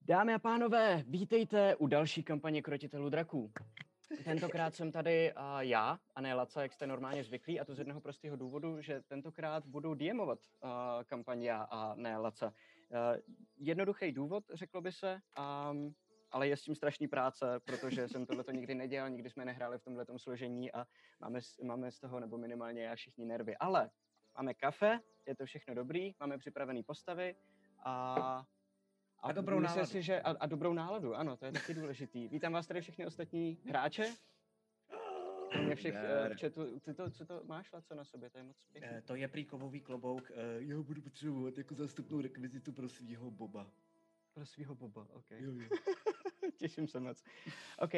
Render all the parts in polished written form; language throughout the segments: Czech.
Dámy a pánové, vítejte u další kampaně Krotitelů draků. Tentokrát jsem tady já a ne Laca, jak jste normálně zvyklí, a to z jednoho prostého důvodu, že tentokrát budu DMovat kampaň já a ne Laca. Jednoduchý důvod, řeklo by se, ale je s tím strašný práce, protože jsem tohleto nikdy nedělal, nikdy jsme nehráli v tomhletom složení a máme z toho, nebo minimálně já, všichni nervy. Ale máme kafe, je to všechno dobrý, máme připravené postavy a dobrou náladu. A dobrou náladu, ano, to je taky důležitý. Vítám vás tady všechny ostatní hráče. Kromě všech v chatu. Co to máš, Laco, na sobě? To je moc pěkný. To je prý kovový klobouk. Já budu potřebovat jako zástupnou rekvizitu pro svýho Boba. Pro svýho Boba, ok. Jo. Těším se moc. Ok,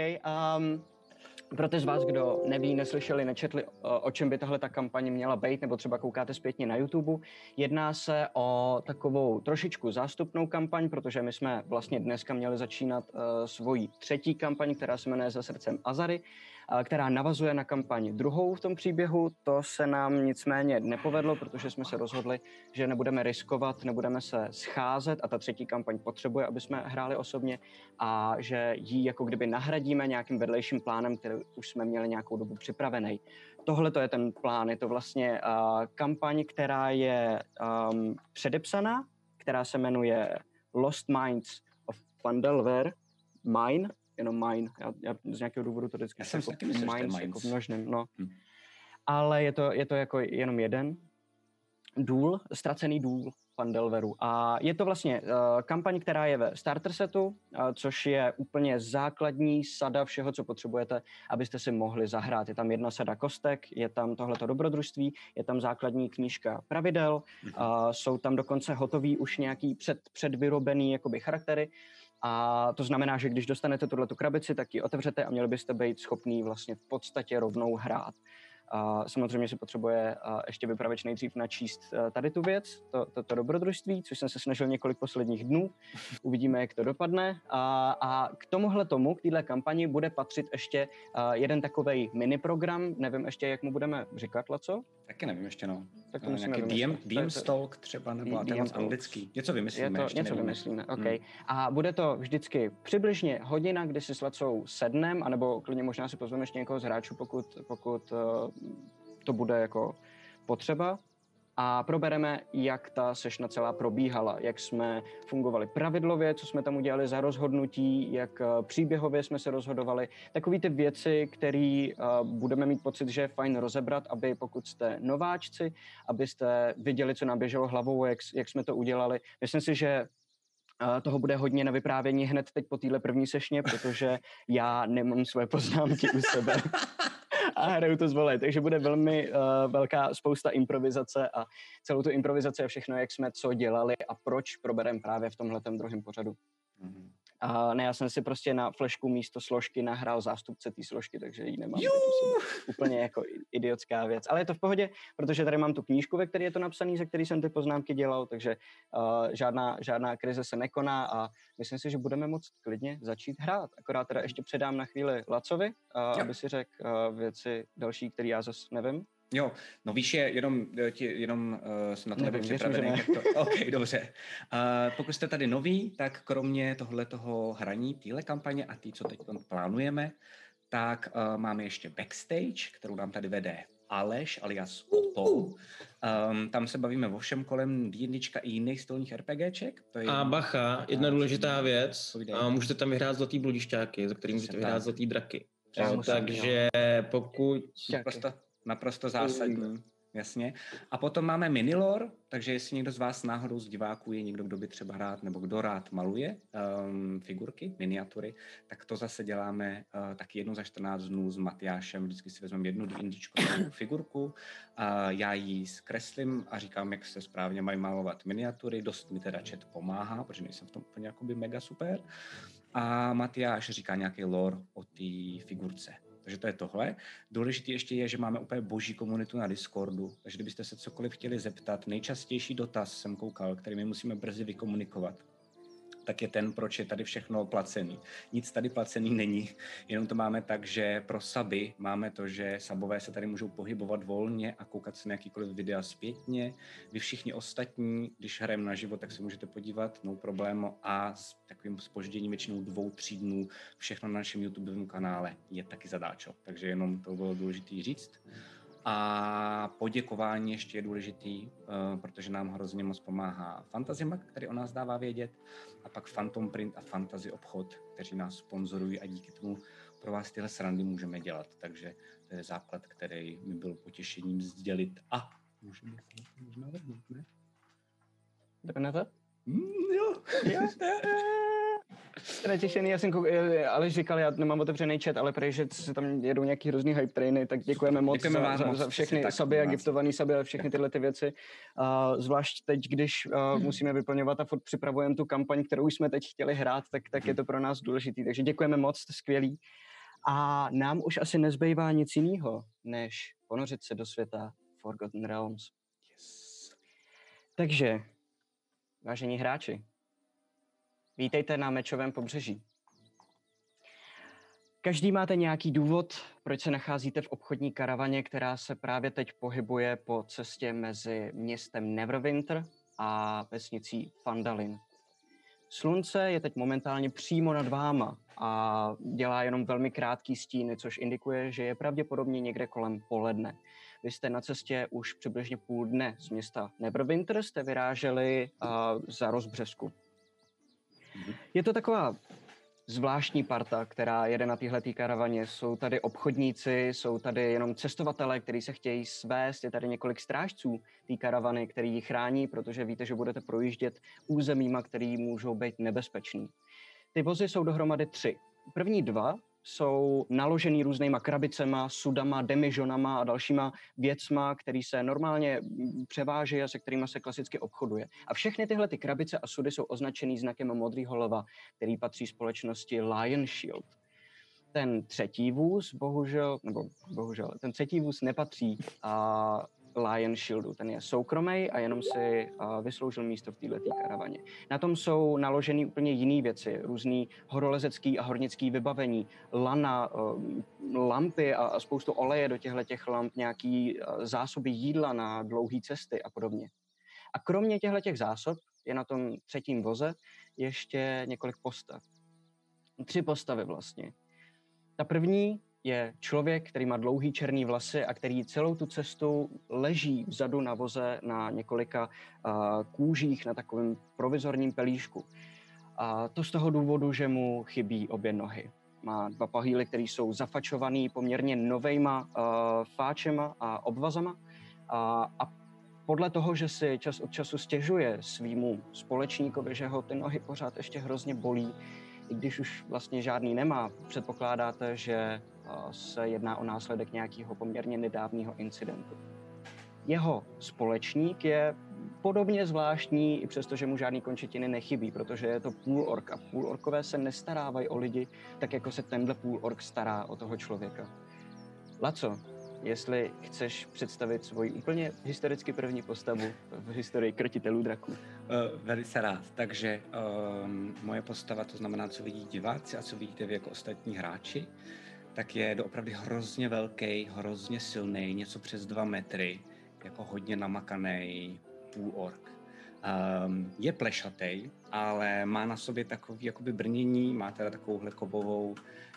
pro ty z vás, kdo neví, neslyšeli, nečetli, o čem by tahle ta kampaň měla být, nebo třeba koukáte zpětně na YouTube, jedná se o takovou trošičku zástupnou kampaň, protože my jsme vlastně dneska měli začínat svoji třetí kampaň, která se jmenuje Za srdcem Azary, která navazuje na kampaň druhou v tom příběhu. To se nám nicméně nepovedlo, protože jsme se rozhodli, že nebudeme riskovat, nebudeme se scházet a ta třetí kampaň potřebuje, aby jsme hráli osobně a že ji jako kdyby nahradíme nějakým vedlejším plánem, který už jsme měli nějakou dobu připravený. Tohle to je ten plán, je to vlastně kampaň, která je předepsaná, která se jmenuje Lost Minds of Phandelver Mine, jenom mine, já z nějakého důvodu to vždycky jako mines, jako v množném, no. Ale je to jako jenom jeden důl, ztracený důl Phandelveru. A je to vlastně kampaň, která je ve starter setu, což je úplně základní sada všeho, co potřebujete, abyste si mohli zahrát. Je tam jedna sada kostek, je tam tohleto dobrodružství, je tam základní knížka pravidel, jsou tam dokonce hotový už nějaký předvyrobený jakoby charaktery. A to znamená, že když dostanete tuhletu krabici, tak ji otevřete a měli byste být schopný vlastně v podstatě rovnou hrát. Samozřejmě se potřebuje ještě vypravěč nejdřív načíst tady tu věc, to dobrodružství, což jsem se snažil několik posledních dnů. Uvidíme, jak to dopadne. A k tomuhle tomu, k téhle kampani, bude patřit ještě jeden takovej mini program. Nevím ještě, jak mu budeme říkat, Laco? Taky nevím ještě, no. Tak to nějaký DM Stalk třeba, nebo to je moc anglický. Něco vymyslíme. Něco vymyslíme, ok. A bude to vždycky přibližně hodina, kdy si s Lacou sednem, anebo klidně možná si pozveme ještě někoho z hráčů, pokud to bude jako potřeba. A probereme, jak ta sešna celá probíhala, jak jsme fungovali pravidlově, co jsme tam udělali za rozhodnutí, jak příběhově jsme se rozhodovali. Takový ty věci, které budeme mít pocit, že je fajn rozebrat, aby pokud jste nováčci, abyste viděli, co nám běželo hlavou, jak jsme to udělali. Myslím si, že toho bude hodně na vyprávění hned teď po téhle první sešně, protože já nemám svoje poznámky u sebe. A hraju to z vole, takže bude velmi velká spousta improvizace a celou tu improvizaci a všechno, jak jsme co dělali a proč probereme právě v tomhletem druhém pořadu. Ne, já jsem si prostě na flešku místo složky nahrál zástupce té složky, takže ji nemám. Úplně jako idiotská věc. Ale je to v pohodě, protože tady mám tu knížku, ve které je to napsané, ze které jsem ty poznámky dělal, takže žádná krize se nekoná a myslím si, že budeme moct klidně začít hrát. Akorát teda ještě předám na chvíli Lacovi, aby si řekl věci další, které já zase nevím. Jo, no víš, jenom jsem na to nebyl připravený. Ok, dobře. Pokud jste tady noví, tak kromě tohletoho hraní, téhle kampaně a tý, co teď plánujeme, tak máme ještě backstage, kterou nám tady vede Aleš alias Otto. Tam se bavíme o všem kolem D&Dčka i jiných stolních RPGček. To je a bacha, jedna důležitá věc. Můžete tam vyhrát zlatý bludišťáky, za který můžete vyhrát zlatý draky. Takže pokud... Naprosto zásadní, jasně. A potom máme minilore, takže jestli někdo z vás náhodou z diváků je někdo, kdo by třeba hrát, nebo kdo rád maluje figurky, miniatury, tak to zase děláme taky jednou za 14 dnů s Matyášem. Vždycky si vezmeme jednu D&Dčkovou figurku, já ji zkreslím a říkám, jak se správně mají malovat miniatury. Dost mi teda chat pomáhá, protože nejsem v tom úplně jakoby mega super. A Matyáš říká nějaký lore o té figurce. Takže to je tohle. Důležité ještě je, že máme úplně boží komunitu na Discordu, takže kdybyste se cokoliv chtěli zeptat, nejčastější dotaz jsem koukal, který my musíme brzy vykomunikovat, tak je ten, proč je tady všechno placený. Nic tady placený není, jenom to máme tak, že pro suby máme to, že subové se tady můžou pohybovat volně a koukat se na jakýkoliv videa zpětně. Vy všichni ostatní, když hrajeme naživo, tak se můžete podívat, no problémo, a s takovým zpožděním většinou 2-3 dnů všechno na našem YouTubeovém kanále je taky zadáčo. Takže jenom to bylo důležité říct. A poděkování ještě je důležitý, protože nám hrozně moc pomáhá Fantasy Mag, který o nás dává vědět, a pak Phantom Print a Fantasy Obchod, kteří nás sponzorují a díky tomu pro vás tyhle srandy můžeme dělat. Takže to je základ, který mi byl potěšením sdělit. A můžeme vrhnout, ne? Jdeme na to? Jo. Natěšený, já jsem ale říkal, já nemám otevřený chat, ale prej, že se tam jedou nějaký hrozný hype trainy, tak děkujeme moc za všechny suby a giftovaný suby a všechny tyhle ty věci. Zvlášť teď, když musíme vyplňovat a furt připravujeme tu kampaň, kterou jsme teď chtěli hrát, tak je to pro nás důležitý. Takže děkujeme moc, jste skvělí. A nám už asi nezbývá nic jiného, než ponořit se do světa Forgotten Realms. Yes. Takže, vážení hráči, vítejte na Mečovém pobřeží. Každý máte nějaký důvod, proč se nacházíte v obchodní karavaně, která se právě teď pohybuje po cestě mezi městem Neverwinter a vesnicí Phandalin. Slunce je teď momentálně přímo nad váma a dělá jenom velmi krátký stíny, což indikuje, že je pravděpodobně někde kolem poledne. Vy jste na cestě už přibližně půl dne z města Neverwinter, jste vyráželi za Rozbřesku. Je to taková zvláštní parta, která jede na téhletý karavaně. Jsou tady obchodníci, jsou tady jenom cestovatelé, kteří se chtějí svést. Je tady několik strážců té karavany, který ji chrání, protože víte, že budete projíždět územíma, který můžou být nebezpečný. Ty vozy jsou dohromady 3. První 2 jsou naložený různýma krabicema, sudama, demižonama a dalšíma věcma, který se normálně převáží a se kterými se klasicky obchoduje. A všechny tyhle ty krabice a sudy jsou označený znakem modrýho lva, který patří společnosti Lion Shield. Ten třetí vůz, bohužel, ten třetí vůz nepatří Lion Shieldu. Ten je soukromý a jenom si vysloužil místo v této karavaně. Na tom jsou naložený úplně jiné věci, různý horolezecký a hornický vybavení, lana, lampy a spoustu oleje do těchto lamp, nějaký zásoby jídla na dlouhé cesty a podobně. A kromě těchto zásob je na tom třetím voze ještě několik postav. 3 postavy vlastně. Ta první je člověk, který má dlouhý černý vlasy a který celou tu cestu leží vzadu na voze na několika kůžích na takovém provizorním pelíšku. A to z toho důvodu, že mu chybí obě nohy. Má 2 pahýly, které jsou zafačovaný poměrně novejma fáčema a obvazama. A podle toho, že si čas od času stěžuje svýmu společníkovi, že ho ty nohy pořád ještě hrozně bolí, i když už vlastně žádný nemá, předpokládáte, že se jedná o následek nějakého poměrně nedávného incidentu. Jeho společník je podobně zvláštní, i přesto, že mu žádný končetiny nechybí, protože je to půlork a půlorkové se nestarávají o lidi, tak jako se tenhle půlork stará o toho člověka. Laco, jestli chceš představit svoji úplně historicky první postavu v historii krotitelů draků. Velice rád. Takže moje postava, to znamená, co vidí diváci a co vidíte vy jako ostatní hráči, tak je doopravdy hrozně velký, hrozně silný, něco přes 2 metry, jako hodně namakaný půlork. Je plešatý, ale má na sobě takový jakoby brnění, má teda takovouhle kovovou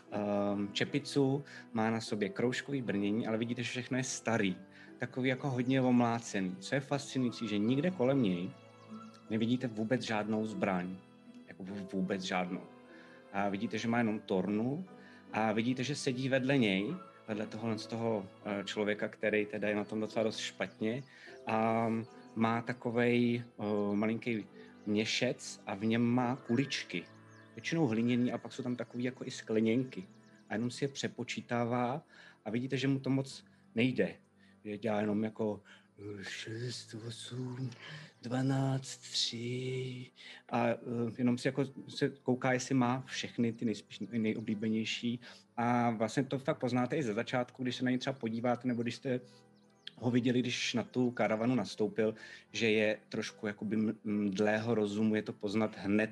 čepicu, má na sobě kroužkový brnění, ale vidíte, že všechno je starý, takový jako hodně omlácený. Co je fascinující, že nikde kolem něj nevidíte vůbec žádnou zbraň, jako vůbec žádnou. A vidíte, že má jenom tornu a vidíte, že sedí vedle něj, vedle tohohle z toho člověka, který teda je na tom docela dost špatně, a má takovej malinký měšec a v něm má kuličky. Většinou hliněný a pak jsou tam takový jako i skleněnky. A jenom si je přepočítává a vidíte, že mu to moc nejde. Že dělá jenom jako 6, 8, 12, 3 a jenom si jako se kouká, jestli má všechny ty nejoblíbenější. A vlastně to fakt poznáte i ze začátku, když se na něj třeba podíváte, nebo když jste ho viděli, když na tu karavanu nastoupil, že je trošku jakoby dlého rozumu, je to poznat hned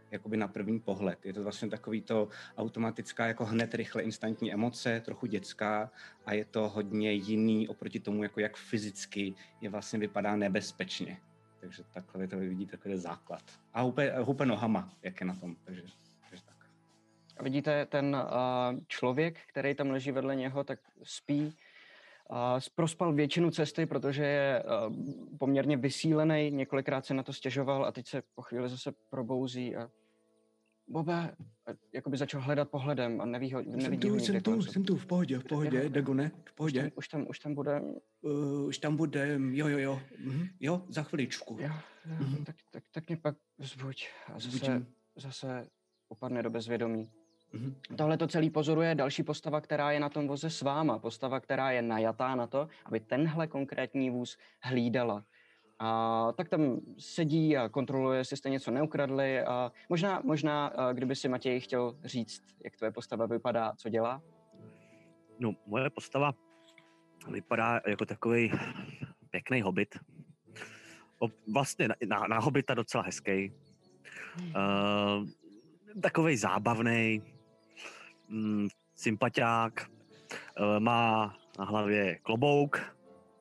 jakoby na první pohled. Je to vlastně takový to automatická, jako hned rychle instantní emoce, trochu dětská a je to hodně jiný oproti tomu, jako jak fyzicky je vlastně vypadá nebezpečně. Takže takhle vy to vidíte, takový základ. A houpe nohama, jak je na tom. Takže tak. A vidíte, ten člověk, který tam leží vedle něho, tak spí. Prospal většinu cesty, protože je poměrně vysílený, několikrát se na to stěžoval a teď se po chvíli zase probouzí a Bobe, jakoby začal hledat pohledem a nevidí ho nikde. Jsem tu, v pohodě, Dagone, v pohodě. Už tam bude. Už tam bude, jo. Jo, za chviličku. Jo, tak mě pak vzbuď a zase upadne do bezvědomí. Tohle to celý pozoruje další postava, která je na tom voze s váma. Postava, která je najatá na to, aby tenhle konkrétní vůz hlídala. A tak tam sedí a kontroluje, jestli jste něco neukradli. A možná, kdyby si Matěj chtěl říct, jak tvoje postava vypadá, co dělá? No, moje postava vypadá jako takový pěkný hobit. Vlastně na hobita docela hezký. Takovej zábavnej, sympatiák, má na hlavě klobouk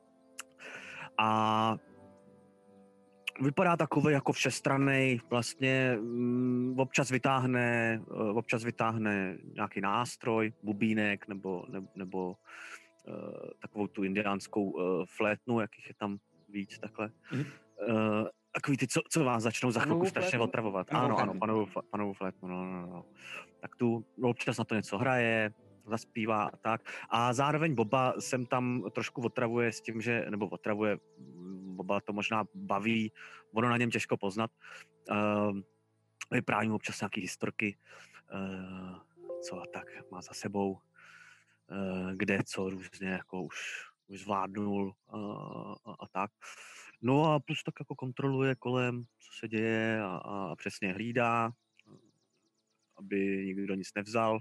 a vypadá takový jako všestranný, vlastně občas vytáhne nějaký nástroj, bubínek nebo takovou tu indiánskou flétnu, jakých je tam víc takhle. Takový ty, co vás začnou za chvilku strašně otravovat. Ano, panovou flétnu, no. Tak tu občas na to něco hraje, zaspívá a tak. A zároveň Boba sem tam trošku otravuje s tím, že, nebo otravuje, Boba to možná baví, ono na něm těžko poznat. Vypráví mu občas nějaký historky, co a tak má za sebou, kde co různě jako už zvládnul a tak. No a plus tak jako kontroluje kolem, co se děje a přesně hlídá, aby nikdo nic nevzal.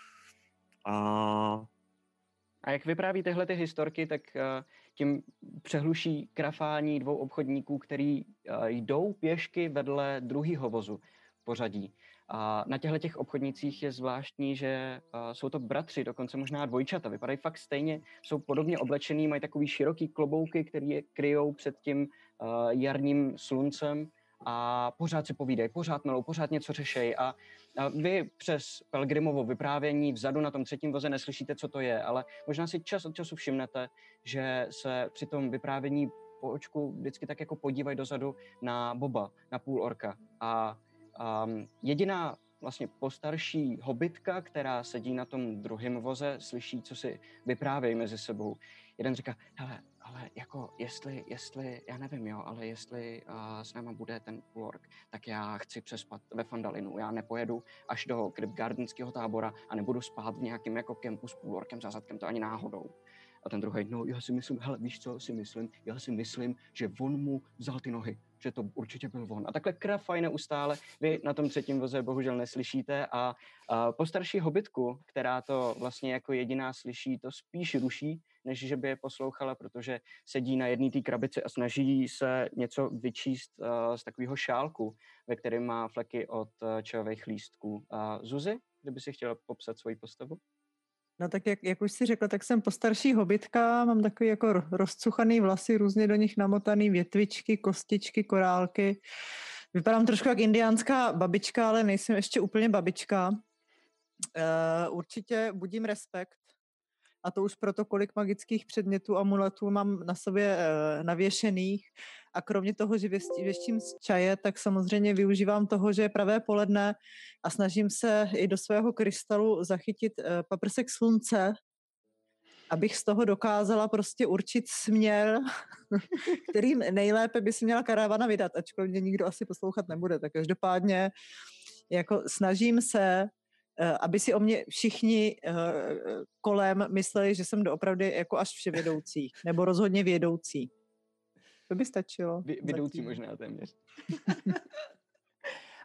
A jak vypráví tyhle ty historky, tak tím přehluší krafání dvou obchodníků, který jdou pěšky vedle druhého vozu pořadí. A na těchto obchodnících je zvláštní, že jsou to bratři, dokonce možná dvojčata. Vypadají fakt stejně, jsou podobně oblečený, mají takový široký klobouky, který je kryjou před tím jarním sluncem a pořád si povídají, pořád melou, pořád něco řešejí. A vy přes Pelgrimovo vyprávění vzadu na tom třetím voze neslyšíte, co to je, ale možná si čas od času všimnete, že se při tom vyprávění po očku vždycky tak jako podívají dozadu na Boba, na půl orka. A jediná vlastně postarší hobitka, která sedí na tom druhém voze, slyší, co si vyprávějí mezi sebou. Jeden říká, hele, ale jako jestli, já nevím, jo, ale jestli s náma bude ten půlork, tak já chci přespat ve Fandalinu. Já nepojedu až do Kryptgardenského tábora a nebudu spát v nějakém jako kempu s půlorkem za zadkem, to ani náhodou. A ten druhý, no já si myslím, hele, víš co si myslím? Já si myslím, že on mu vzal ty nohy, že to určitě byl on. A takhle krafaj neustále, vy na tom třetím voze bohužel neslyšíte a postarší hobitku, která to vlastně jako jediná slyší, to spíš ruší, než že by je poslouchala, protože sedí na jedné té krabici a snaží se něco vyčíst z takového šálku, ve kterém má fleky od čajových lístků. Zuzi, kdyby si chtěla popsat svoji postavu? No tak jak už si řekla, tak jsem postarší hobitka, mám takový jako rozcuchaný vlasy, různě do nich namotaný větvičky, kostičky, korálky. Vypadám trošku jak indiánská babička, ale nejsem ještě úplně babička. Určitě budím respekt. A to už proto, kolik magických předmětů, amuletů mám na sobě navěšených. A kromě toho, že věštím z čaje, tak samozřejmě využívám toho, že je pravé poledne a snažím se i do svého krystalu zachytit paprsek slunce, abych z toho dokázala prostě určit směr, kterým nejlépe by si měla karavana vydat, ačkoliv mě nikdo asi poslouchat nebude. Tak každopádně jako snažím se, aby si o mě všichni kolem mysleli, že jsem doopravdy jako až vševědoucí, nebo rozhodně vědoucí. To by stačilo. Vědoucí možná téměř.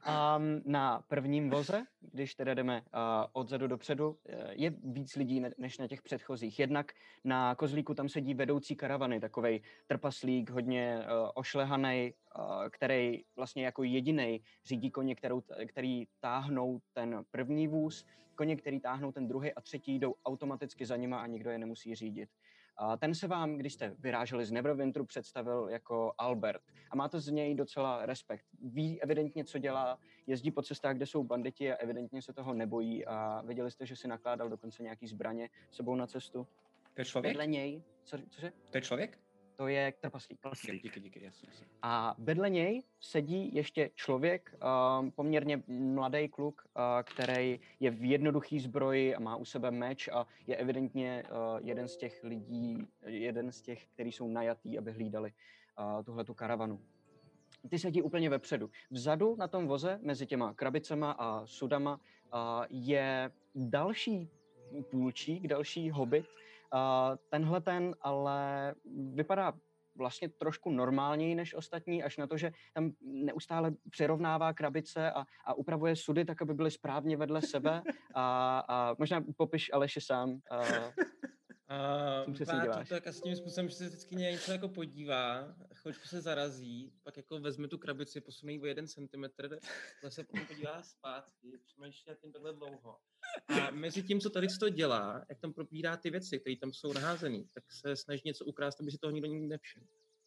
Na prvním voze, když teda jdeme odzadu dopředu, je víc lidí než na těch předchozích. Jednak na kozlíku tam sedí vedoucí karavany, takovej trpaslík, hodně ošlehanej, který vlastně jako jedinej řídí koně, který táhnou ten první vůz, koně, který táhnou ten druhý a třetí, jdou automaticky za nima a nikdo je nemusí řídit. Ten se vám, když jste vyráželi z Neverwinteru, představil jako Albert a máte z něj docela respekt. Ví evidentně, co dělá, jezdí po cestách, kde jsou banditi a evidentně se toho nebojí a viděli jste, že si nakládal dokonce nějaký zbraně sebou na cestu. To je člověk? Vedle něj, cože? To je člověk? To je trpaslík. Díky, jasně. A vedle něj sedí ještě člověk, poměrně mladý kluk, který je v jednoduchý zbroji a má u sebe meč a je evidentně jeden z těch lidí, kteří jsou najatý, aby hlídali tuhletu karavanu. Ty sedí úplně vepředu. Vzadu na tom voze, mezi těma krabicema a sudama, je další půlčík, další hobit. Tenhle ten ale vypadá vlastně trošku normálněji než ostatní, až na to, že tam neustále přirovnává krabice a upravuje sudy tak, aby byly správně vedle sebe. A možná popiš Aleši sám, co přesně děláš. Tak a s tím způsobem, že se vždycky něco jako podívá, chvíličku se zarazí, pak jako vezme tu krabici, posune ji o 1 centimetr, zase potom podívá zpátky, přemýšlí nad tím takhle dlouho. A mezi tím, co tady to dělá, jak tam probírá ty věci, které tam jsou naházený, tak se snaží něco ukrást, aby si toho nikdo nikdy nevšiml.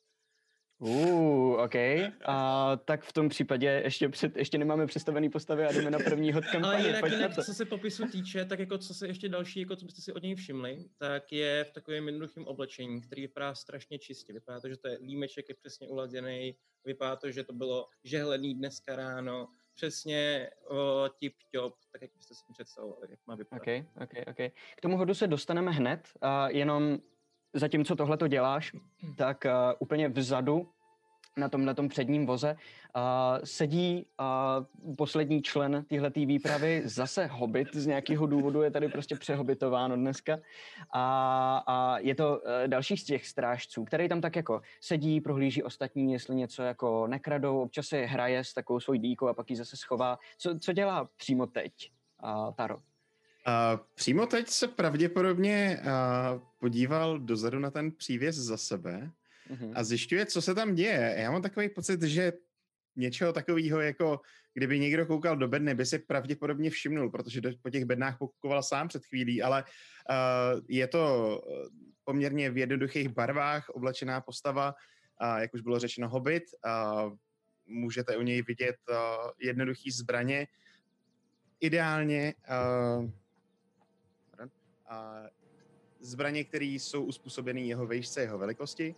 OK. Tak v tom případě ještě nemáme představený postavy a jdeme na první hod kampaně. Ale jinak, co se popisu týče, tak jako co se ještě další, jako co byste si od něj všimli, tak je v takovém jednoduchém oblečení, který vypadá strašně čistě. Vypadá to, že to je límeček, je přesně uladěný, vypadá to, že to bylo žehlený dneska ráno, přesně tip-top, tak jak byste si představovali, jak má vypadat. OK. K tomu hodu se dostaneme hned, jenom zatímco tohle to děláš, tak úplně vzadu na tomhletom předním voze sedí poslední člen téhletý výpravy, zase hobit, z nějakého důvodu je tady prostě přehobitováno dneska a je to další z těch strážců, který tam tak jako sedí, prohlíží ostatní, jestli něco jako nekradou, občas si hraje s takovou svojí dýkou a pak ji zase schová. Co dělá přímo teď, Taro? Přímo teď se pravděpodobně podíval dozadu na ten přívěs za sebe a zjišťuje, co se tam děje. Já mám takový pocit, že něčeho takového, jako kdyby někdo koukal do bedny, by si pravděpodobně všimnul, protože po těch bednách pokukoval sám před chvílí, ale je to poměrně v jednoduchých barvách oblečená postava, jak už bylo řečeno hobit. Můžete u něj vidět jednoduchý zbraně. Ideálně zbraně, které jsou uspůsobené jeho výšce, jeho velikosti.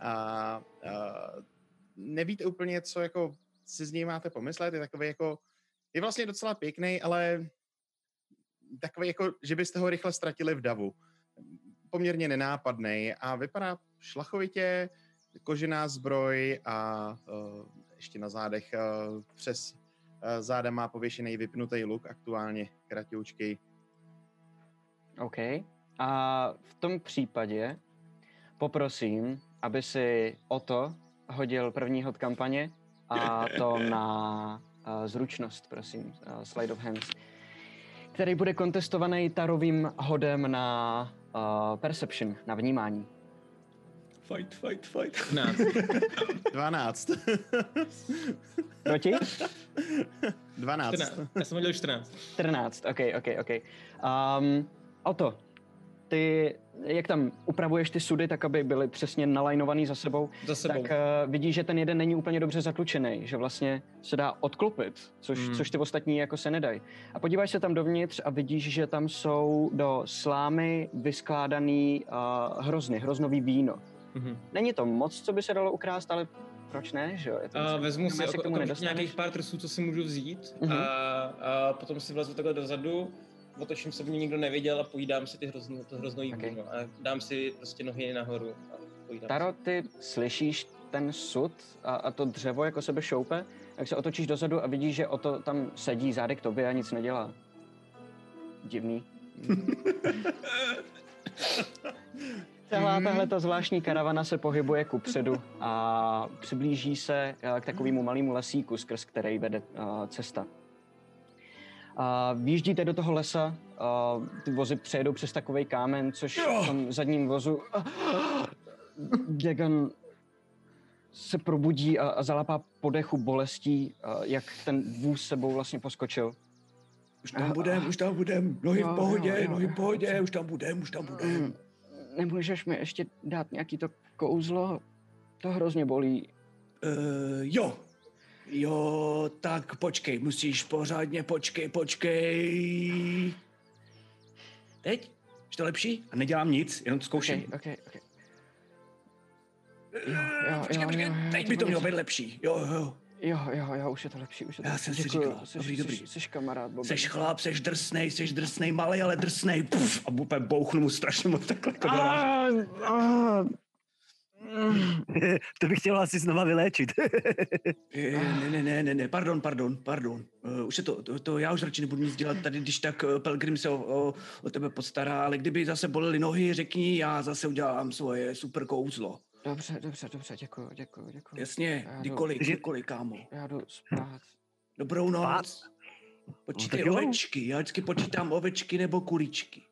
Nevíte úplně, co jako si z něj máte pomyslet. Je takový jako, je vlastně docela pěkný, ale takový jako, že byste ho rychle ztratili v davu. Poměrně nenápadnej a vypadá šlachovitě, kožená zbroj a ještě na zádech přes záda má pověšený vypnutý luk, aktuálně kratoučkej. OK. A v tom případě poprosím, aby si Otto hodil první hod kampaně a to na zručnost, prosím, Slide of Hands, který bude kontestovaný Tarovým hodem na Perception, na vnímání. Fight. 12. Proti? 12. 14. Já jsem hodil 14. 14, OK. Otto, ty, jak tam upravuješ ty sudy, tak aby byly přesně nalajnovaný za sebou, tak vidíš, že ten jeden není úplně dobře zatlučený, že vlastně se dá odklopit, což ty ostatní jako se nedají. A podíváš se tam dovnitř a vidíš, že tam jsou do slámy vyskládaný hroznový víno. Není to moc, co by se dalo ukrást, ale proč ne, že jo? Vezmu si nějakých pár trsů, co si můžu vzít a potom si vlezu takhle dozadu, otočím se, by mě nikdo neviděl a pojídám si to hroznový víno a dám si prostě nohy nahoru a pojídám Taro, ty slyšíš ten sud a to dřevo jako sebe šoupe, tak se otočíš dozadu a vidíš, že Otto tam sedí zády k tobě a nic nedělá. Divný. Tahle ta zvláštní karavana se pohybuje kupředu a přiblíží se k takovému malému lesíku, skrz který vede cesta. Vyjíždíte do toho lesa, ty vozy přejedou přes takovej kámen, což v tom zadním vozu Dagon se probudí a zalapá po dechu bolestí, jak ten vůz sebou vlastně poskočil. Už tam budem, nohy v pohodě, už tam budem. Nemůžeš mi ještě dát nějaký to kouzlo? To hrozně bolí. Jo, tak počkej, musíš pořádně, počkej. Teď? Už to lepší? A nedělám nic, jenom to zkouším. Okay. Počkej, teď by to mělo být lepší, jo. Jo, už je to lepší, Já jsem si říkal, dobrý. Jsi kamarád, Bobe. Seš chlap, seš drsnej, malej, ale drsnej. Puf, a úplně bouchnu mu strašně moc takhle. To bych chtěl asi znova vyléčit. Ne, pardon. Už je to, já už radši nebudu nic dělat tady, když tak Pelgrim se o tebe postará, ale kdyby zase bolely nohy, řekni, já zase udělám svoje super kouzlo. Dobře, děkuju. Jasně, kdykoliv, kámo. Já jdu spát. Dobrou noc. Počítej ovečky, já vždycky počítám ovečky nebo kuličky.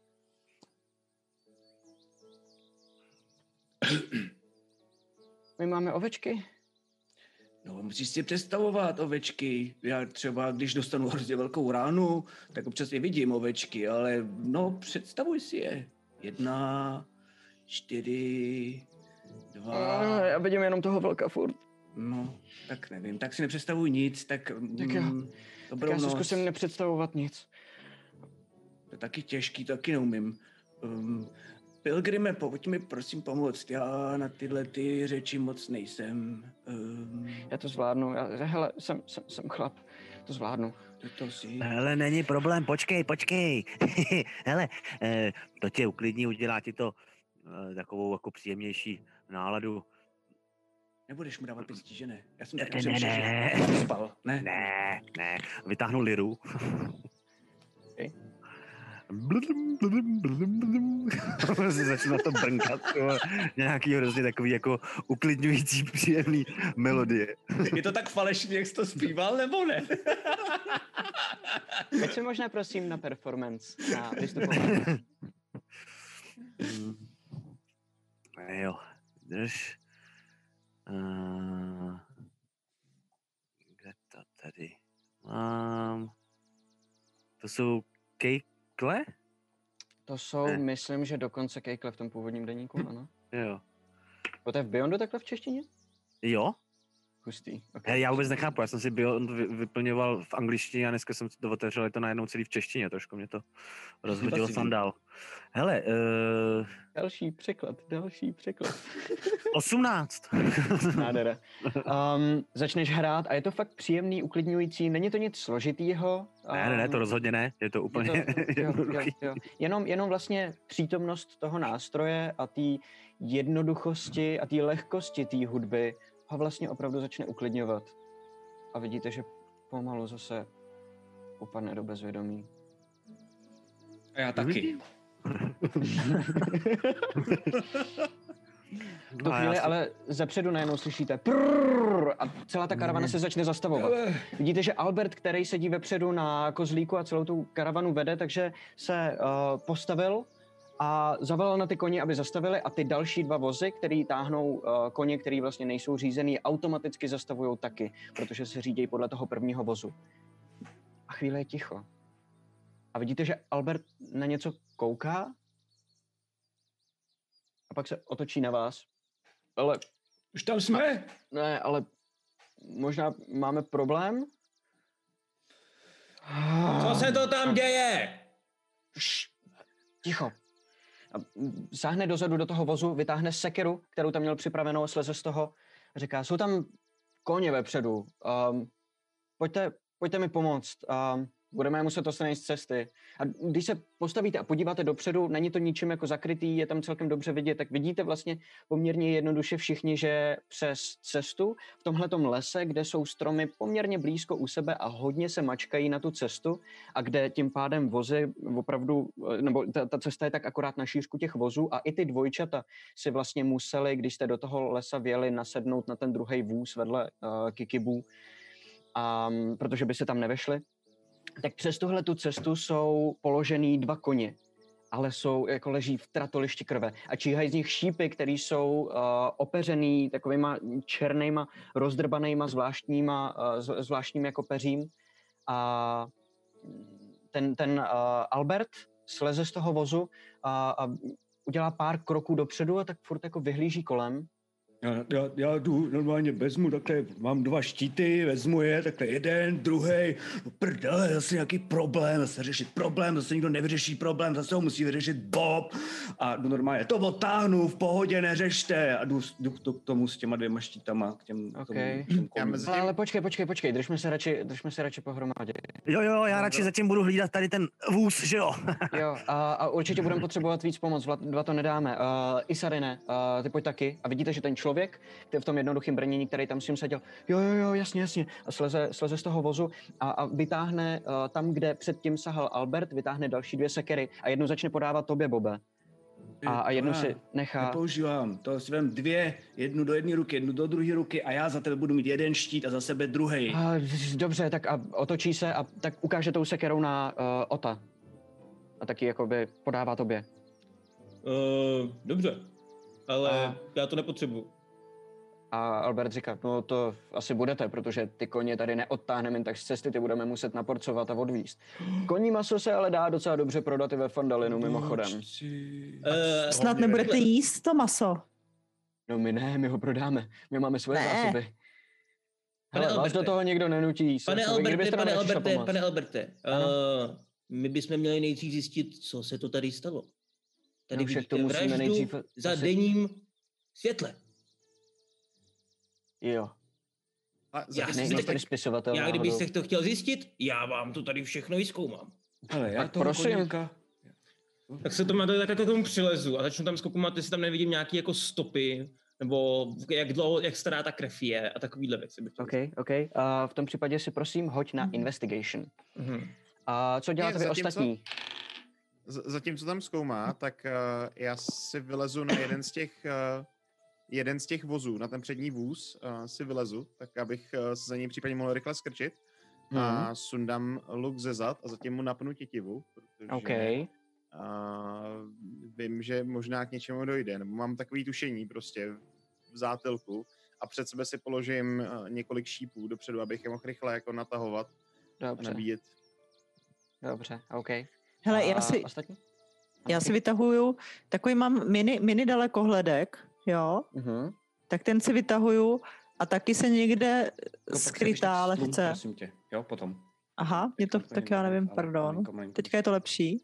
My máme ovečky? No, musíš si představovat ovečky. Já třeba, když dostanu hrozně velkou ránu, tak občas je vidím ovečky, ale no, představuj si je. 1, 4, 2... Já vidím jenom toho vlka furt. No, tak nevím, tak si nepředstavuj nic, tak... Tak jo, tak já si zkusím nepředstavovat nic. To je taky těžký, taky neumím. Pilgrime, pojď mi prosím pomoct, já na tyhle ty řeči moc nejsem. Já to zvládnu, hele, jsem chlap, to zvládnu. Hele, není problém, počkej. Hele, to tě uklidní, udělá ti to takovou jako příjemnější náladu. Nebudeš mu dávat pěstí, že ne? Já jsem taky přemýšlel, že spal, ne? Ne, vytáhnu liru. Okay. Začnu na to brnkat, nějaký hrozně takový jako uklidňující příjemný melodie. Je to tak falešný, jak jsi to zpíval, nebo ne? Teď se možná prosím na performance, na vystupování. Jo, drž. Kde to tady mám? To jsou kejkle? To jsou, myslím, že dokonce kejkle v tom původním deníku, ano. Jo. To je v Beyondu takhle v češtině? Jo. Hustý. Okay. Já vůbec nechápu, já jsem si Beyond vyplňoval v angličtině a dneska jsem to otevřel to najednou celý v češtině, trošku mě to rozhodilo sandál. Hele, Další překlad. 18. Nádhera. Začneš hrát a je to fakt příjemný, uklidňující, není to nic složitýho. Ne, to rozhodně ne, je to úplně jednoduchý. Jo. Jenom vlastně přítomnost toho nástroje a té jednoduchosti a té lehkosti té hudby ho vlastně opravdu začne uklidňovat. A vidíte, že pomalu zase upadne do bezvědomí. A já taky. V tu chvíli ale zepředu najednou slyšíte prrrr a celá ta karavana se začne zastavovat. Vidíte, že Albert, který sedí vepředu na kozlíku a celou tu karavanu vede, takže se postavil a zavolal na ty koně, aby zastavili a ty další 2 vozy, který táhnou koně, který vlastně nejsou řízený, automaticky zastavují taky, protože se řídí podle toho prvního vozu. A chvíli je ticho. A vidíte, že Albert na něco kouká a pak se otočí na vás. Ale... Už tam jsme? Ne, ale možná máme problém? Co se to tam děje? Ticho. A sáhne dozadu do toho vozu, vytáhne sekeru, kterou tam měl připravenou, sleze z toho a říká, jsou tam koně vepředu. Pojďte mi pomoct. Budeme je muset odstranit z cesty. A když se postavíte a podíváte dopředu, není to ničím jako zakrytý, je tam celkem dobře vidět, tak vidíte vlastně poměrně jednoduše všichni, že přes cestu v tomhletom lese, kde jsou stromy poměrně blízko u sebe a hodně se mačkají na tu cestu a kde tím pádem vozy opravdu, nebo ta cesta je tak akorát na šířku těch vozů a i ty dvojčata si vlastně museli, když jste do toho lesa vjeli, nasednout na ten druhý vůz vedle Kikibů, protože by se tam nevešli. Tak přes tuhle tu cestu jsou položený 2 koně, ale jsou, jako leží v tratolišti krve a číhají z nich šípy, které jsou opeřený takovýma černýma, rozdrbanýma zvláštním jako peřím. A ten Albert sleze z toho vozu a udělá pár kroků dopředu a tak furt jako vyhlíží kolem. Já jdu normálně vezmu, takhle mám 2 štíty, vezmu je, takhle jeden, druhý, prdele, zase nějaký problém, zase řešit problém, zase nikdo nevyřeší problém, zase ho musí vyřešit Bob a jdu normálně, to odtáhnu, v pohodě, neřešte a jdu k tomu s těma 2 štítama, k těm konům. Ale počkej, držme se radši pohromadě. Jo, já radši zatím budu hlídat tady ten vůz, že jo? Jo, a určitě budeme potřebovat víc pomoc, Dva to nedáme. Isarine, ty pojď taky a vidíte, že ten člověk v tom jednoduchém brnění, který tam s tím seděl, jo, jasně, a sleze z toho vozu a vytáhne tam, kde předtím sahal Albert, vytáhne další 2 sekery a jednu začne podávat tobě, Bobe. A jednu si nechá... Nepoužívám, to si vem 2, jednu do jedné ruky, jednu do druhé ruky a já za tebe budu mít 1 štít a za sebe druhej. Dobře, tak a otočí se a tak ukáže tou sekerou na Ota. A taky jakoby podává tobě. Dobře, ale já to nepotřebuju. A Albert říká, no to asi budete, protože ty koně tady neodtáhneme jen tak z cesty, ty budeme muset naporcovat a odvízt. Koní maso se ale dá docela dobře prodat i ve Fandalinu mimochodem. Snad nebudete jíst to maso? No my ho prodáme, my máme svoje zásoby. Hele, vás do toho nikdo nenutí. Pane Alberte, my bychom měli nejdřív zjistit, co se to tady stalo. Tady vidíte vraždu za denním světle. Jo. Já kdybyste to chtěl zjistit, já vám to tady všechno vyzkoumám. Hele, já to prosím. Tak se to má tak jako k tomu přilezu a začnu tam zkoumat, jestli tam nevidím nějaký jako stopy, nebo jak stará ta krev je a takovýhle věci. OK. V tom případě si prosím hoď na investigation. A co děláte vy ostatní? Zatímco tam zkoumá, tak já si vylezu na jeden z těch vozů, na ten přední vůz si vylezu, tak abych se za něj případně mohl rychle skrčit a sundám luk ze zad a zatím mu napnu tětivu, protože vím, že možná k něčemu dojde, nebo mám takový tušení prostě v zátilku a před sebe si položím několik šípů dopředu, abych je mohl rychle jako natahovat a nabíjet. Dobře, OK. Hele, já si vytahuju, takový mám mini dalekohledek, jo, tak ten si vytahuju a taky se někde skrytá lehce. Prosím tě, jo, potom. Aha, je to tak, já nevím, pardon. Teďka je to lepší.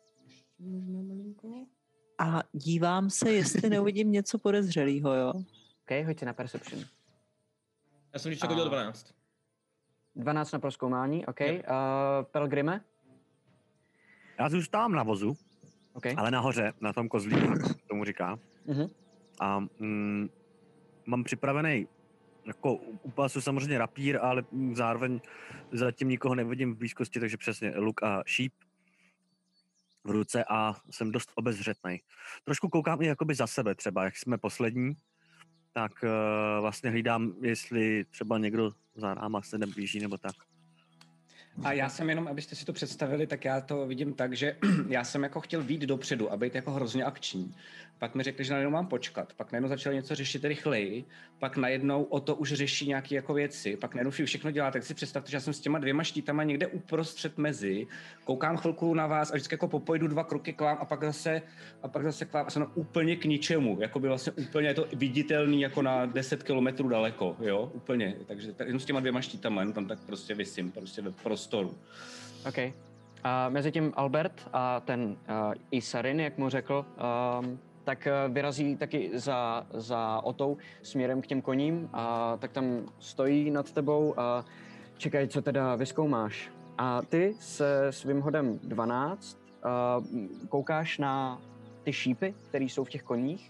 A dívám se, jestli neuvidím něco podezřelého, jo. OK, hoď si na perception. Já jsem vždycky hodil 12. 12 na prozkoumání, OK. Pelgrime? Já zůstávám na vozu, ale nahoře, na tom kozlíku, tomu říká. A mám připravený jako u pasu samozřejmě rapír, ale zároveň zatím nikoho nevidím v blízkosti, takže přesně luk a šíp v ruce a jsem dost obezřetnej. Trošku koukám i jakoby za sebe třeba, jak jsme poslední, tak vlastně hlídám, jestli třeba někdo za náma se neblíží nebo tak. A já jsem jenom, abyste si to představili, tak já to vidím tak, že já jsem jako chtěl vyjít dopředu a být jako hrozně akční. Pak mi řekli, že najednou mám počkat, pak najednou začali něco řešit rychleji, pak najednou o to už řeší nějaké jako věci, pak najednou všechno dělá, tak si představte, že já jsem s těma 2 štítama někde uprostřed mezi, koukám chvilku na vás a vždycky jako popojdu 2 kroky k vám a pak zase k vám a jsem úplně k ničemu, jako by vlastně úplně je to viditelný jako na 10 kilometrů daleko, jo, úplně, takže jenom s těma 2 štítama, jenom tam tak prostě visím, prostě ve prostoru. OK. A mezi tím Albert a ten Isarin, jak mu řekl, tak vyrazí taky za Otou směrem k těm koním a tak tam stojí nad tebou a čekají, co teda vyzkoumáš. A ty se svým hodem 12 koukáš na ty šípy, které jsou v těch koních.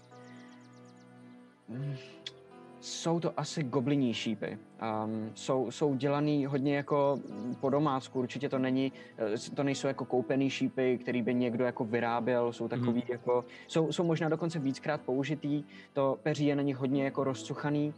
Jsou to asi gobliní šípy. Jsou dělaný hodně jako po domácku. Určitě to nejsou jako koupený šípy, který by někdo jako vyráběl. Jsou takový jako, jsou možná dokonce víckrát použitý. To peří je na nich hodně jako rozcuchaný.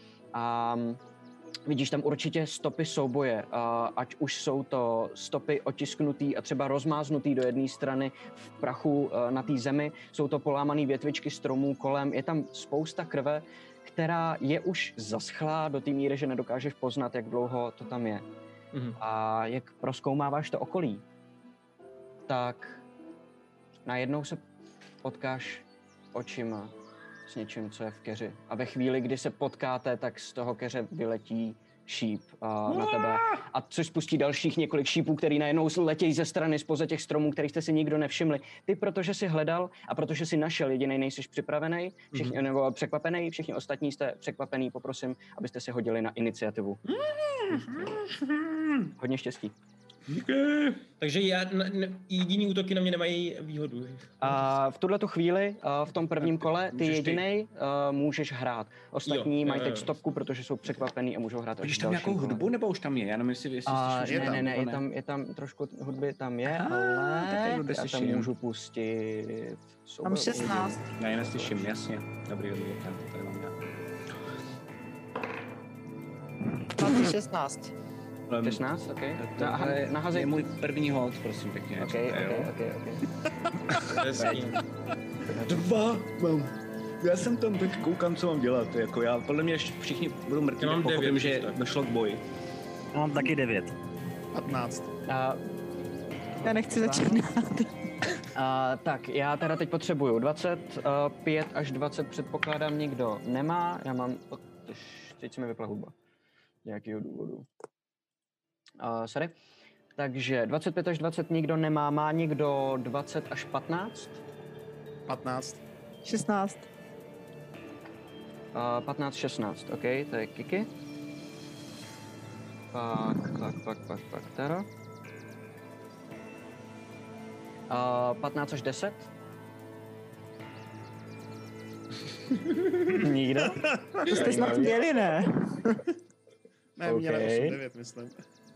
Vidíš tam určitě stopy souboje, ať už jsou to stopy otisknutý a třeba rozmáznutý do jedné strany v prachu na té zemi. Jsou to polámané větvičky stromů kolem. Je tam spousta krve, která je už zaschlá do té míry, že nedokážeš poznat, jak dlouho to tam je. A jak prozkoumáváš to okolí, tak najednou se potkáš očima s něčím, co je v keři. A ve chvíli, kdy se potkáte, tak z toho keře vyletí šíp na tebe. A což spustí dalších několik šípů, který najednou letějí ze strany spoza těch stromů, kterých jste si nikdo nevšimli. Ty, protože jsi hledal a protože jsi našel, jedinej nejsi připravený, nebo překvapený, všichni ostatní jste překvapený, poprosím, abyste si hodili na iniciativu. Hodně štěstí. Takže jediný útoky na mě nemají výhodu. A v tuhletu chvíli, v tom prvním kole, ty jedinej můžeš hrát. Ostatní mají teď stopku, protože jsou překvapený a můžou hrát. Vidíš tam nějakou hudbu, nebo už tam je? Já nevím, jestli je tam trošku hudby tam je, ale já tam můžu pustit. Mám 16. Já je neslyším, jasně. Dobrý, tady mám já. Mám 16. 16, ok. Nahazej. Je můj první hod, prosím pěkně. Ok. Dva mám. Já jsem tam teď koukám, co mám dělat. Jako já, podle mě všichni budou mrtví, tak pochopím, že došlo k boji. Mám taky 9. 15. Já nechci začínat. Tak, já teda teď potřebuju 25 až 20 předpokládám nikdo nemá. Já mám... Teď se mi vypla hudba. Z nějakého důvodu. Sorry. Takže 25 až 20 nikdo nemá. Má někdo 20 až 15? 15. 16. 15, 16, ok, to je Kiki. Pak Tara. 15 až 10? Nikdo? To jste snad měli, ne? Ne, měli 8, 9, myslím.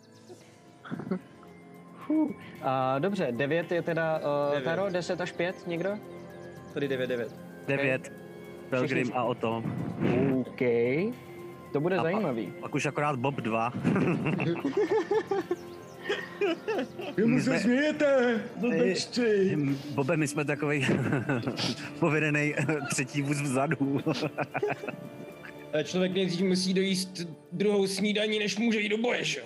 Dobře, 9 je teda Taro, 10 až 5, někdo? Tady 9. 9. Pelgrim a Otto. OK. To bude zajímavý. Pak už akorát Bob 2. Vy mu se smějete, blbečci. Bobe, my jsme takovej povedenej třetí vůz vzadu. Člověk nejdřív musí dojíst druhou snídaní, než může jít do boje, že jo?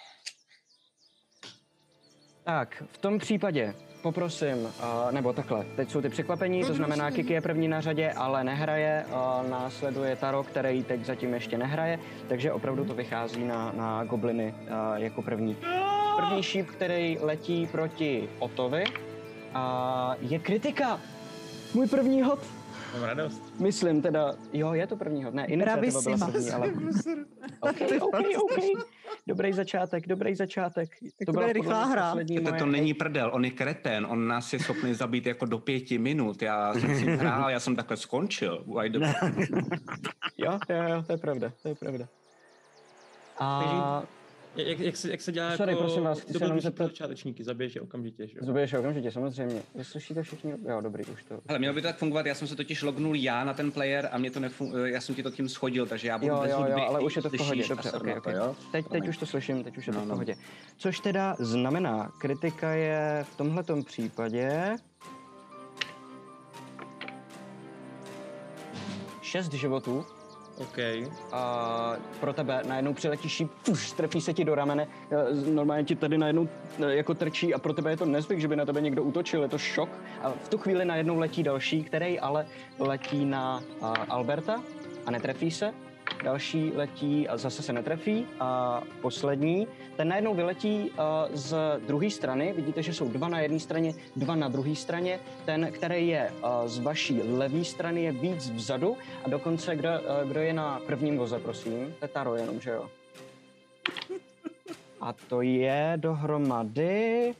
Tak, v tom případě poprosím, nebo takhle, teď jsou ty překvapení, to znamená Kiki je první na řadě, ale nehraje, následuje Taro, který teď zatím ještě nehraje, takže opravdu to vychází na gobliny jako první. První šíp, který letí proti Otovi, je kritika. Můj první hod. Mám radost. Myslím teda, jo, je to první hod, ne, iniciativa byla první, ale... OK. Dobrý začátek. To byla rychlá hra. To není prdel, on je kretén, on nás je schopný zabít jako do 5 minut. Já jsem si hrál, já jsem takhle skončil. Jo, to je pravda. Jak se dělá sorry, jako prosím vás, chci se jenom zeptat. Začátečníky, zabiješ je okamžitě, že jo? Zabiješ je okamžitě, samozřejmě. Vy slyšíte všichni? Jo, dobrý, už to. Ale mělo by to tak fungovat, já jsem se totiž lognul já na ten player a mě to já jsem ti to tím schodil, takže já budu bez hudby. Jo, ale už je to v pohodě, dobře, okay. Teď už to slyším, teď už je to v pohodě. Což teda znamená, kritika je v tomhletom případě 6 životů. OK. A pro tebe najednou přiletí šíp, trefí se ti do ramene, normálně ti tady najednou jako trčí a pro tebe je to nezvyk, že by na tebe někdo útočil, je to šok. A v tu chvíli najednou letí další, který ale letí na Alberta a netrefí se. Další letí a zase se netrefí. A poslední, ten najednou vyletí z druhé strany. Vidíte, že jsou 2 na jedné straně, 2 na druhé straně. Ten, který je z vaší levé strany, je víc vzadu. A dokonce, kdo je na prvním voze, prosím? To je Taro jenom, že jo? A to je dohromady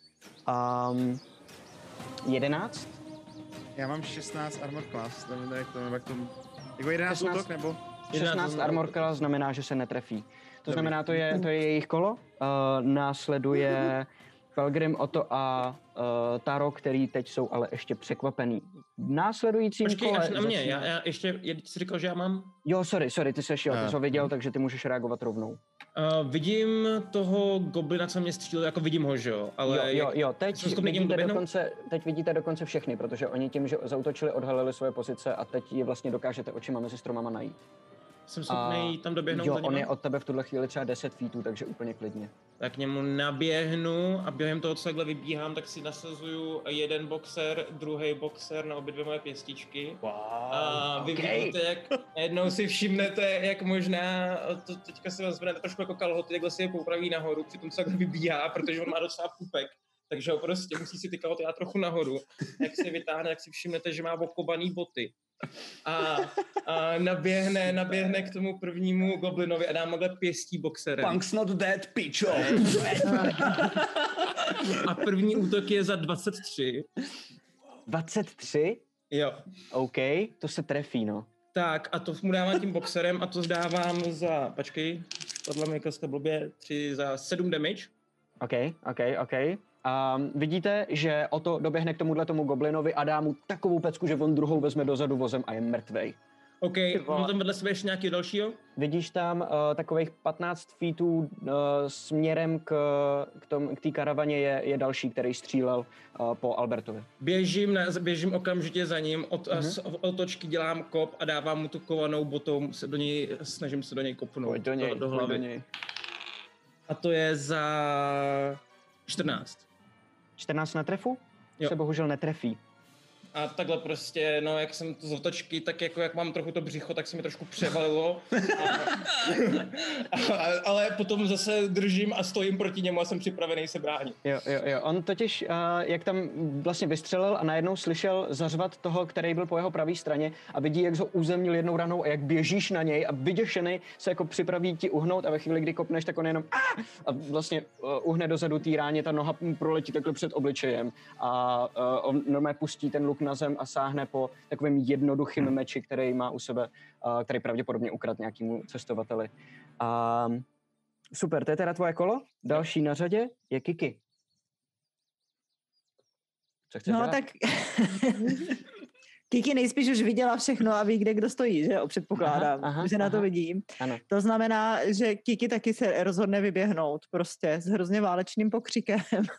11. Já mám 16 armor class, jako 11 útok, nebo? 16 armor class znamená, že se netrefí. To znamená, to je jejich kolo. Následuje Pelgrim, Otto a Taro, který teď jsou ale ještě překvapený. V následujícím Počkej, kole až na mě, já ještě jsi říkal, že já mám? Jo, sorry, ty jsi ho viděl, takže ty můžeš reagovat rovnou. Vidím toho goblina, co mě střílel, jako vidím ho, že jo? Ale jo, teď vidíte dokonce všechny, protože oni tím, že zaútočili, odhalili svoje pozice a teď je vlastně dokážete očima mezi stromama najít. Jsem schopný tam doběhnout za Jo, nima? on je od tebe v tuhle chvíli třeba 10 feetů, takže úplně klidně. Tak k němu naběhnu a během toho, co takhle vybíhám, tak si nasazuju jeden boxer, druhý boxer na obě dvě moje pěstičky. Wow, a vy vidíte, jak jednou si všimnete, jak možná, to teďka si vás zvednete trošku jako kalhoty, takhle si je poupraví nahoru, při tom se takhle vybíhá, protože on má docela pupek. Takže ho prostě musí si ty kalhoty dát trochu nahoru. Jak se vytáhne, jak si všimnete, že má okobaný boty. A naběhne k tomu prvnímu goblinovi a dá mu pěstí boxerem. Punk's not dead, pičo! A první útok je za 23. 23? Jo. OK, to se trefí, no. Tak a to mu dávám tím boxerem a to dávám za, počkej, tohle mi kreska blbě, 3 za 7 damage. OK. Vidíte, že Otto doběhne k tomu goblinovi a dá mu takovou pecku, že on druhou vezme dozadu vozem a je mrtvej. OK, mám tam vedle sebe ještě nějaký dalšího? Vidíš tam takových 15 feetů směrem k té karavaně je další, který střílel po Albertovi. Běžím okamžitě za ním, z otočky dělám kop a dávám mu tu kovanou botou, snažím se do něj kopnout. Do hlavy. Do něj. A to je za 14. 14 na trefu? Jo. Se bohužel netrefí. A takhle prostě, no jak jsem to z otočky, tak jako jak mám trochu to břicho, tak se mi trošku převalilo. Ale potom zase držím a stojím proti němu a jsem připravený se bránit. Jo. On totiž, jak tam vlastně vystřelil a najednou slyšel zařvat toho, který byl po jeho pravé straně a vidí, jak ho uzemnil jednou ranou a jak běžíš na něj a vyděšený se jako připraví ti uhnout a ve chvíli, kdy kopneš, tak on jenom a vlastně uhne dozadu té ráně, ta noha proletí takhle před obličejem a on normálně pustí ten luk na zem a sáhne po takovém jednoduchým meči, který má u sebe, který pravděpodobně ukradl nějakému cestovateli. Super, to je teda tvoje kolo. Další na řadě je Kiki. Co chceš dělat? Tak Kiki nejspíš už viděla všechno a ví, kde kdo stojí, že jo, předpokládám, že na to vidím. Ano. To znamená, že Kiki taky se rozhodne vyběhnout prostě s hrozně válečným pokřikem.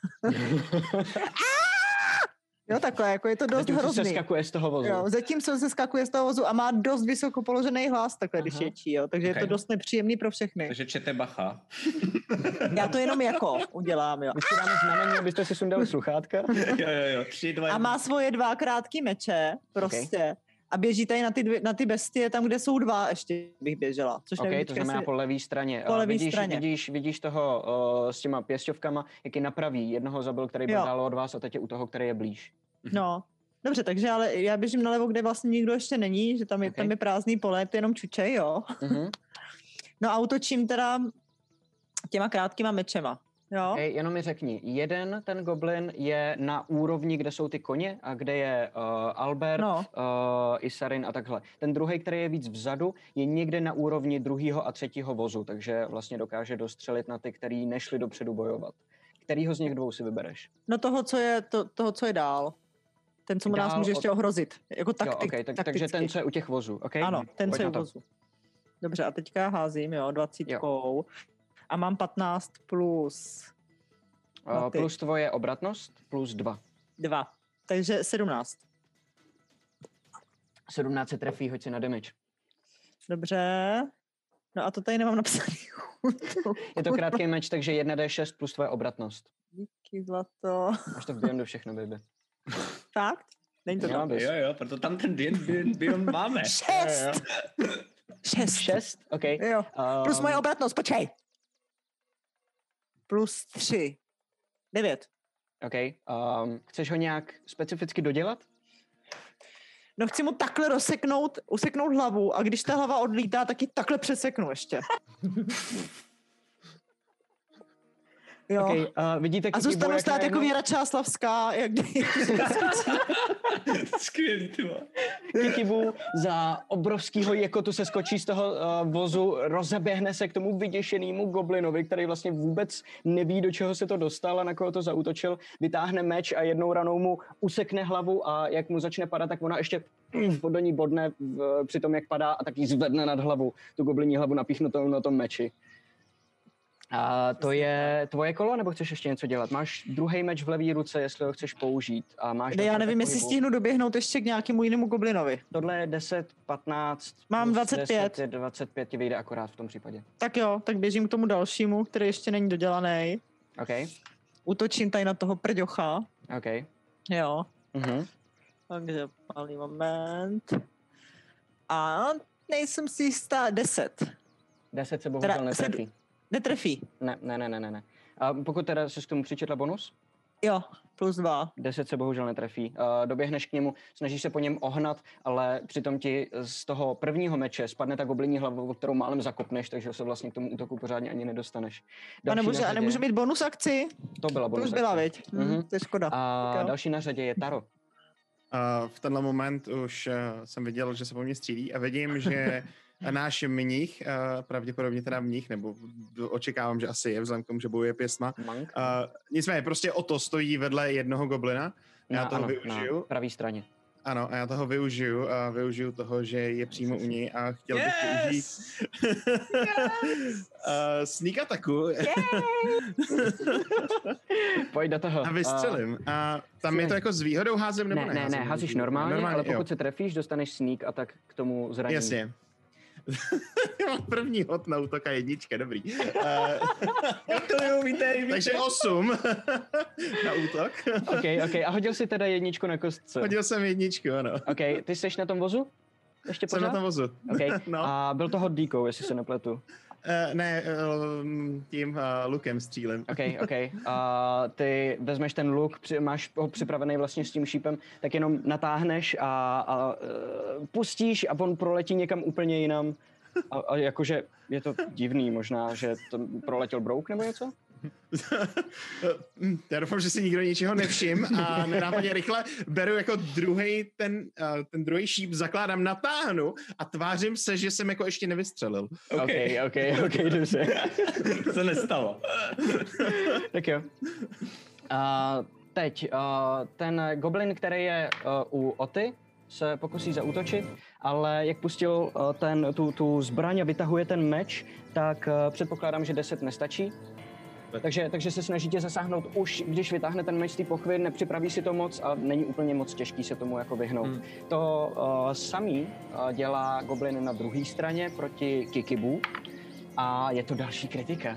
Jo, takhle, jako je to dost hrozný. Zatím se skakuje z toho vozu. Jo, zatím se skakuje z toho vozu a má dost vysoko položený hlas takhle, když ječí, jo, takže je to dost nepříjemný pro všechny. Takže čete bacha. Já to jenom jako udělám, jo. My si dáme znamení, abyste si sundali sluchátka. Jo, 3, 2, 1. A má svoje 2 krátký meče, prostě. Okay. A běží tady na ty bestie, tam, kde jsou 2, ještě bych běžela. Což nevím, to znamená po levé straně. Vidíš toho s těma pěsťovkama, jak je napraví. Jednoho zabil, který byl dál od vás a teď je u toho, který je blíž. No, dobře, takže ale já běžím nalevo, kde vlastně nikdo ještě není, že tam je prázdný pole, to je jenom čučej, jo. No a útočím teda těma krátkýma mečema. Jo. Jenom mi řekni, jeden ten goblin je na úrovni, kde jsou ty koně a kde je Albert, Isarin a takhle. Ten druhý, který je víc vzadu, je někde na úrovni 2. a 3. vozu, takže vlastně dokáže dostřelit na ty, který nešli dopředu bojovat. Kterýho z nich dvou si vybereš? No toho, co je dál. Ten, co mu nás může ještě ohrozit. Jako takticky. Takže ten, co je u těch vozů, okay? Ano, ten, co je u vozu. Dobře, a teďka házím, 20. A mám 15 plus... plus tvoje obratnost, plus 2. 2, takže 17. 17 se trefí, hoď si na damage. Dobře. No a to tady nemám napsaný. Je to krátký meč, takže 1d6 plus tvoje obratnost. Díky zlato. Až to vbijeme do všechno, baby. Fakt? Není to tam? Jo, proto tam ten bion máme. 6. OK. Jo. Plus moje obratnost, počkej. Plus 3. 9. OK. Chceš ho nějak specificky dodělat? No chci mu takhle useknout hlavu a když ta hlava odlítá, tak ji takhle přeseknu ještě. Jo. Okay, vidíte A zůstanu jak stát jako Věra Čáslavská, jak Skvělý, ty vole. Kikibu za obrovskýho jekotu se skočí z toho vozu, rozeběhne se k tomu vyděšenému goblinovi, který vlastně vůbec neví, do čeho se to dostal a na koho to zaútočil, vytáhne meč a jednou ranou mu usekne hlavu a jak mu začne padat, tak ona ještě do ní bodne při tom, jak padá a tak ji zvedne nad hlavu, tu goblinní hlavu napíchnutou na tom meči. A to je tvoje kolo, nebo chceš ještě něco dělat? Máš druhý meč v levé ruce, jestli ho chceš použít. A máš já nevím, jestli stihnu doběhnout ještě k nějakému jinému goblinovi. Tohle je 10, 15. Mám 25. 10, 25 ti vyjde akorát v tom případě. Tak jo, tak běžím k tomu dalšímu, který ještě není dodělaný. OK. Útočím tady na toho prďocha. OK. Jo. Mhm. Takže malý moment. A nejsem si jistá, 10. 10 se bohužel netrefí. Netrefí. Ne. A pokud teda jsi k tomu přičetla bonus? Jo, +2. 10 se bohužel netrefí. Doběhneš k němu, snažíš se po něm ohnat, ale přitom ti z toho prvního meče spadne ta goblinní hlava, o kterou málem zakopneš, takže se vlastně k tomu útoku pořádně ani nedostaneš. A nemůžu mít bonus akci? To byla bonus akci. To už byla, akci. viď? To je škoda. A další na řadě je Taro. V tenhle moment už jsem viděl, že se po mně střílí a vidím, že náš mních, pravděpodobně teda mních, nebo očekávám, že asi je, vzhledem k tomu, že bojuje pěstma. Nicméně prostě Otto stojí vedle jednoho goblina. Já toho využiju. Na pravý straně. Ano, a já toho využiju a využiju toho, že je přímo u něj a chtěl bych využít sneak attacku. Pojď do toho. A vystřelím. A tam je to jako s výhodou házem nebo ne? Ne, házíš normálně, ale pokud se trefíš, dostaneš sneak attack k tomu zranění. Jasně. Já mám první hod na útok a 1, dobrý. Takže 8 na útok. OK. A hodil jsi teda 1 na kostce. Hodil jsem 1, ano. OK, ty jsi na tom vozu? Ještě pořád? Jsem na tom vozu. Okay. No. A byl to hod díkou, jestli se nepletu. Ne, tím lukem střílem. OK. Ty vezmeš ten luk, máš ho připravený vlastně s tím šípem, tak jenom natáhneš a pustíš a on proletí někam úplně jinam. A jakože je to divný možná, že to proletěl brouk nebo něco? Já doufám, že si nikdo ničeho nevšim a nenápadně rychle beru jako ten druhý šíp, zakládám, natáhnu a tvářím se, že jsem jako ještě nevystřelil. OK, dobře. To se nestalo. Tak jo. Teď ten goblin, který je u Oty, se pokusí zaútočit, ale jak pustil tu zbraň a vytahuje ten meč, tak předpokládám, že 10 nestačí. Takže se snažíte zasáhnout už, když vytáhne ten meč z té pochvy, nepřipraví si to moc a není úplně moc těžký se tomu jako vyhnout. To samý dělá goblin na druhé straně proti Kikibu a je to další kritika.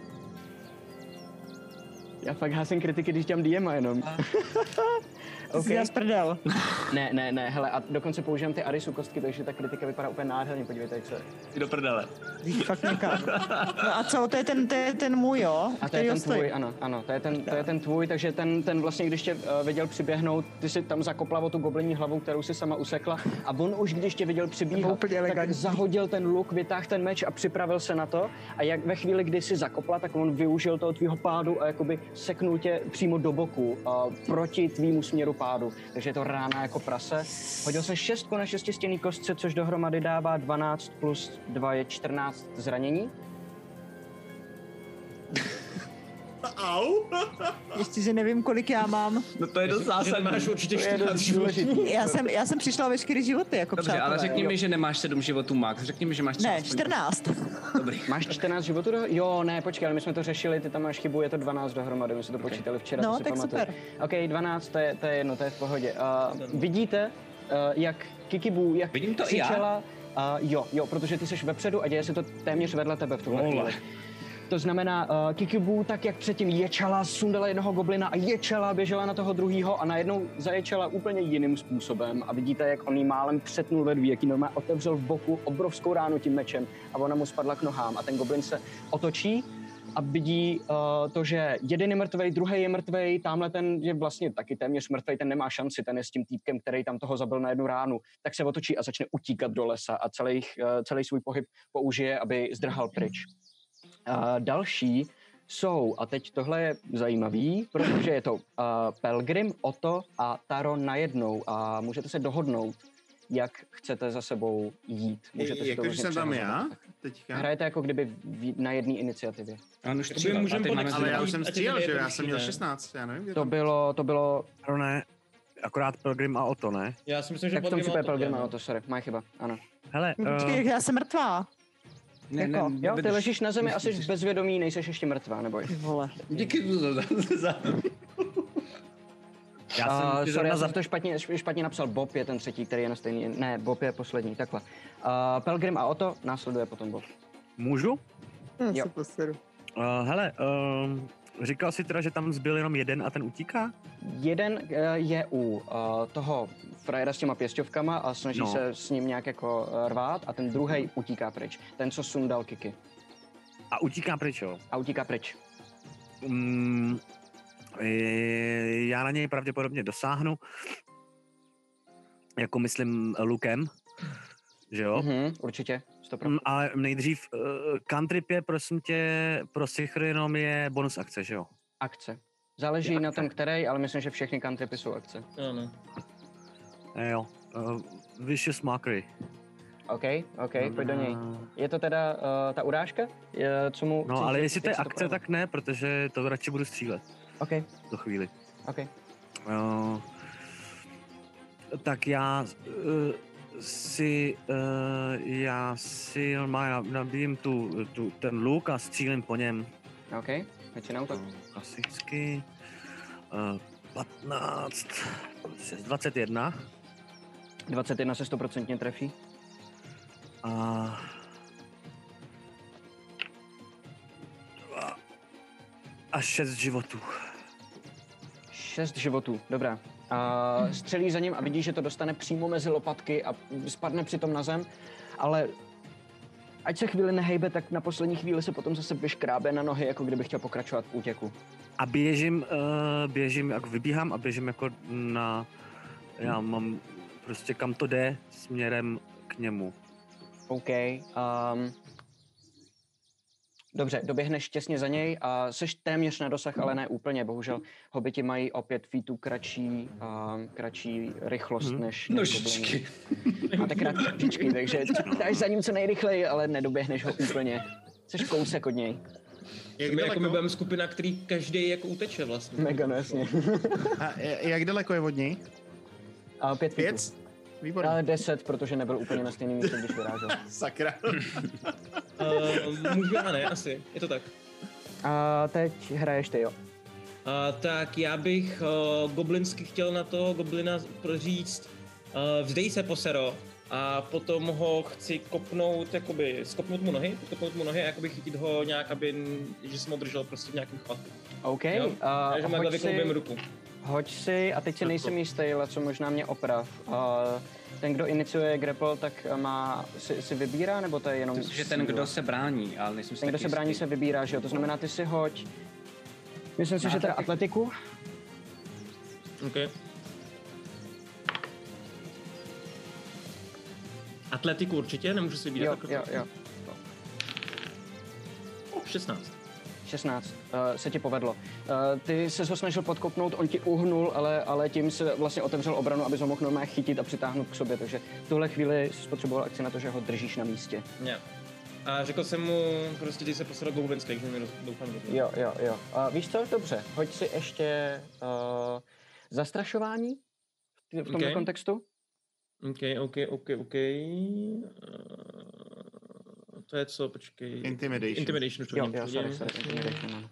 Já fakt házím kritiky, když dělám DMa jenom. Okay. Já sprdel. Ne, hele, a dokonce používám ty Arisu kostky, takže ta kritika vypadá úplně nádherně, podívejte, jak se... Jdi do prdele. Fakt někam. No a co, to je ten můj, jo? A to je ten tvůj, ano, to je ten tvůj, takže ten vlastně, když tě viděl přiběhnout, ty si tam zakopla o tu goblinní hlavu, kterou si sama usekla a on už, když tě viděl přibíhat, tak zahodil ten luk, vytáhl ten meč a připravil se na to a jak ve chvíli, kdy si zakopla, tak on využil toho tvýho pádu a jakoby seknul tě přímo do boku proti tvýmu směru pádu, takže je to rána jako prase. Hodil se 6 na 6stěnný kostce, což dohromady dává 12 plus 2 je 14 zranění. Au! Ještě, že nevím, kolik já mám. No to je dost zásadní. Máš určitě 14 životů. Já jsem přišla veškerý životy, jako dobře, přátelé. ale řekni mi, že nemáš 7 životů, Max. Řekni mi, že máš 13. Ne, 14. Dobrý. Máš 14 životů? Jo, ne, počkej, ale my jsme to řešili, ty tam máš chybu, je to 12 dohromady, my jsme to počítali včera, no, to si tak pamatuju. super. OK, 12, to je jedno, to je v pohodě. Vidíte, jak Kikibu, jak vidím to křičela, jo, protože ty jsi vepředu a děje se to téměř vedle tebe v tuhle chvíli. To znamená, Kikibu tak, jak předtím ječela, sundala jednoho goblina a ječela, běžela na toho druhýho a najednou zaječela úplně jiným způsobem. A vidíte, jak on jí málem přetnul vedví, jak jí normálně otevřel v boku obrovskou ránu tím mečem a ona mu spadla k nohám. A ten goblin se otočí a vidí to, že jeden je mrtvej, druhý je mrtvej, tamhle ten je vlastně taky téměř mrtvej, ten nemá šanci, ten je s tím týpkem, který tam toho zabil na jednu ránu, tak se otočí a začne utíkat do lesa a celý svůj pohyb použije, aby zdrhal pryč. Další Jsou, a teď tohle je zajímavý, protože je to Pelgrim, Otto a Taro najednou a můžete se dohodnout, jak chcete za sebou jít. Můžete si to Jakože jsem tam já teďka? Hrajete jako kdyby na jedné iniciativě. Ano, ale já už jsem střílel, že já jsem měl 16, já nevím, to bylo... Ne, akorát Pelgrim a Otto, ne? Já si myslím, že tak v tom případě Pelgrim a Otto, sorry, má chyba, ano. Hele, Počkej, já jsem mrtvá. Jo, ty ležíš na zemi a jsi bezvědomí, nejseš ještě mrtvá, neboj. Ty vole. Díky za... Sorry, já jsem to špatně napsal. Bob je ten třetí, který je na stejný. Ne, Bob je poslední, takhle. Pelgrim a Otto následuje potom Bob. Můžu? Jo. Hele, říkal jsi teda, že tam zbyl jenom jeden a ten utíká? Jeden je u toho frajera s těma pěsťovkama a snaží se s ním nějak jako rvát a ten druhej utíká pryč. Ten, co sundal Kiki. A utíká pryč, jo? A utíká pryč. Já na něj pravděpodobně dosáhnu. Jako myslím lukem, že jo? Určitě, 100%. Ale nejdřív cantrip je, prosím tě, pro Sichry jenom je bonus akce, že jo? Akce. Záleží na tom, který, ale myslím, že všechny cantripy jsou akce. Ano. Jo. Vicious Mockery. OK, pojď do něj. Je to teda ta urážka? Co mu no, ale jestli to je akce, tak ne, protože to radši budu střílet. OK. Do chvíli. OK. Tak já si normálně nabíjím ten luk a střílím po něm. OK, většinou na útok. Klasicky. 15, 21. 21 se 100% trefí. A 6 životů. 6 životů, dobrá. Střelí za ním a vidí, že to dostane přímo mezi lopatky a spadne přitom na zem, ale ať se chvíli nehejbe, tak na poslední chvíli se potom zase vyškrábe na nohy, jako kdyby chtěl pokračovat v útěku. A běžím, jako vybíhám a běžím jako já mám prostě kam to jde směrem k němu. OK. Dobře, doběhneš těsně za něj a seš téměř na dosah, ale ne úplně. Bohužel hobiti mají o 5 feetů kratší rychlost než nožičky. Máte krátké nožičky, takže dáš za ním co nejrychleji, ale nedoběhneš ho úplně. Seš kousek od něj. My budeme skupina, který každý jako uteče vlastně. Mega, no jasně. A jak daleko je od něj? 5 feetů. Výborně. Ale 10, protože nebyl úplně na stejném místě, když vyrážel. Sakra. Můžu, a ne, asi. Je to tak. A teď hraješ ty, jo. Tak já bych goblinsky chtěl na toho goblina říct vzdej se, posero, a potom ho chci kopnout, jakoby skopnout mu nohy a jakoby chytit ho nějak, že jsem ho držel prostě v nějakém chvatu. OK. Takže má vykloubím ruku. Hoď si, a teď si nejsem jistý, ale co možná mě oprav. Ten, kdo iniciuje grapple, tak si vybírá, nebo to je jenom... Myslím, že ten, kdo se brání, ale nejsem si ten, kdo se brání, se vybírá, že jo? To znamená, ty si hoď... Myslím si, že teda atletiku. OK. Atletiku určitě, nemůžu si vybírat. Jo. 16 se ti povedlo. Ty se ho snažil podkopnout, on ti uhnul, ale tím se vlastně otevřel obranu, aby ho mohl normálně chytit a přitáhnout k sobě, takže v tuhle chvíli jsi potřeboval akci na to, že ho držíš na místě. Yeah. A řekl jsem mu, prostě ty se posadil goblinský, takže mi doufám. Jo. Víš co? Dobře, hoď si ještě zastrašování v tomto kontextu. OK. To je co, počkej. Intimidation. Jo, sorry, Intimidation.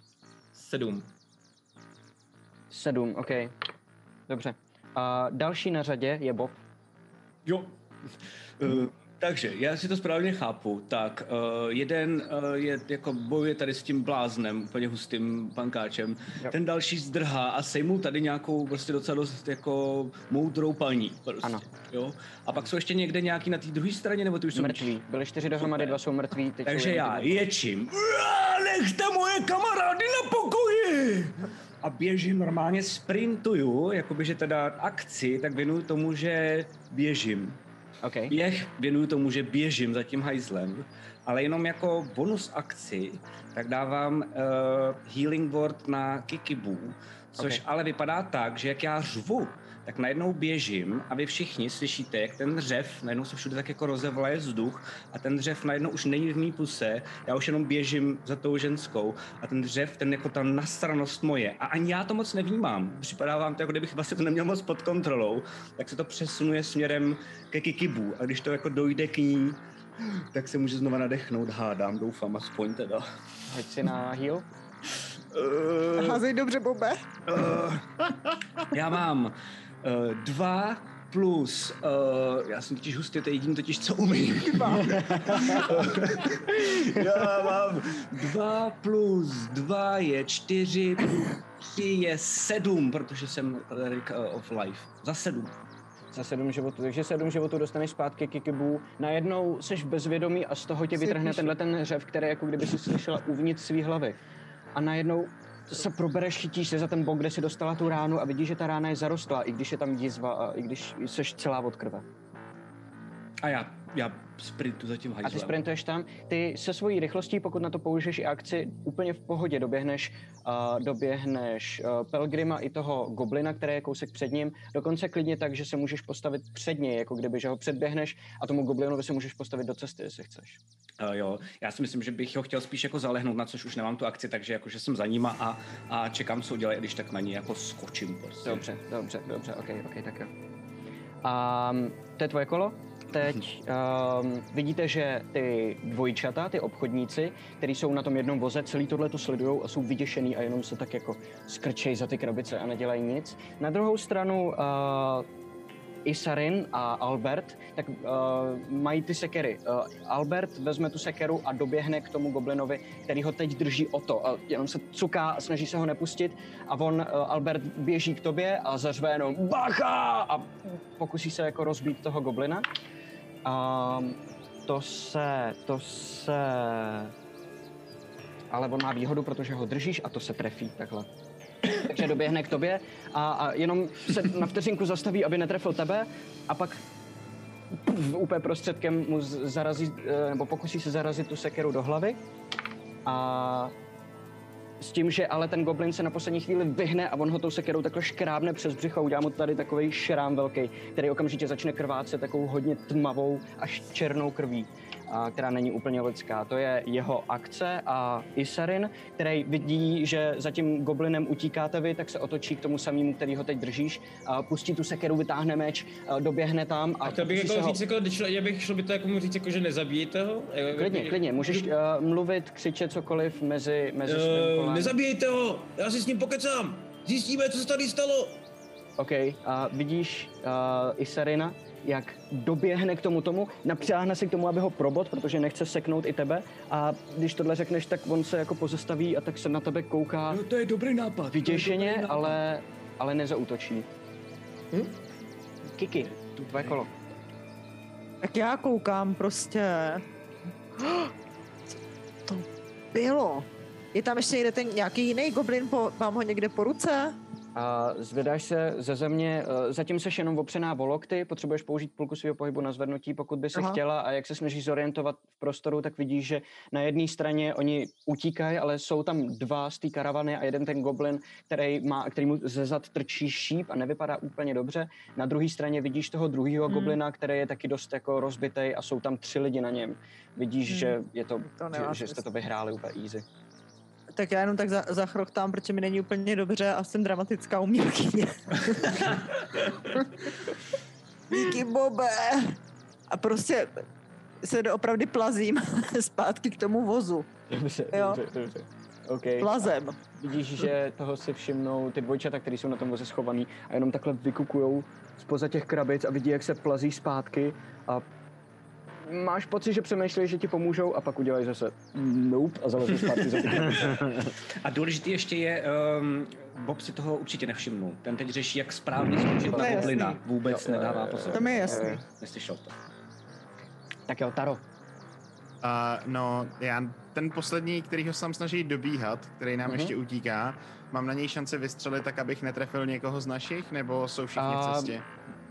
7, OK. Dobře. Další na řadě je Bob. Jo. Takže, já si to správně chápu, tak jeden je jako bojuje tady s tím bláznem, úplně hustým pankáčem, ten další zdrhá a sejmul tady nějakou prostě docela dost jako moudrou paní, prostě, ano. Jo? A pak jsou ještě někde nějaký na té druhé straně, nebo ty už jsou... Mrtví, byli 4 dohromady, 2 jsou mrtví. Takže já ječím, nechte moje kamarády na pokoji! A běžím, normálně sprintuju, jakoby, že teda akci, tak věnuju tomu, že běžím. Okay. Věnuju tomu, že běžím za tím hajzlem a ale jenom jako bonus akci, tak dávám Healing Word na Kikibu, což ale vypadá tak, že jak já řvu, tak najednou běžím a vy všichni slyšíte, jak ten dřev, najednou se všude tak jako rozevlaje vzduch a ten dřev najednou už není v mý puse, já už jenom běžím za tou ženskou a ten dřev, ten jako ta nasranost moje a ani já to moc nevnímám. Připadá vám to, jako kdybych vlastně to neměl moc pod kontrolou, tak se to přesunuje směrem ke Kikibu a když to jako dojde k ní, tak se může znova nadechnout, hádám, doufám, aspoň teda. Hoď si na heal. Házej dobře, Bobe. Já mám 2 plus, já jsem totiž hustý, to je jediný totiž, co umím. Já mám 2 plus 2 je 4, plus 3 je 7, protože jsem Cleric of Life. Za 7. Za 7 životů, takže 7 životů dostaneš zpátky Kikibu. Najednou seš v bezvědomí a z toho tě vytrhne tenhle ten hřev, který jako kdyby si slyšela uvnitř svý hlavy. A najednou se probereš, chytíš se za ten bok, kde si dostala tu ránu a vidíš, že ta rána je zarostlá, i když je tam jizva a i když seš celá od krve. A já sprintu za tím hajzlem. A ty sprintuješ tam, ty se svojí rychlostí, pokud na to použiješ i akci, úplně v pohodě doběhneš Pelgrima i toho goblina, který je kousek před ním, dokonce klidně tak, že se můžeš postavit před něj, jako kdyby, že ho předběhneš a tomu goblinovi se můžeš postavit do cesty, jestli chceš. Jo, já si myslím, že bych ho chtěl spíš jako zalehnout, na což už nemám tu akci, takže jakože jsem za nima a čekám, co udělají, když tak na ní jako skočím prostě. Dobře, ok, tak jo. To je tvoje kolo? Teď vidíte, že ty dvojčata, ty obchodníci, kteří jsou na tom jednom voze, celý tohle to sledujou a jsou vyděšený a jenom se tak jako skrčejí za ty krabice a nedělají nic. Na druhou stranu Isarin a Albert, tak mají ty sekery. Albert vezme tu sekeru a doběhne k tomu goblinovi, který ho teď drží o to. A jenom se cuká a snaží se ho nepustit a Albert běží k tobě a zařve jenom bacha a pokusí se jako rozbít toho goblina. To se... Ale on má výhodu, protože ho držíš a to se trefí takhle. Takže doběhne k tobě a jenom se na vteřinku zastaví, aby netrefil tebe a pak úplně prostředkem mu zarazí, nebo pokusí se zarazit tu sekeru do hlavy a s tím, že ale ten goblin se na poslední chvíli vyhne a on ho tou sekerou takhle škrábne přes břicho, udělá mu tady takovej šrám velký, který okamžitě začne krvácet takovou hodně tmavou až černou krví, která není úplně lidská. To je jeho akce a Isarin, který vidí, že za tím goblinem utíkáte vy, tak se otočí k tomu samému, který ho teď držíš, pustí tu sekeru, vytáhne meč, doběhne tam a to bych jako říct, já bych šlo by to jako mu říct, jako, že nezabijete ho? Klidně, můžeš mluvit, křičet cokoliv mezi svým kolem. Nezabijejte ho, já si s ním pokecám, zjistíme, co se tady stalo. OK, vidíš Isarina, jak doběhne k tomu, napřáhne si k tomu, aby ho probot, protože nechce seknout i tebe a když tohle řekneš, tak on se jako pozastaví a tak se na tebe kouká. No to je dobrý nápad. Vyděšeně, ale nezaútočí. Kiki, tvoje kolo. Tak já koukám prostě. Co to bylo? Je tam ještě někde ten nějaký jiný goblin, mám ho někde po ruce? A zvedáš se ze země, zatím seš jenom opřená o lokty, potřebuješ použít půlku svého pohybu na zvednutí, pokud by se chtěla a jak se snažíš zorientovat v prostoru, tak vidíš, že na jedné straně oni utíkají, ale jsou tam dva z té karavany a jeden ten goblin, který mu ze zad trčí šíp a nevypadá úplně dobře. Na druhé straně vidíš toho druhého goblina, který je taky dost jako rozbitej a jsou tam 3 lidi na něm. Vidíš, že je že jste to vyhráli úplně easy. Tak já jenom tak zachrochtám, protože mi není úplně dobře a jsem dramatická umělkyně. Díky, Bobe! A prostě se doopravdy plazím zpátky k tomu vozu. Dobře. Okay. Plazem. Vidíš, že toho si všimnou ty dvojčata, který jsou na tom voze schovaný a jenom takhle vykukujou zpoza těch krabic a vidí, jak se plazí zpátky a máš pocit, že přemýšlej, že ti pomůžou a pak udělají zase nope a zalezli zpátky za A důležitý ještě je, Bob si toho určitě nevšimnul. Ten teď řeší, jak správně skočit na goblina. Vůbec nedává pozor. To mi je jasný. Neslyšel to. Tak jo, Taro. No, já ten poslední, který ho sám snaží dobíhat, který nám ještě utíká, mám na něj šanci vystřelit tak, abych netrefil někoho z našich, nebo jsou všichni v cestě?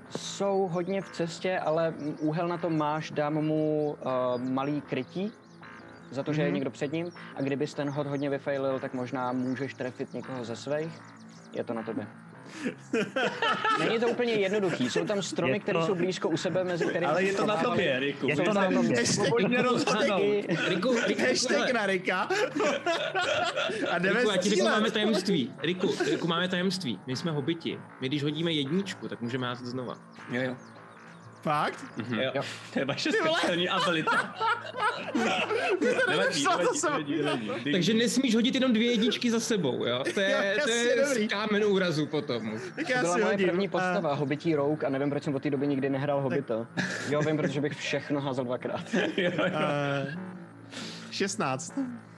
Jsou hodně v cestě, ale úhel na to máš, dám mu malý krytí za to, že je někdo před ním a kdybys ten hod hodně vyfailil, tak možná můžeš trefit někoho ze svých. Je to na tobě. Není to úplně jednoduchý, jsou tam stromy, které jsou blízko u sebe, mezi kterými... Ale je to na tobě, Riku. Je to na tobě. Hashtag rozhodně. Riku, Hashtag na Rika. A jdeme Riku, já ti řeknu, střílet. máme tajemství. Riku, máme tajemství. My jsme hobiti. My když hodíme jedničku, tak můžeme házet znova. Jo. Fakt? Jo. To je vaše speciální abilita. Nevadí. Takže nesmíš hodit jenom 2 jedničky za sebou, jo? To je dobrý. z kámen úrazu potom. Tak To já byla si moje hodím. první postava, hobití rouk a nevím, proč jsem od té doby nikdy nehrál hobita. Jo, vím, protože bych všechno házel 2krát. 16.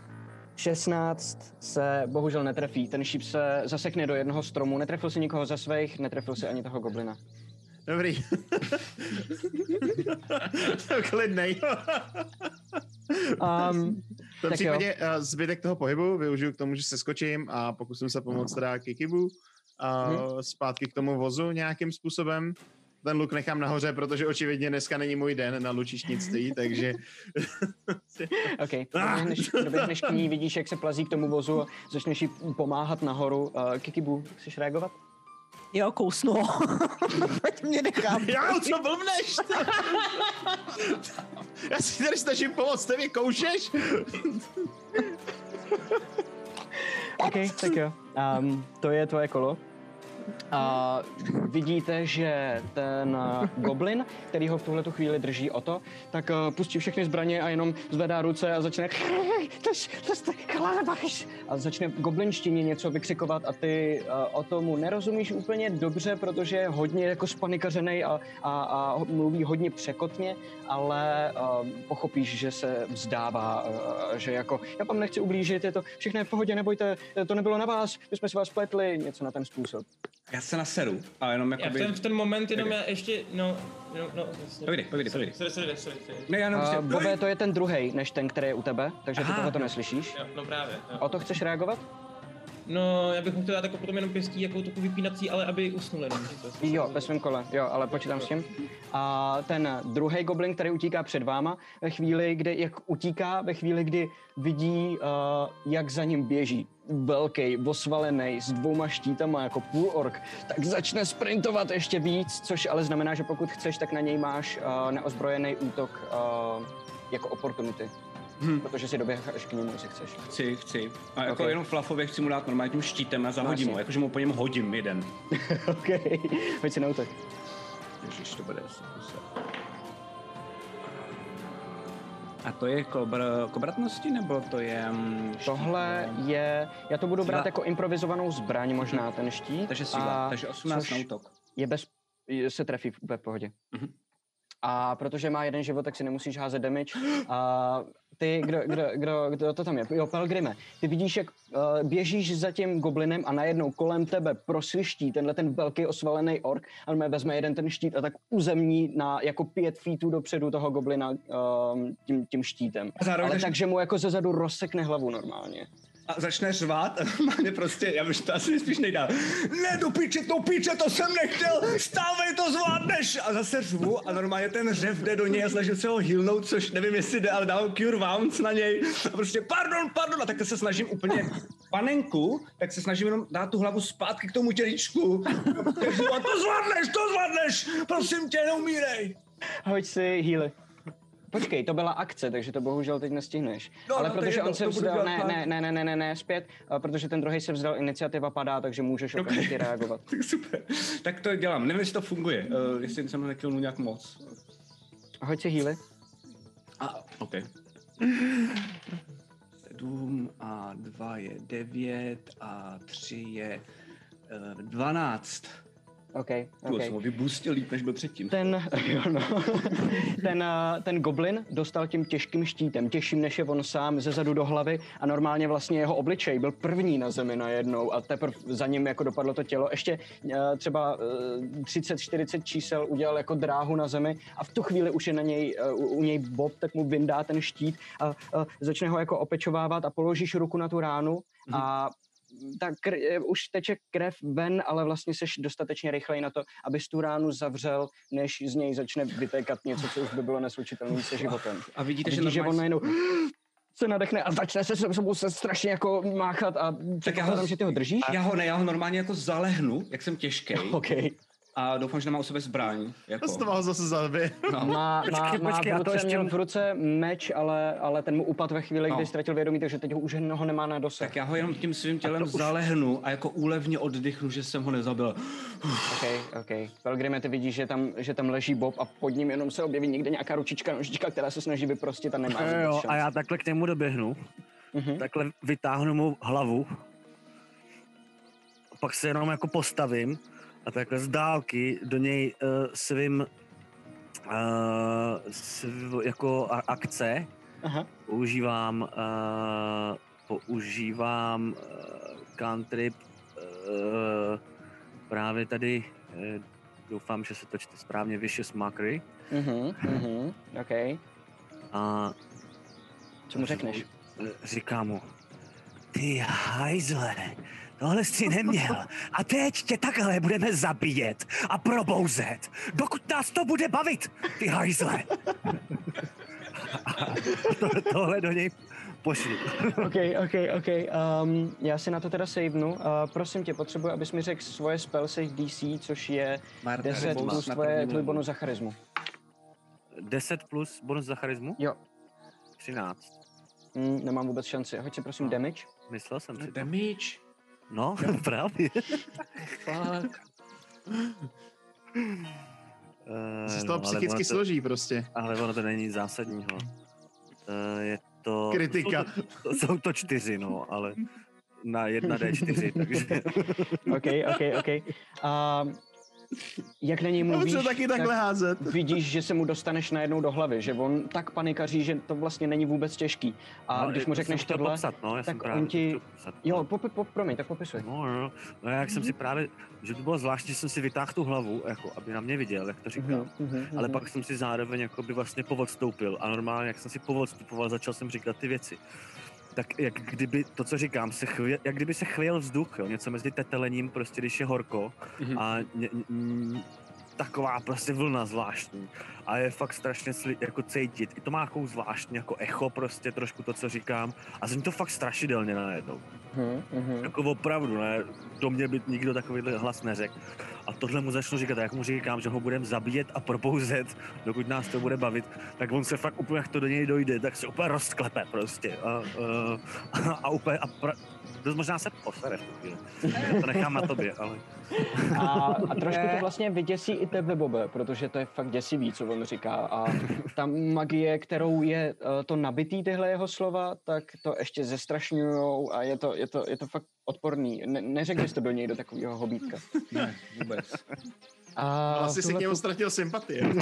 16 se bohužel netrefí, ten šíp se zasekne do jednoho stromu, netrefil si nikoho ze svých, netrefil si ani toho goblina. Dobrý. To klidnej. V tom Tak případě zbytek toho pohybu využiju k tomu, že se skočím a pokusím se pomoct teda Kikibu a zpátky k tomu vozu nějakým způsobem. Ten luk nechám nahoře, protože očividně dneska není můj den na lučišnictví, takže... OK, doběhneš k ní, vidíš, jak se plazí k tomu vozu a začneš jí pomáhat nahoru. Kikibu, chceš reagovat? Jo, kousnu. Ať mě nechám. Já, co blbneš? Já si tady snažím pomoct, ty mě koušeš? OK, tak jo. To je tvoje kolo. A vidíte, že ten goblin, který ho v tuhletu chvíli drží o to, tak pustí všechny zbraně a jenom zvedá ruce a začne a začne goblinštině něco vykřikovat a ty o tomu nerozumíš úplně dobře, protože je hodně jako spanikařenej a mluví hodně překotně, ale pochopíš, že se vzdává, že jako já vám nechci ublížit, je to všechno je v pohodě, nebojte, to nebylo na vás, my jsme si vás pletli, něco na ten způsob. Já se naseru a jenom jakoby... Já v ten moment jenom já ještě, Povídej. Sorry. Ne, já jenom Bobe, to je ten druhej, než ten, který je u tebe, takže ty tohoto neslyšíš. Jo, no právě. Jo. O to chceš reagovat? No, já bych mu chtěl dát jako potom jenom pěstí, jako takovou vypínací, ale aby usnul jenom. Jo, ve svém kole, jo, ale počítám s tím. A ten druhý goblin, který utíká před váma, ve chvíli, kdy vidí, jak za ním běží velký, osvalený, s 2 štítama jako půlork, tak začne sprintovat ještě víc, což ale znamená, že pokud chceš, tak na něj máš neozbrojený útok jako opportunity. Protože si doběháš k němu, jestli chceš. Chci. A jako jenom flafově chci mu dát normálně tím štítem a zahodím ho, jakože mu po něm hodím jeden. OK, hoď si na útok. Ježiš, to bude A to je kobratnosti, nebo to je... Tohle je, já to budu brát jako improvizovanou zbraň možná, ten štít. Takže síla, takže 18 na útok. Se trefí úplně v pohodě. A protože má 1 život, tak si nemusíš házet damage. A ty, kdo to tam je? Jo, Pelgrime. Ty vidíš, jak běžíš za tím goblinem a najednou kolem tebe prosviští tenhle ten velký osvalený ork, ale vezme jeden ten štít a tak uzemní na jako 5 feetů dopředu toho goblina tím štítem. Ale takže mu jako zezadu rozsekne hlavu normálně. A začne řvát a normálně prostě, já bych to asi spíš nejdál. Ne, do píče, to jsem nechtěl, stávej, to zvládneš! A zase řvu a normálně ten řev jde do něj a snažím se ho healnout, což nevím, jestli jde, ale dávám cure wounds na něj. A prostě pardon, a tak se snažím úplně panenku, tak se snažím jenom dát tu hlavu zpátky k tomu tělíčku. A to zvládneš, prosím tě, neumírej. Hoď si healy. Počkej, to byla akce, takže to bohužel teď nestihneš. No, ale protože on se vzdal, ne, zpět, protože ten druhý se vzdal, iniciativa padá, takže můžeš okamžitě reagovat. Tak super, tak to dělám, nevím, jestli to funguje, jestli jsem nekilnul nějak moc. Hoď si healy. OK. 7 a 2 je 9 a 3 je 12. OK. Tu jsem ho vybustil líp, než byl předtím. Ten goblin dostal tím těžkým štítem, těžším než je on sám, zezadu do hlavy a normálně vlastně jeho obličej byl první na zemi najednou a teprve za ním jako dopadlo to tělo. Ještě třeba 30-40 čísel udělal jako dráhu na zemi a v tu chvíli už je na něj, u něj Bob, tak mu vyndá ten štít a začne ho jako opečovávat a položíš ruku na tu ránu a už teče krev ven, ale vlastně seš dostatečně rychlej na to, abys tu ránu zavřel, než z něj začne vytékat něco, co už by bylo neslučitelné se životem. A vidíš, že on najednou se nadechne a začne se sebou se strašně jako máchat a tak já ho, že ty ho držíš? Já ho normálně jako zalehnu, jak jsem těžkej. Okay. A doufám, že nemá u sebe zbraň. Jako. To ho zase zabije. No. Má v ruce meč, ale ten mu upadl ve chvíli, kdy ztratil vědomí, takže teď ho už ho nemá na dosah. Tak já ho jenom tím svým tělem zalehnu a jako úlevně oddychnu, že jsem ho nezabil. OK. Pelgrime, ty vidíš, že tam leží Bob a pod ním jenom se objeví někde nějaká ručička, nožička, která se snaží vyprostit a nemá šanci. A já takhle k němu doběhnu, takhle vytáhnu mu hlavu, pak se jenom jako postavím a takhle z dálky do něj svým jako akce používám cantrip právě tady, doufám, že se to čte správně, Vicious Mockery. OK. A co mu řekneš? Říkám mu, ty hajzle, tohle jsi neměl. A teď tě takhle budeme zabíjet a probouzet, dokud nás to bude bavit, ty hajzle. Tohle do něj pošli. OK. Já si na to teda savenu. Prosím tě, potřebuji, abys mi řekl svoje spell save DC, což je 10 plus tvůj bonus za charismu. 10 plus bonus za charismu? Jo. 13. Nemám vůbec šanci. Hoď si prosím damage. Myslel jsem si to. Damage? No, právě. Fuck. Se z toho psychicky složí prostě. Ale ono to není zásadního. Je to... Kritika. Jsou to 4, no, ale na 1d4, takže... OK. Jak na něj mluvíš, to taky takhle házet. Vidíš, že se mu dostaneš najednou do hlavy, že on tak panikaří, že to vlastně není vůbec těžký. A když mu řekneš tohle, popsat, tak on ti... Jo, promiň, tak popisuj. No, jak jsem si právě, že to bylo zvláštní, že jsem si vytáhl tu hlavu, jako, aby na mě viděl, jak to říkám. Ale pak jsem si zároveň jakoby vlastně poodstoupil a normálně, jak jsem si poodstupoval, začal jsem říkat ty věci. Tak jak kdyby to, co říkám, jak kdyby se chvěl vzduch, jo? Něco mezi tetelením, prostě když je horko a taková prostě vlna zvláštní a je fakt strašně jako cítit. I to má takovou zvláštní jako echo prostě trošku to, co říkám a zní to fakt strašidelně najednou. Jako opravdu, ne? Do mě by nikdo takovýhle hlas neřekl. A tohle mu začnu říkat, a jak mu říkám, že ho budeme zabíjet a propouzet, dokud nás to bude bavit, tak on se fakt úplně, jak to do něj dojde, tak se úplně rozklepe prostě. Dost možná se posere v tu chvíli. Já to nechám na tobě, ale... A trošku to vlastně vyděsí i tebe, Bobe, protože to je fakt děsivý, co on říká. A ta magie, kterou je to nabitý tyhle jeho slova, tak to ještě zestrašňujou a je to fakt odporný. Neřekl jsi to do něj do takového hobítka. Ne, vůbec. A asi si k němu ztratil sympatie.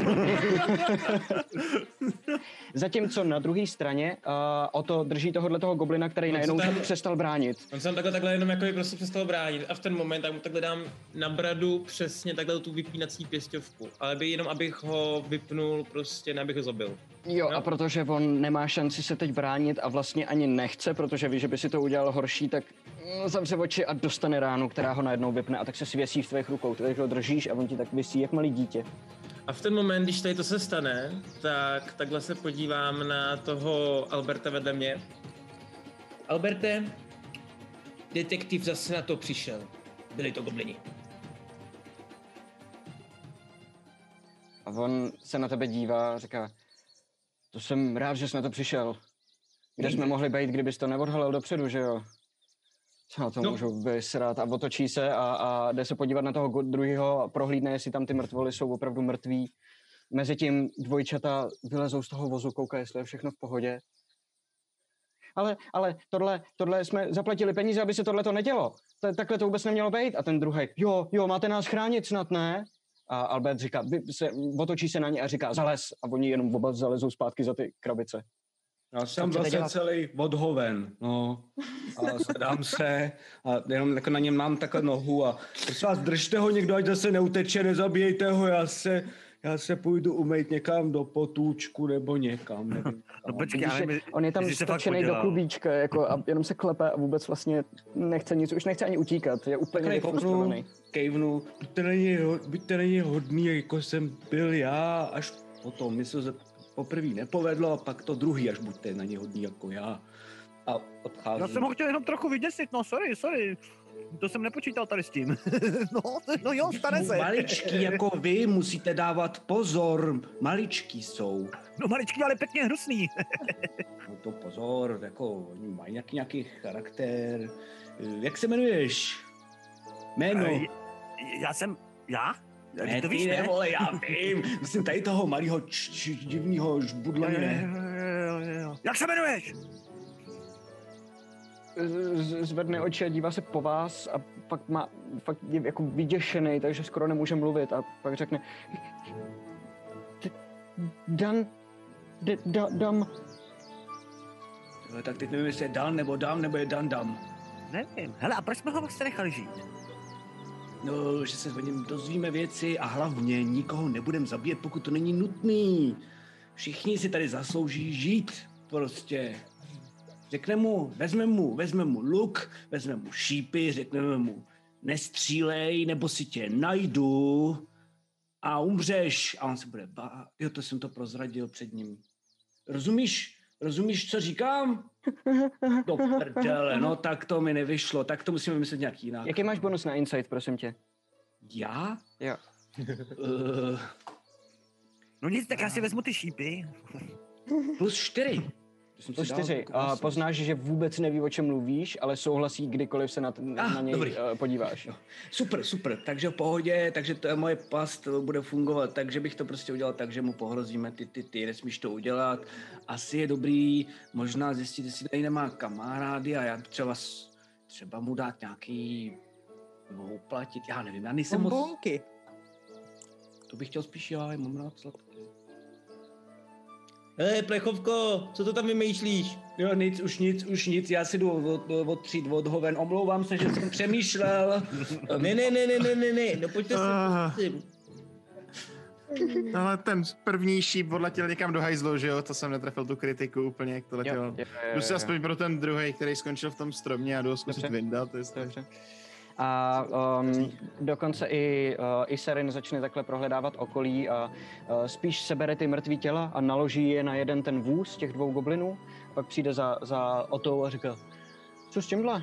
Zatímco na druhé straně Otto drží toho goblina, který najednou přestal bránit. On se tam takhle jenom jako prostě přestal bránit a v ten moment tak mu takhle dám na bradu přesně takhle tu vypínací pěsťovku. Ale abych ho vypnul prostě, ne abych ho zabil. Jo, a protože on nemá šanci se teď bránit a vlastně ani nechce, protože ví, že by si to udělal horší, tak zavře oči a dostane ránu, která ho najednou vypne a tak se svěsí v tvých rukou. Ty ho držíš a on ti tak visí jak malý dítě. A v ten moment, když tady to se stane, tak takhle se podívám na toho Alberta vedle mě. Alberte, detektiv zase na to přišel. Byli to goblini. A on se na tebe dívá a říká, to jsem rád, že jsi na to přišel. Kde jsme mohli být, kdybys to neodhalil dopředu, že jo? Co na to můžu vysrat? A otočí se a jde se podívat na toho druhého a prohlídne, jestli tam ty mrtvoly jsou opravdu mrtví. Mezitím dvojčata vylezou z toho vozu, koukají, jestli je všechno v pohodě. Ale tohle jsme zaplatili peníze, aby se tohle to nedělo. Takhle to vůbec nemělo být. A ten druhý, jo, máte nás chránit snad, ne? A Albert říká, otočí se na ně a říká, zalez. A oni jenom oba zalezou zpátky za ty krabice. Já jsem zase celý odhoven, no. A zvedám se a jenom jako na něm mám takhle nohu a prosím vás, držte ho někdo, ať zase neuteče, nezabijejte ho, já se půjdu umýt někam do potůčku nebo někam, nevím. No počkej, on je tam strčený do klubíčka jako, a jenom se klepe a vůbec vlastně nechce nic, už nechce ani utíkat, je úplně frustrovaný. Kejvnu, buďte není hodný, jako jsem byl já, až potom, poprvé nepovedlo, a pak to druhý, až buďte na ně hodní jako já. A odcházím. Já jsem ho chtěl jenom trochu vyděsit, no sorry. To jsem nepočítal tady s tím. no jo, stane se. Maličký jako vy musíte dávat pozor. Maličký jsou. No maličký, ale pěkně hnusný. No to pozor, jako oni mají nějaký charakter. Jak se jmenuješ? Jméno? Já? Ne, to ty víš, ne, vole, já vím. Myslím tady toho malého divného žbudlaně. Jak se jmenuješ? Zvedne oči a dívá se po vás a fakt je jako vyděšený, takže skoro nemůže mluvit a pak řekne Dam. Tak teď nevím, jestli je Dan nebo Dam, nebo je Dam. Nevím. Hele, a proč jsme ho vlastně nechali žít? No, že se o něm dozvíme věci a hlavně nikoho nebudeme zabíjet, pokud to není nutný. Všichni si tady zaslouží žít, prostě. Vezmeme mu luk, vezmeme mu šípy, řekneme mu nestřílej, nebo si tě najdu a umřeš. A on se bude bát. Jo, to jsem to prozradil před ním. Rozumíš, co říkám? Do prdele, no tak to mi nevyšlo, tak to musíme myslet nějak jinak. Jaký máš bonus na insight, prosím tě? Já? Jo. No nic, tak já si vezmu ty šípy. Plus 4. Plus 4. Poznáš, že vůbec neví, o čem mluvíš, ale souhlasí, kdykoliv se na něj podíváš. Super. Takže v pohodě, takže to je moje past bude fungovat, takže bych to prostě udělal tak, že mu pohrozíme ty, nesmíš to udělat. Asi je dobrý možná zjistit, jestli tady nemá kamarády a já třeba mu dát nějaký, nebo uplatit, já nevím, já nejsem moc... Bombonky. To bych chtěl spíš já mám rád sladké. Hej, plechovko, co to tam vymýšlíš? Jo, už nic, já si jdu odtřít od hoven, omlouvám se, že jsem přemýšlel. Ne, no pojďte si. Ale ten první šíp odletěl někam do hajzlu, že jo, to jsem netrefil tu kritiku úplně, jak to letělo. Jdu si aspoň pro ten druhej, který skončil v tom stromě a jdu ho zkusit vyndat. Dobře. A dokonce i Serin začne takhle prohledávat okolí a spíš sebere ty mrtvý těla a naloží je na jeden ten vůz těch 2 goblinů. Pak přijde za Otou a říká, co s tímhle?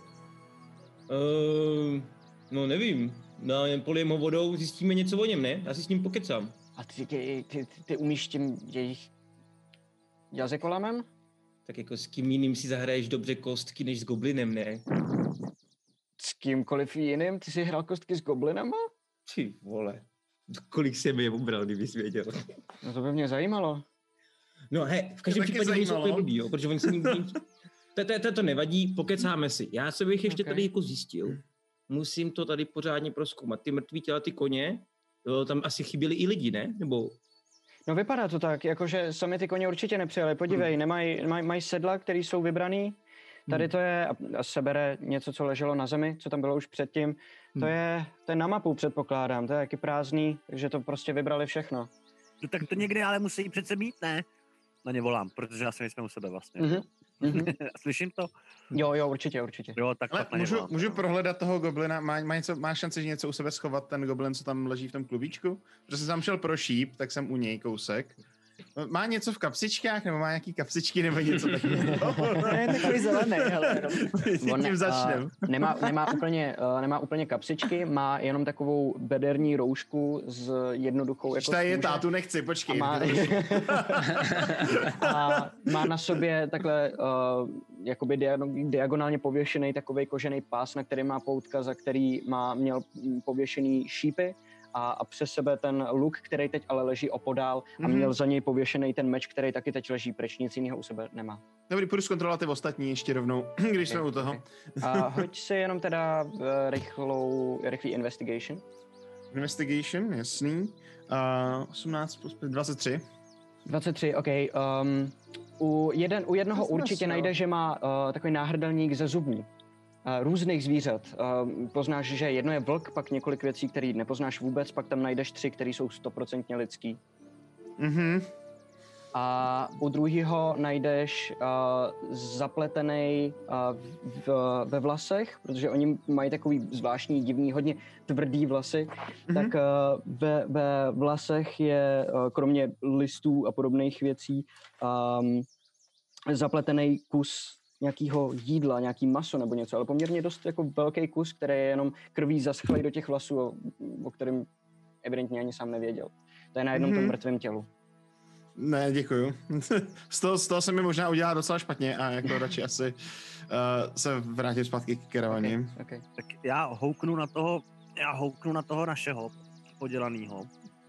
No nevím, polijem ho vodou, zjistíme něco o něm, ne? Já si s ním pokecám. A ty umíš tím jejich jazykolamem? Tak jako s kým jiným si zahraješ dobře kostky, než s goblinem, ne? S kýmkoliv jiným? Ty jsi hrál kostky s goblinama? Ty vole, kolik jsem je obral, kdybys věděl. No to by mě zajímalo. No hej, v každém případě oni jsou blbý, jo, protože oni se nikdy... To nevadí, pokecáme si. Já se bych ještě tady jako zjistil. Musím to tady pořádně prozkoumat. Ty mrtví těla, ty koně, jo, tam asi chyběli i lidi, ne? Nebo... No vypadá to tak, jakože sami ty koně určitě nepřijeli. Podívej, mají sedla, který jsou vybraný. Tady to je, a sebere něco, co leželo na zemi, co tam bylo už předtím. To je na mapu, předpokládám, to je taky prázdný, takže to prostě vybrali všechno. No tak to někde ale musí přece mít, ne? Na ně volám, protože já si nejsem u sebe vlastně. Slyším to? Jo, určitě. Jo, tak ale můžu prohledat toho goblina, má šanci, že něco u sebe schovat ten goblin, co tam leží v tom klubíčku? Protože jsem tam šel pro šíp, tak jsem u něj kousek. Má něco v kapsičkách, nebo má nějaký kapsičky, nebo něco takového? Ne, takový zelený, hele. Tím začnem. Nemá úplně kapsičky, má jenom takovou bederní roušku s jednoduchou jako tady je tátu nechci, počkej. A má na sobě takhle jakoby diagonálně pověšený takovej kožený pás, na který má poutka, za který měl pověšený šípy. A přes sebe ten luk, který teď ale leží opodál a měl za něj pověšený ten meč, který taky teď leží pryč, nic jiného u sebe nemá. Dobrý, půjdu zkontrolovat ty ostatní ještě rovnou, když jsme u toho. Okay. A hoď si jenom teda rychlý investigation. Investigation, jasný. 18 plus 23. 23, OK. U jednoho určitě najde, že má takový náhrdelník ze zubů. Různých zvířat. Poznáš, že jedno je vlk, pak několik věcí, které nepoznáš vůbec, pak tam najdeš 3, které jsou 100% lidský. a u druhého najdeš zapletený ve vlasech, protože oni mají takový zvláštní, divný, hodně tvrdý vlasy, tak ve vlasech je kromě listů a podobných věcí zapletený kus nějakého jídla, nějaký maso nebo něco, ale poměrně dost jako velký kus, který je jenom krví zaschlej do těch vlasů, o kterém evidentně ani sám nevěděl. To je na jednom tom mrtvém tělu. Ne, děkuju. z toho se mi možná udělá docela špatně a jako radši asi se vrátím zpátky k karavaně. Okay. Tak já houknu na toho našeho podělanýho.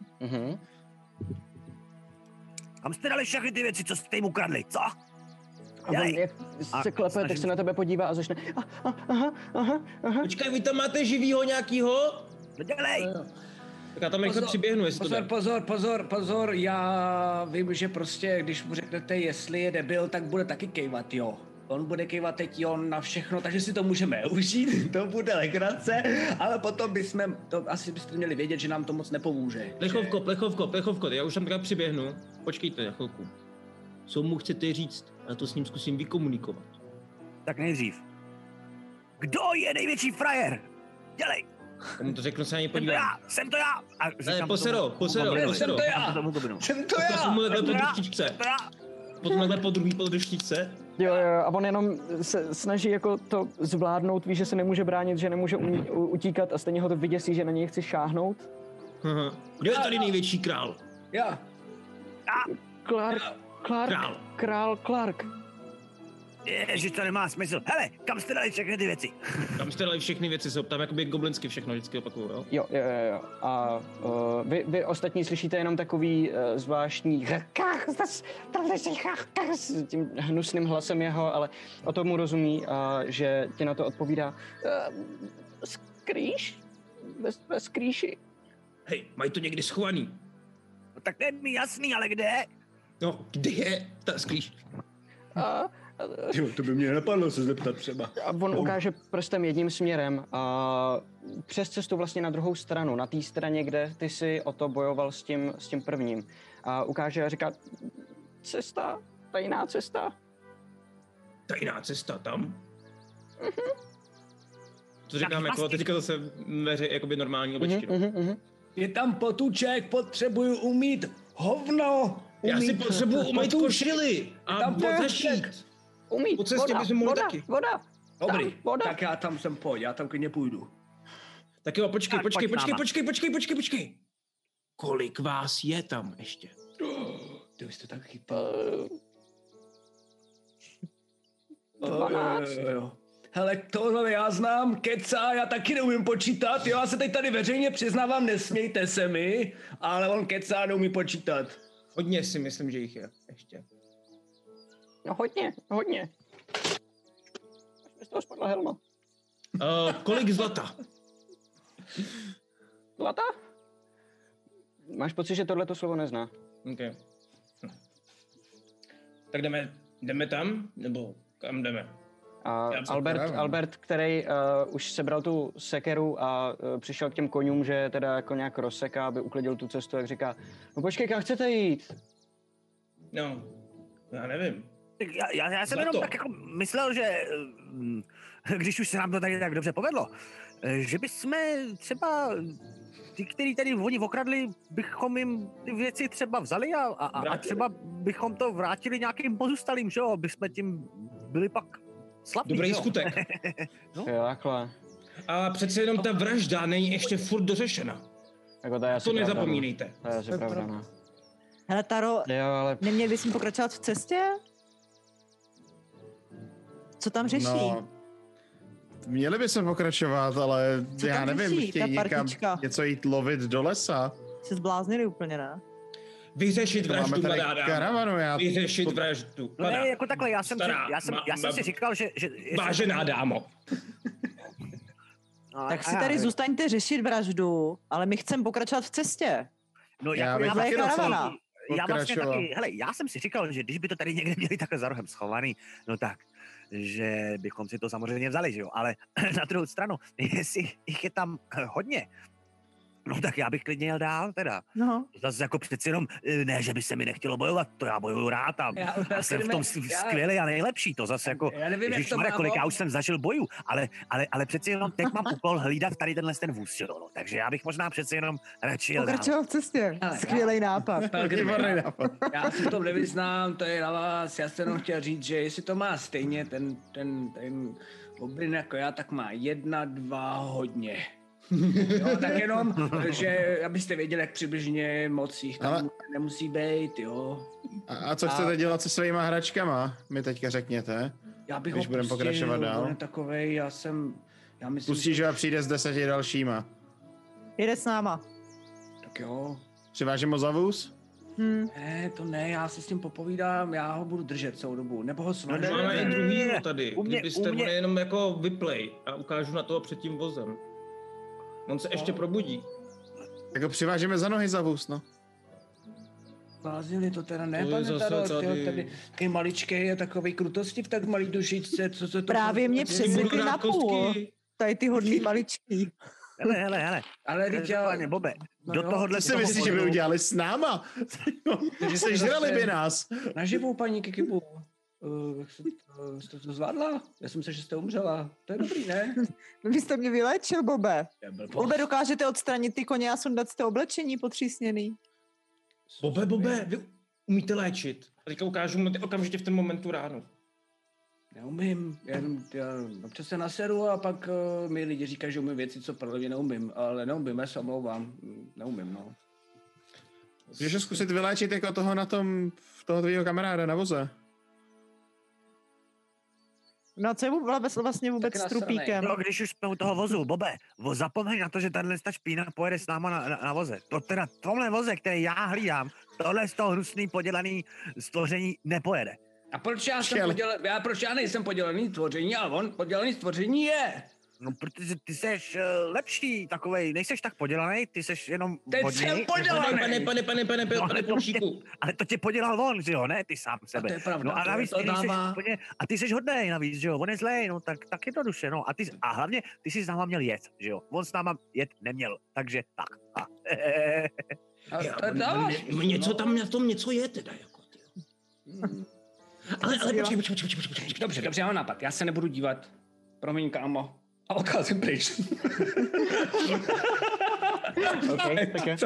Kam jste dali všechny ty věci, co jste jim ukradli, co? A on, jak se klepe, tak se na tebe podívá a začne. Aha. Počkej, vy tam máte živýho nějakýho? No dělej! Tak já tam rychle přiběhnu, jestli to jde. Pozor, já vím, že prostě, když mu řeknete, jestli je debil, tak bude taky kejvat, jo. On bude kejvat teď na všechno, takže si to můžeme užít, to bude legrace, ale potom asi byste měli vědět, že nám to moc nepomůže. Plechovko, já už tam takhle přiběhnu. Počkejte na chvilku. Co mu chcete říct? Já to s ním zkusím vykomunikovat. Tak nejdřív. Kdo je největší frajer? Dělej! Komu to řeknu, se na něj podívám. Jsem to já! A ne, posero. Jsem to já! Potom mu takhle po društičce. Potom takhle po druhý po društičce. Jo, a on jenom se snaží jako to zvládnout, ví, že se nemůže bránit, že nemůže utíkat a stejně ho to vyděsí, že na něj chci šáhnout. Kdo je tady největší král? Já. Král Clark. Ježiš, to nemá smysl. Hele, kam jste dali všechny ty věci? Kam jste dali všechny věci, se optám, jakoby goblinsky všechno, vždycky opakuju, jo? Jo. A vy ostatní slyšíte jenom takový zvláštní s tím hnusným hlasem jeho, ale o tomu rozumí, že ti na to odpovídá skrýš? Ve skrýši. Hej, mají to někdy schovaný. No, tak to je mi jasný, ale kde? No, kde je ta skrýš? Jo, to by mě napadlo se zeptat třeba. A on ukáže prstem jedním směrem a přes cestu vlastně na druhou stranu, na té straně, kde ty si o to bojoval s tím prvním. A ukáže a říká, tajná cesta. Tajná cesta tam? Co říkám, jako teďka zase jakoby normální obličky. Je tam potůček, potřebuju umít hovno. Já si potřebuju umít košili a začít. Umít, po cestě bychom mohli taky. Voda. Dobrý, tak já tam sem pojď, já tam klidně půjdu. Tak jo, počkej. Kolik vás je tam ještě? Ty jste tak chytrý. 12. Hele, tohle já znám, kecá, já taky neumím počítat, jo, já se teď tady veřejně přiznávám, nesmějte se mi, ale on kecá, neumí počítat. Hodně si myslím, že jich je ještě. No hodně. Až mi z toho spadla helma. Kolik zlata? Zlata? Máš pocit, že tohleto slovo nezná. Okay. Tak jdeme tam, nebo kam jdeme? A Albert, který už sebral tu sekeru a přišel k těm koňům, že teda jako nějak rozseká, aby uklidil tu cestu, jak říká, no počkej, kam chcete jít? No, já nevím. Já jsem jenom tak jako myslel, že když už se nám to tady tak dobře povedlo, že bychom třeba ty, který tady oni okradli, bychom jim ty věci třeba vzali a třeba bychom to vrátili nějakým pozůstalým, že jo, bychom tím byli pak slavný. Dobrý skutek. No. Jo, takhle. A přece jenom ta vražda není ještě furt dořešena. Jako to nezapomínejte. To je asi pravda, no. Hele, Taro, jo, ale... neměli bychom pokračovat v cestě? Co tam řeší? No, měli by se pokračovat, ale co já nevím, řeší, chtějí někam něco jít lovit do lesa. Se zbláznili úplně, ne? Vyřešit vraždu, mladá dáma. Vyřešit vraždu. No ne, jako takhle, já jsem si říkal, že vážená dámo. Tak si tady zůstaňte řešit vraždu, ale my chceme pokračovat v cestě. No já bych taky karavana. Já vlastně taky, hele, já jsem si říkal, že když by to tady někde měli takhle za rohem schovaný, no tak, že bychom si to samozřejmě vzali, že jo, ale na druhou stranu, jestli jich je tam hodně, No tak já bych klidně jel dál teda. No. Zase jako přeci jenom, ne, že by se mi nechtělo bojovat, to já bojuju rád a jsem v tom skvělý a nejlepší, to zase jako, já nevím, jak to kolik já už jsem zažil bojů, ale přeci jenom teď mám úkol hlídat tady ten vůz, jo, no, takže já bych možná přeci jenom radši jel dál. Pokračoval v cestě. Skvělej nápad. Výborný nápad. Já si to nevyznám, to je na vás, já jsem jenom chtěl říct, že jestli to má stejně ten oblin jako já, tak má 1, 2 hodně. Jo, tak jenom, že abyste věděli, jak přibližně moc jich tam nemusí být, jo. A co chcete dělat se svýma hračkama? Mi teďka řekněte. Já bych když ho budeme pokračovat dál. On je takovej, já myslím, Pustíš, že přijde s 10 dalšíma. Jede s náma. Tak jo. Přivážím ho za vůz? Ne, to ne, já si s tím popovídám, já ho budu držet celou dobu, nebo ho svažu. Máme i druhýho tady, kdybyste ho jenom jako vyplej a ukážu na toho před tím vozem. On se ještě probudí. Tak ho přivážeme za nohy za vůz, no. Blázili to teda ne, pane Taro, tady takový maličkej a takovej krutosti v tak malý dušičce, co se to... Právě mě přesekli na půl. Tady ty hodný maličký. Hele. Ale teď já... Bobe, No do jo. tohohle... Co si myslíš, že by udělali s náma? Sežrali by nás. Naživou, paní Kikibu. Jak jste to zvládla? Já jsem se, že jste umřela. To je dobrý, ne? Vy jste mě vylečil, Bobe. Blbost. Bobe, dokážete odstranit ty koně a sundat z toho oblečení potřísněný? Bobe, vy umíte léčit. A teďka ukážu mu okamžitě v ten moment tu ránu. Neumím, já občas se naseru a pak mi lidi říkají, že umím věci, co pro lidi neumím, ale neumím, já se omlouvám, neumím, no. Můžeš ho zkusit vyléčit jako toho toho tvýho kamaráda na voze. No co je vlastně vůbec s trupíkem? No, když už jsme u toho vozu, Bobe, zapomeň na to, že tahle špína pojede s náma na voze. Tomhle voze, který já hlídám, tohle z toho hnusný podělaný stvoření nepojede. A proč já nejsem podělaný stvoření, ale on podělaný stvoření je? No, protože ty seš lepší takovej, nejseš tak podělaný, ty seš jenom Teď hodný. jsem podělaný! Pane Polšíku. Ale to tě podělal on, že jo, ne ty sám sebe. A to je pravda, no a navíc, a ty seš hodnej navíc, že jo, on je zlej, no tak jednoduše, no. A hlavně ty jsi s náma měl jet, že jo, on s náma jet neměl, takže tak. Něco tam na tom něco je teda, jako ty. Ale počkej. Dobře, já mám nápad, já se nebudu dívat. Promiň, kámo. A odcházím pryč. Okay, tak je.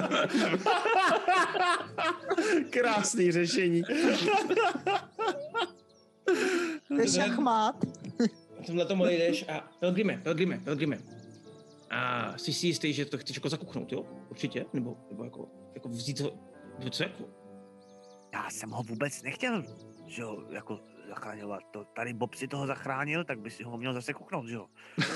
Krásný řešení. To je šachmát. Tomhle tomu jdeš a Pelgrime. A jsi si jistý, že to chceš jako zakuchnout, jo? Určitě? Nebo jako vzít to, nebo co jako? Já jsem ho vůbec nechtěl, že jo, jako zachraňovat. To tady Bob si toho zachránil, tak by si ho měl zase kuchnout, že jo.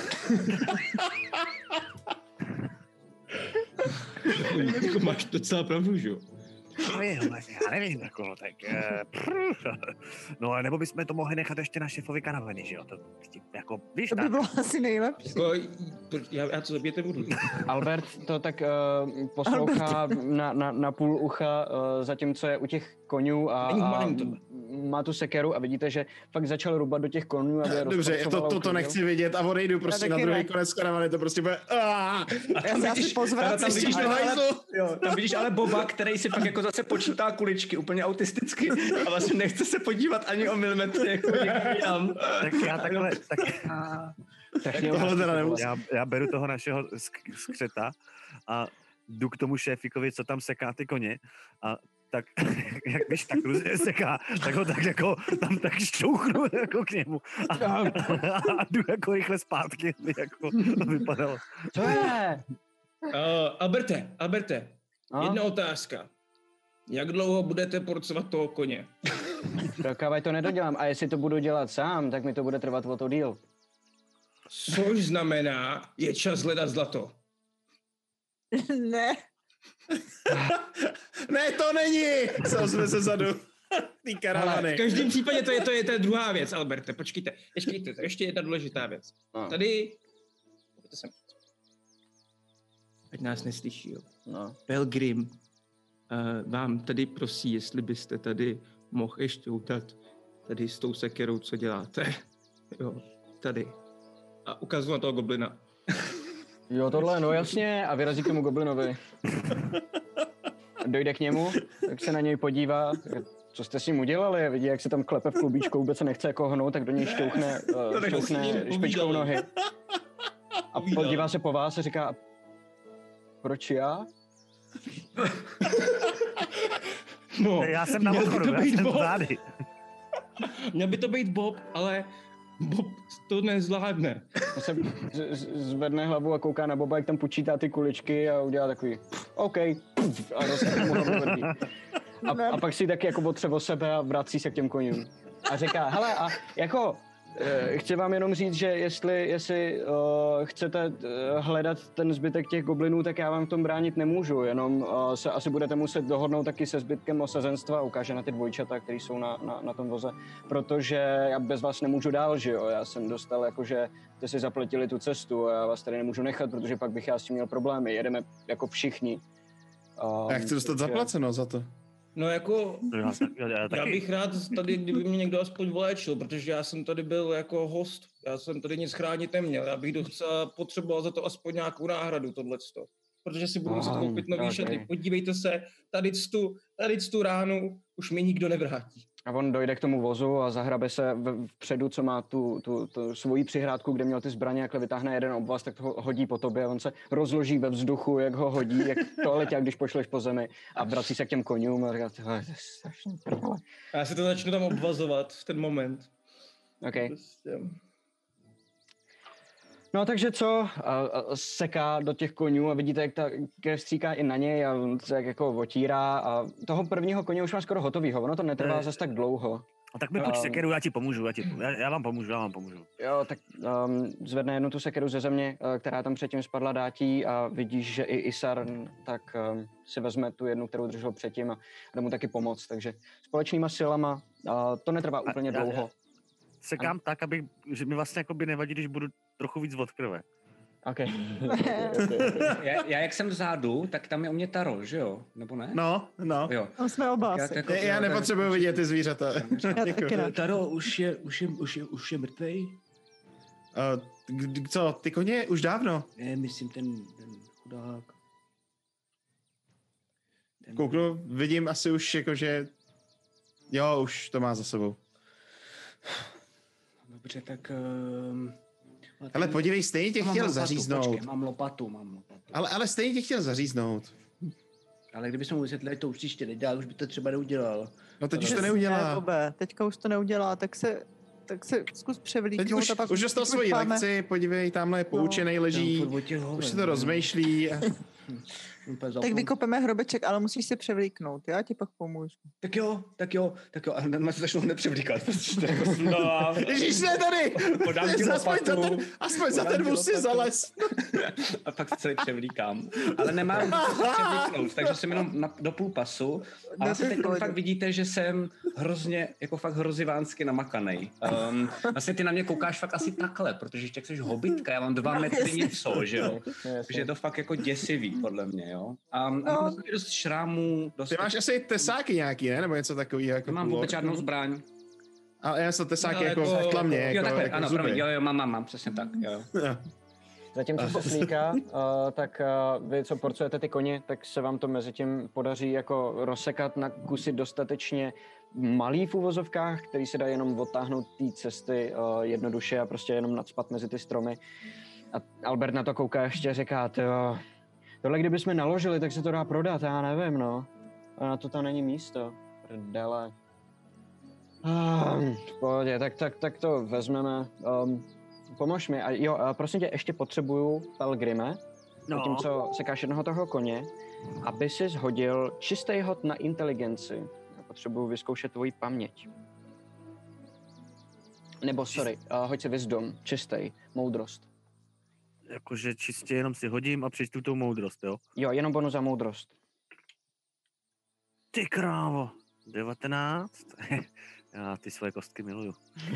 Jako máš docela pravdu, že jo? Já nevím, jako, no, tak... no, ale nebo bychom to mohli nechat ještě na šéfovi karavany, že jo, to jako, víš, To by bylo asi nejlepší. Jako, já to zabít nebudu. Albert to tak poslouchá na půl ucha, zatímco je u těch konňů a má tu sekeru a vidíte, že fakt začal rubat do těch konňů, aby je Dobře, to nechci vidět a odejdu prostě na druhý konec karavany, to prostě bude... Já se asi pozvracím. Tam vidíš ale Boba, který si pak jako zase počítá kuličky, úplně autisticky a vlastně nechce se podívat ani o milimetr, jako někdy tam. Tak já takhle... Já beru toho našeho skřeta a jdu k tomu šéfikovi, co tam seká ty koně a tak, jak víš, tak různě seká, tak ho tak jako tam tak šťouchnu jako k němu a jdu jako rychle zpátky, aby jako vypadalo. Co je? Alberte, jedna otázka. Jak dlouho budete porcovat toho koně? Dokávaj to nedodělám a jestli to budu dělat sám, tak mi to bude trvat o to díl. Což znamená, je čas hledat zlato. Ne. Ne, to není! Co jsme se zadu té karavany. V každém případě to je ta druhá věc, Alberte. Počkejte, ještě jedna důležitá věc. Tady... Ať nás neslyší, jo. Pelgrim vám tady prosí, jestli byste tady mohl ještě utat tady s tou sekerou, co děláte. Jo, tady. A ukazuju na toho goblina. Jo, tohle, no jasně, a vyrazí k tomu goblinovi. Dojde k němu, tak se na něj podívá, co jste s ním udělali, vidí, jak se tam klepe v klubíčku, vůbec se nechce jako hnout, tak do něj šťouchne špičkou nohy. A podívá se po vás a říká, proč já? No, Já jsem na odchodu, já jsem zády. Měl by to být Bob, ale Bob to nezvládne. On se zvedne hlavu a kouká na Boba, jak tam počítá ty kuličky a udělá takový OK. A rozhodně mu hlavu vrtí. A pak si taky jako otře o sebe a vrací se k těm koním. A říká, hele, a jako chci vám jenom říct, že jestli chcete hledat ten zbytek těch goblinů, tak já vám v tom bránit nemůžu, jenom se asi budete muset dohodnout taky se zbytkem osazenstva, ukáže na ty dvojčata, který jsou na tom voze, protože já bez vás nemůžu dál, že jo, já jsem dostal jakože jste si zaplatili tu cestu a já vás tady nemůžu nechat, protože pak bych já s tím měl problémy, jedeme jako všichni. Já chci dostat zaplaceno za to. No jako, Já já bych rád tady, kdyby mě někdo aspoň vyléčil, protože já jsem tady byl jako host, já jsem tady nic chránit neměl, já bych potřeboval za to aspoň nějakou náhradu, tohleto. Protože si budu muset koupit nový šaty, podívejte se, tady tu ránu už mi nikdo nevrátí. A on dojde k tomu vozu a zahrabe se vpředu, co má tu svoji přihrádku, kde měl ty zbraně, jakhle vytáhne jeden obvaz, tak to hodí po tobě a on se rozloží ve vzduchu, jak ho hodí, jak toaleťák, když pošleš po zemi a vrací se k těm koňům a říká, to je strašný prdele. A já si to začnu tam obvazovat v ten moment. Okay. Prostě. No takže co? Seká do těch koňů a vidíte, jak ta krev stříká i na něj a on se jak jako otírá a toho prvního koně už má skoro hotovýho, ono to netrvá zase tak dlouho. A tak mi pojď sekeru, já ti pomůžu, já vám pomůžu. Jo, tak zvedne jednu tu sekeru ze země, která tam předtím spadla dátí a vidíš, že i Isarn tak si vezme tu jednu, kterou držel předtím a jde mu taky pomoct, takže společnýma silama to netrvá úplně dlouho. Sekám tak, že mi vlastně jakoby nevadí, když budu trochu víc od krve. Okay. Já jak jsem vzadu, tak tam je u mě Taro, že jo? Nebo ne? No. Jo. Tam jsme oba asi. Já nepotřebuji vidět ty zvířata. Taro už je mrtvej? Co, ty koně už dávno? Ne, myslím ten chudák. Kouknu, vidím asi už jakože, jo, už to má za sebou. Dobře, tak... Ale podívej, stejně tě chtěl zaříznout. Počkej, mám lopatu. Ale stejně tě chtěl zaříznout. Ale kdybychom mu vysvětlili, to už příště nedá, už by to třeba neudělal. No teď už to neudělá. Teďka už to neudělá, tak se zkus převlíknout. Teď už dostal svoji lekci, podívej, tamhle je poučenej, leží, už si to rozmýšlí. Tak vykopeme hrobeček, ale musíš se převlíknout, já ti pak pomůžu. Tak jo, a na se začnou nepřevlíkat. Ježíš, ne tady! Podám ti lopatu. Aspoň za ten vůz si zales. A pak se celý převlíkám. Ale nemám převlíknout, takže jsem jenom do půl pasu. A vlastně teď fakt vidíte, že jsem hrozně, jako fakt hrozivánsky namakanej. Vlastně ty na mě koukáš fakt asi takhle, protože ještě jak jsi hobitka, já mám 2 metry něco, že jo? Takže je to fakt jako děsivý, podle mě, jo? A mám taky dost šrámů. Ty máš asi tesáky nějaký, ne? Nebo něco takového jako mám vůbec žádnou zbraň. A já jsem tesáky jako v tlamě, jo, takhle, jako ano, zuby. promiň, jo, mám, přesně tak, jo. Zatímco se slíká, tak vy, co porcujete ty koně, tak se vám to mezi tím podaří jako rozsekat na kusy dostatečně malý v uvozovkách, který se dá jenom odtáhnout té cesty jednoduše a prostě jenom nacpat mezi ty stromy. A Albert na to kouká ještě a říká, tohle kdybychom naložili, tak se to dá prodat, já nevím, no. A na to tam není místo. Prdele. V pohodě, tak to vezmeme. Pomož mi. A jo, prosím tě, ještě potřebuju Pelgrime, zatímco sekáš jednoho toho koně, aby si shodil čistý hod na inteligenci. Já potřebuju vyzkoušet tvoji paměť. Nebo, sorry, hoď si wisdom, čistý, moudrost. Jakože čistě jenom si hodím a přečtu tou moudrost, jo? Jo, jenom bonus za moudrost. Ty krávo, 19. Já ty svoje kostky miluju.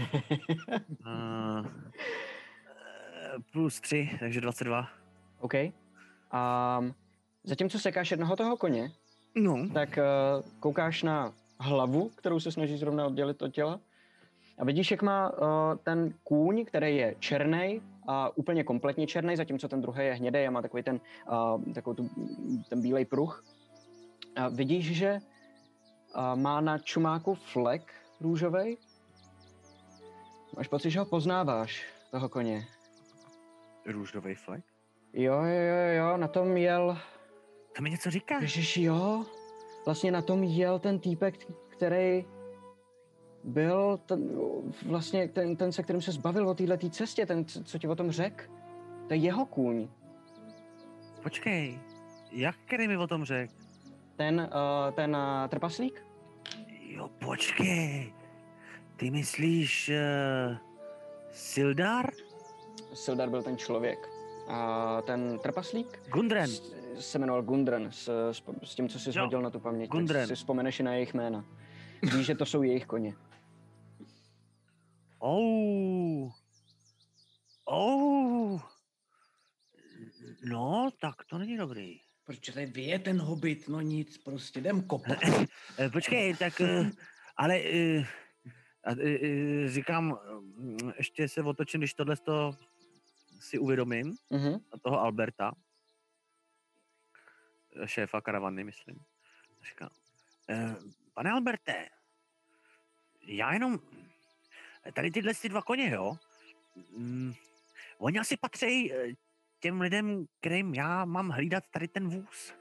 Plus 3, takže 22. OK. Zatímco sekáš jednoho toho koně, tak koukáš na hlavu, kterou se snaží zrovna oddělit od těla. A vidíš, jak má ten kůň, který je černý úplně kompletně černý, zatímco ten druhý je hnědý a má takový ten bílej pruh. Vidíš, že má na čumáku flek růžovej. Máš pocit, že ho poznáváš, toho koně. Růžový flek? Jo, na tom jel... To mi něco říká. Ježiš, jo. Vlastně na tom jel ten týpek, který byl ten, se kterým se zbavil o této cestě, ten, co ti o tom řekl. To je jeho kůň. Počkej, jak který mi o tom řekl? Ten trpaslík? Jo, počkej. Ty myslíš Sildar? Sildar byl ten člověk. A ten trpaslík? Gundren. Se jmenoval Gundren, s tím, co jsi shodil na tu paměť. Gundren. Si vzpomeneš i na jejich jména. Víš, že to jsou jejich koně. No, tak to není dobrý. Proč tady vyje ten hobit? No nic, prostě jdem kopat. Počkej, tak, ale říkám, ještě se otočím, když tohle si uvědomím, na toho Alberta, šéfa karavany, myslím. Říkám, pane Alberte, já jenom, tady tyhle dva koně, jo, oni asi patří těm lidem, kterým já mám hlídat tady ten vůz.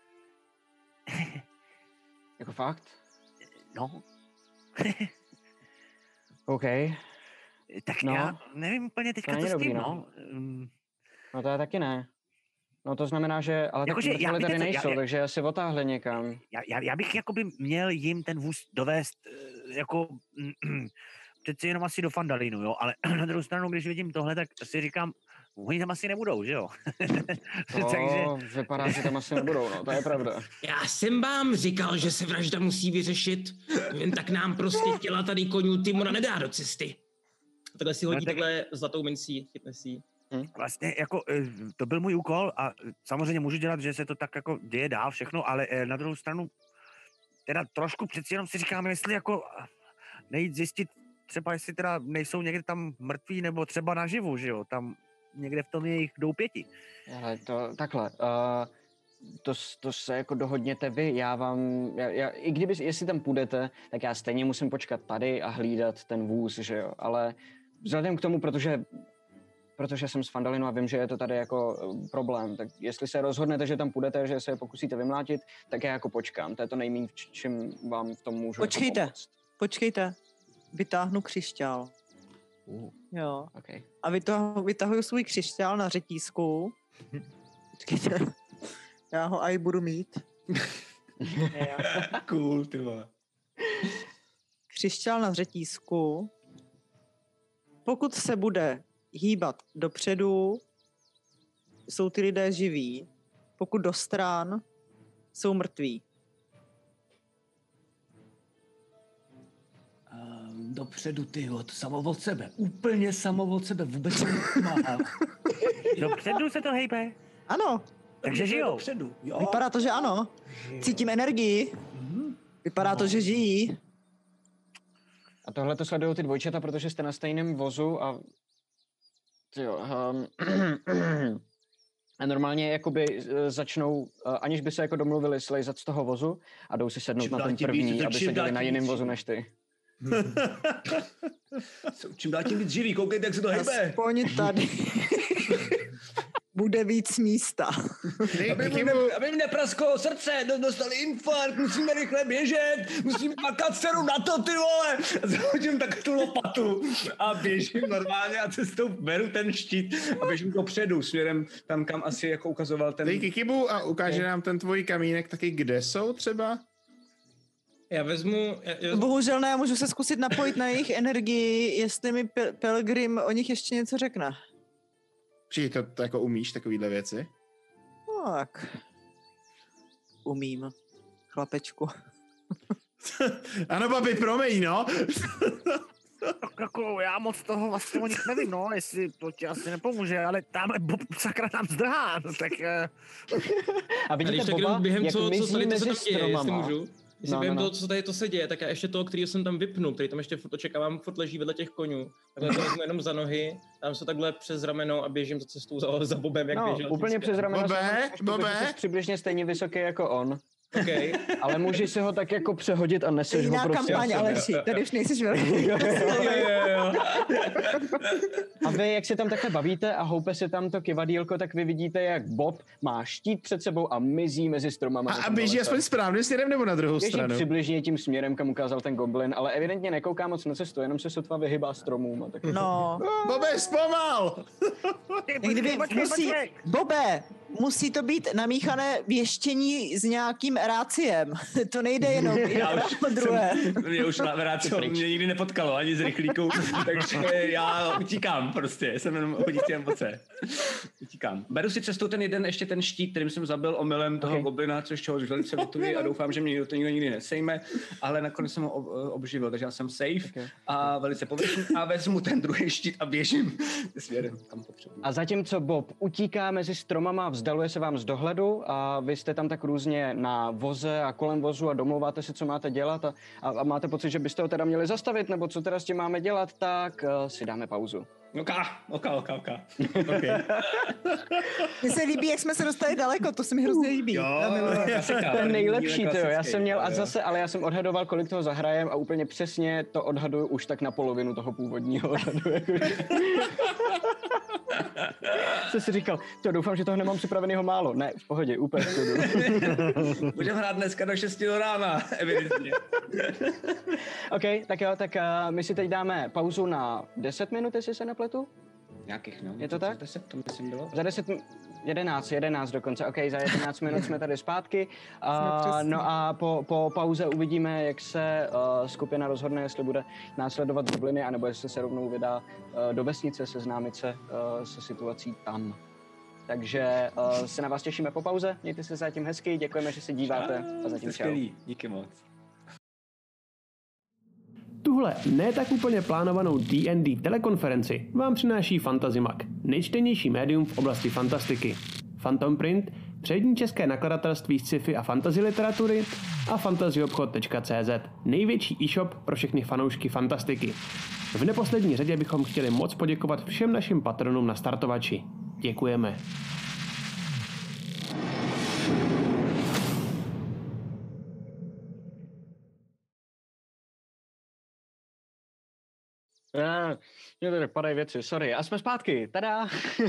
Jako fakt? No. OK. Tak no, já nevím úplně teďka, co s tím, no. No to já taky ne. No to znamená, že... Ale jako, tak mrtvoli tady nejsou, takže asi otáhli někam. Já bych jakoby měl jim ten vůz dovést jako... přeci jenom asi do Fandalinu, jo, ale na druhou stranu, když vidím tohle, tak si říkám, oni tam asi nebudou, že jo? Takže... vypadá, že tam asi nebudou, no, to je pravda. Já jsem vám říkal, že se vražda musí vyřešit, jen tak nám prostě těla tady konňů Timura nedá do cesty. Takhle si hodí takhle zlatou mincí, chytne si. Vlastně jako to byl můj úkol a samozřejmě můžu dělat, že se to tak jako děje dál všechno, ale na druhou stranu teda trošku přeci jenom si říkám, jestli jako nejít zjistit třeba, jestli teda nejsou někde tam mrtví nebo třeba naživu, že jo, tam někde v tom jejich doupěti. Ale to takhle, to se jako dohodněte vy, i jestli tam půjdete, tak já stejně musím počkat tady a hlídat ten vůz, že jo, ale vzhledem k tomu, protože jsem z Fandalinu a vím, že je to tady jako problém, tak jestli se rozhodnete, že tam půjdete, že se je pokusíte vymlátit, tak já jako počkám, to je to nejméně, v čem vám v tom můžu pomoct. Počkejte, vytáhnu křišťál. Jo. Okay. A vytahuju svůj křišťál na řetízku. Počkejte, já ho aj budu mít. Cool, ty vole. Křišťál na řetízku. Pokud se bude hýbat dopředu, jsou ty lidé živí. Pokud do stran, jsou mrtví. Dopředu, tyjo, to samo od sebe. Úplně samo od sebe, vůbec to nepomáhá. Dopředu se to hejbe? Ano. Takže žijou. Dopředu, jo. Vypadá to, že ano. Cítím energii. Vypadá to, že žijí. A tohle to sledují ty dvojčata, protože jste na stejném vozu a... A normálně jakoby začnou, aniž by se jako domluvili, slejzat z toho vozu a jdou si sednout na ten první, aby seděli na jiném vozu než ty. Čím dál tím víc živý, koukejte, jak se to hejbe. Aspoň tady bude víc místa. Aby mi neprasklo srdce, dostali infarkt, musíme rychle běžet, musím pakat dceru na to, ty vole. Zahodím tak tu lopatu a běžím normálně a cestou beru ten štít a běžím dopředu směrem tam, kam asi jako ukazoval ten... Dej Kikibu a ukáže nám ten tvůj kamínek taky, kde jsou třeba? Já vezmu... Bohužel ne, můžu se zkusit napojit na jejich energii, jestli mi Pelgrim o nich ještě něco řekne. Přijde to jako umíš, takovýhle věci? Tak. Umím. Chlapečku. Ano, babi, promiň, no. Tak jako já moc toho vlastně o nich nevím, no, jestli to ti asi nepomůže, ale tamhle Bob sakra nám zdrhá, no tak... A vidíte Boba, jak mizí mezi stromama. Jestli během toho, co tady to se děje, tak já ještě toho, kterýho jsem tam vypnul, který tam ještě furt očekávám, furt leží vedle těch konňů. Takhle to vezmu jenom za nohy, tam se takhle přes rameno a běžím za cestou za Bobem, jak běžel. Úplně přes rameno. Bobe. Jsi přibližně stejně vysoký jako on. Okay. Ale můžeš si ho tak jako přehodit a neseš ho prostě. Jiná kampaň, Aleši, tady už nejsiš velký. A vy, jak se tam takhle bavíte a houpe se tam to kivadýlko, tak vy vidíte, jak Bob má štít před sebou a mizí mezi stromama. A běží aspoň správným směrem nebo na druhou stranu? Běží přibližně tím směrem, kam ukázal ten goblin, ale evidentně nekouká moc na cestu, jenom se sotva vyhybá stromům. A tak... No. Bobe, zpomal! Kdyby Bobe, musí to být namíchané věštění s nějakým ráciem. To nejde jenom druhé. Mě už rácio mě nikdy nepotkalo, ani z rychlíků, takže já utíkám prostě, jsem jenom chodící emoce. Utíkám. Beru si cestou ještě ten štít, kterým jsem zabil omylem toho goblina, což čeho velice lutuji a doufám, že mě to nikdo nikdy nesejme, ale nakonec jsem ho obživil, takže já jsem safe a velice povrchní a vezmu ten druhý štít a běžím směrem, kam potřebuji. A zatímco Bob utíká mezi stromama, vzdaluje se vám z dohledu a vy jste tam tak různě na voze a kolem vozu a domlouváte si, co máte dělat a máte pocit, že byste ho teda měli zastavit, nebo co teda s tím máme dělat, tak si dáme pauzu. Okay. Mně se líbí, jak jsme se dostali daleko, to se mi hrozně líbí. To je nejlepší, to jo. Já jsem měl, a zase, ale já jsem odhadoval, kolik toho zahrajem a úplně přesně to odhaduju už tak na polovinu toho původního odhadu. Jsem si říkal, doufám, že toho nemám připravenýho málo. Ne, v pohodě, úplně v klidu. Budeme hrát dneska do 6 do rána, evidentně. OK, tak jo, tak my si teď dáme pauzu na 10 minut, jestli se nepletu. Nějakých, no. Je to tak? 10, to myslím bylo. Za 11 dokonce. OK, za 11 minut jsme tady zpátky. No a po pauze uvidíme, jak se skupina rozhodne, jestli bude následovat gobliny, anebo jestli se rovnou vydá do vesnice seznámit se se situací tam. Takže se na vás těšíme po pauze. Mějte se zatím hezky, děkujeme, že se díváte a zatím čau. Díky moc. Tuhle ne tak úplně plánovanou D&D telekonferenci vám přináší FantazyMag, nejčtenější médium v oblasti fantastiky. Phantom Print, přední české nakladatelství sci-fi a fantasy literatury a fantazyobchod.cz, největší e-shop pro všechny fanoušky fantastiky. V neposlední řadě bychom chtěli moc poděkovat všem našim patronům na startovači. Děkujeme. Mě tady padají věci, sorry. A jsme zpátky, tada!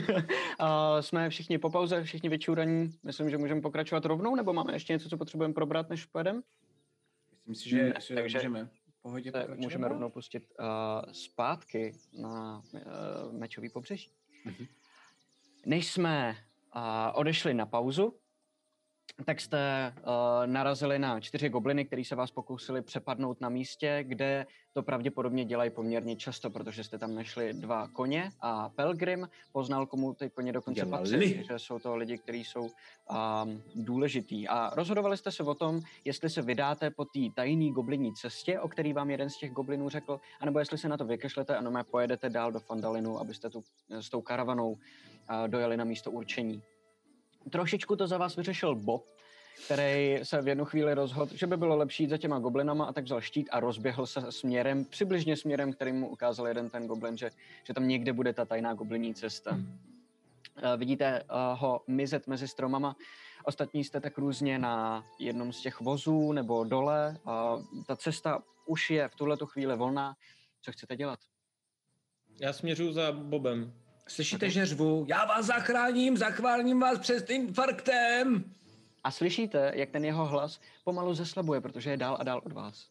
Jsme všichni po pauze, všichni vyčuraní. Myslím, že můžeme pokračovat rovnou, nebo máme ještě něco, co potřebujeme probrat, než pojedeme? Myslím si, že můžeme pohodě pokračovat. Můžeme rovnou pustit zpátky na mečový pobřeží. Mm-hmm. Než jsme odešli na pauzu, tak jste narazili na 4 gobliny, kteří se vás pokusili přepadnout na místě, kde to pravděpodobně dělají poměrně často, protože jste tam našli 2 koně a Pelgrim poznal, komu ty koně dokonce patří, že jsou to lidi, kteří jsou důležitý. A rozhodovali jste se o tom, jestli se vydáte po té tajné goblinní cestě, o který vám jeden z těch goblinů řekl, anebo jestli se na to vykašlete a normálně pojedete dál do Phandalinu, abyste tu s tou karavanou dojeli na místo určení. Trošičku to za vás vyřešil Bob, který se v jednu chvíli rozhodl, že by bylo lepší jít za těma goblinama a tak vzal štít a rozběhl se směrem, přibližně směrem, kterým mu ukázal jeden ten goblin, že tam někde bude ta tajná goblinní cesta. Vidíte ho mizet mezi stromama, ostatní jste tak různě na jednom z těch vozů nebo dole. Ta cesta už je v tuhletu chvíli volná. Co chcete dělat? Já směřuju za Bobem. Slyšíte, že řvu? Já vás zachráním vás před infarktem! A slyšíte, jak ten jeho hlas pomalu zeslabuje, protože je dál a dál od vás.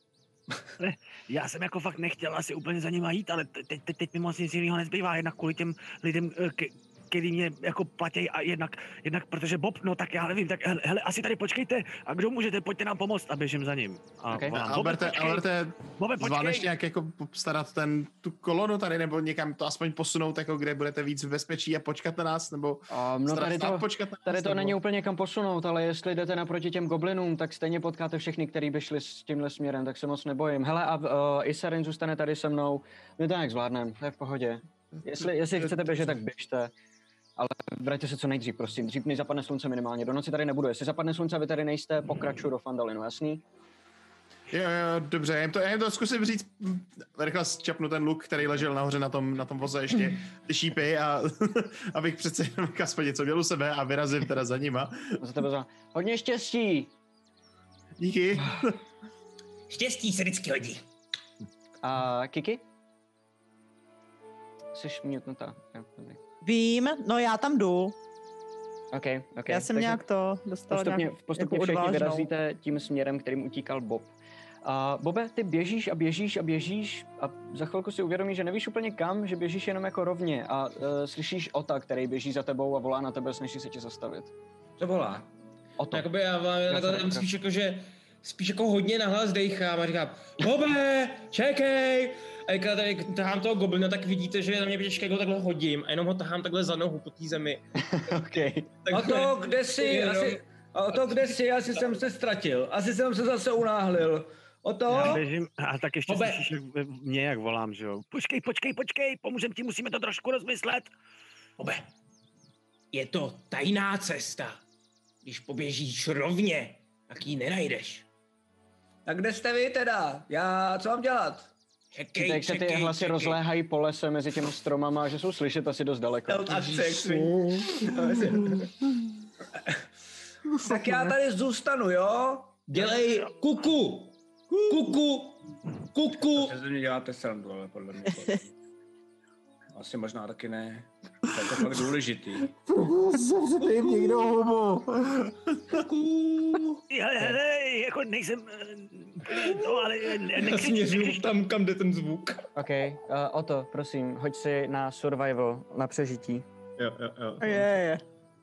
Já jsem jako fakt nechtěl asi úplně za nima jít, ale teď mi moc nic jiného nezbývá, jednak kvůli těm lidem, který mě jako platí a jednak protože Bob, no tak já nevím, tak hele, asi tady počkejte a kdo můžete, pojďte nám pomoct a běžím za ním. A okay. Alberte, zvládneš nějak jako starat tu kolonu tady, nebo někam to aspoň posunout, jako kde budete víc v bezpečí a počkat na nás, nebo tady to není úplně kam posunout, ale jestli jdete naproti těm goblinům, tak stejně potkáte všechny, kteří by šli s tímhle směrem, tak se moc nebojím. Hele, a Isarin zůstane tady se mnou, my to nějak zvládneme, to je v pohodě. Jestli chcete běžet, tak běžte. Ale vraťte se co nejdřív, prosím. Dřív než zapadne slunce minimálně. Do noci tady nebudu. Jestli zapadne slunce a vy tady nejste, pokračuju do Phandalinu, jasný? Jo, dobře, já jim to zkusím říct, rychle čapnu ten luk, který ležel nahoře na tom voze ještě, ty šípy a abych přece jenom aspoň něco měl u sebe a vyrazím teda za nima. Za tebe hodně štěstí. Díky. Štěstí se vždycky hodí. A Kiki? Jsi mutnutá. Vím, no já tam jdu. OK. Já jsem nějak to dostala postupně jako všichni vyrazíte tím směrem, kterým utíkal Bob. Bobe, ty běžíš a za chvilku si uvědomíš, že nevíš úplně kam, že běžíš jenom jako rovně a slyšíš Ota, který běží za tebou a volá na tebe, snaží se tě zastavit. Co volá? Oto. Jakoby já vám spíš jako hodně nahlas dejchám a říkám, Bobe, čekej! A jak já tady tahám toho goblina, tak vidíte, že na mě běží, jak ho takhle hodím a jenom ho tahám takhle za nohu po té zemi. OK. Oto, kde jsi? Oto, kde jsi? Asi jsem se ztratil. Asi jsem se zase unáhlil. Oto? Já běžím a tak ještě slyšíš mě, jak volám, že jo. Počkej, pomůžem ti, musíme to trošku rozmyslet. Bobe, je to tajná cesta. Když poběžíš rovně, tak ji nenajdeš. Tak kde jste vy teda? Co mám dělat? Jak se ty hlasy rozléhají po lese mezi těmi stromama, že jsou slyšet asi dost daleko. Tak já tady zůstanu, jo? Dělej kuku! Se ze mě děláte srandu, ale podle mě asi možná taky ne. To je to fakt důležitý. Zavřete jim někdo hubu. Jako nejsem... No, ale Já směřuju tam, kam jde ten zvuk. OK, Oto, prosím, hoď si na survival, na přežití. Jo. Je.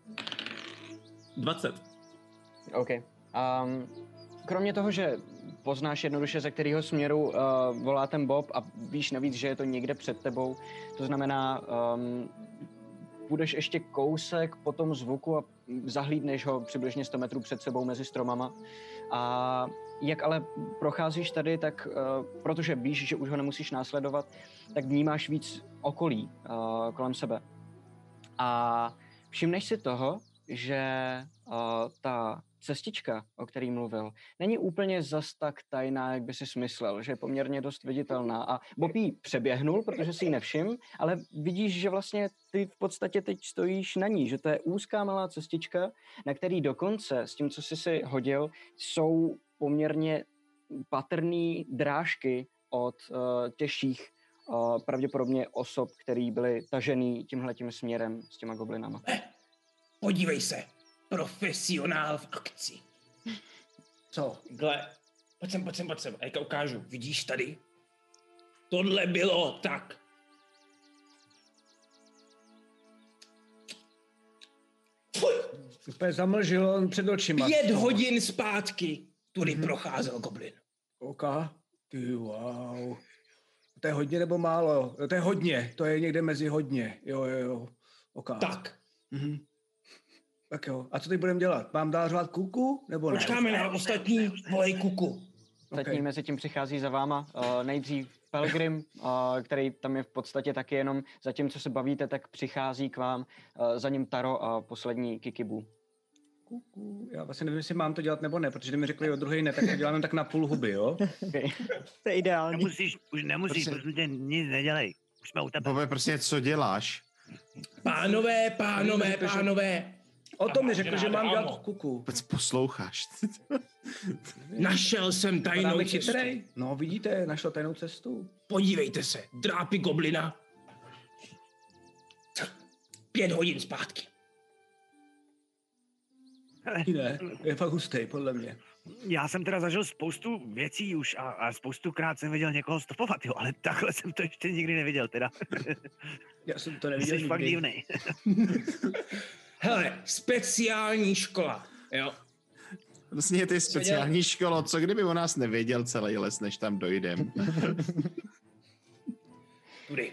20. OK. Kromě toho, že poznáš jednoduše, ze kterého směru volá ten Bob a víš navíc, že je to někde před tebou, to znamená, půjdeš ještě kousek po tom zvuku a zahlídneš ho přibližně 100 metrů před sebou mezi stromama. A jak ale procházíš tady, tak protože víš, že už ho nemusíš následovat, tak vnímáš víc okolí kolem sebe. A všimneš si toho, že ta cestička, o který mluvil, není úplně zas tak tajná, jak by si smyslel, že je poměrně dost viditelná. A Bob jí přeběhnul, protože si ji nevšiml, ale vidíš, že vlastně ty v podstatě teď stojíš na ní, že to je úzká malá cestička, na který dokonce s tím, co jsi si hodil, jsou poměrně patrný drážky od těžších pravděpodobně osob, který byly tažený tímhletím směrem s těma goblinama. Podívej se, profesionál v akci. Co? Gle, pojď sem, a jak ukážu, vidíš tady? Tohle bylo tak. Úplně zamlžilo před očima. 5 hodin zpátky tudy procházel goblin. OK. Ty wow. To je hodně nebo málo? To je hodně, to je někde mezi hodně. Jo. OK. Tak. Tak jo, a co teď budeme dělat? Mám dál řvát kuku, nebo ne? Počkáme na ostatní, volej kuku. Ostatní mezi tím přichází za váma. Nejdřív Pelgrim, který tam je v podstatě taky jenom, zatímco se bavíte, tak přichází k vám. Za ním Taro a poslední Kikibu. Kuku. Já vlastně nevím, jestli mám to dělat nebo ne, protože mi řekli o druhý ne, tak to děláme tak na půl huby, jo? Okay. To je ideální. Už nemusíš, prostě nic nedělej. Už jsme u tebe. Bobe, prostě co děláš? Pánové. O tom mi řekl, že mám dělat kuku. Vůbec posloucháš. Našel jsem tajnou cestu. No vidíte, našel tajnou cestu. Podívejte se, drápy goblina. 5 hodin zpátky. Ne, je fakt hustý, podle mě. Já jsem teda zažil spoustu věcí už a spoustukrát jsem viděl někoho stopovat, jo, ale takhle jsem to ještě nikdy neviděl, teda. Já jsem to neviděl Jsi fakt divnej. Hele, speciální škola, jo. Vlastně ty speciální školo, co kdyby o nás nevěděl celý les, než tam dojdem? Tudy.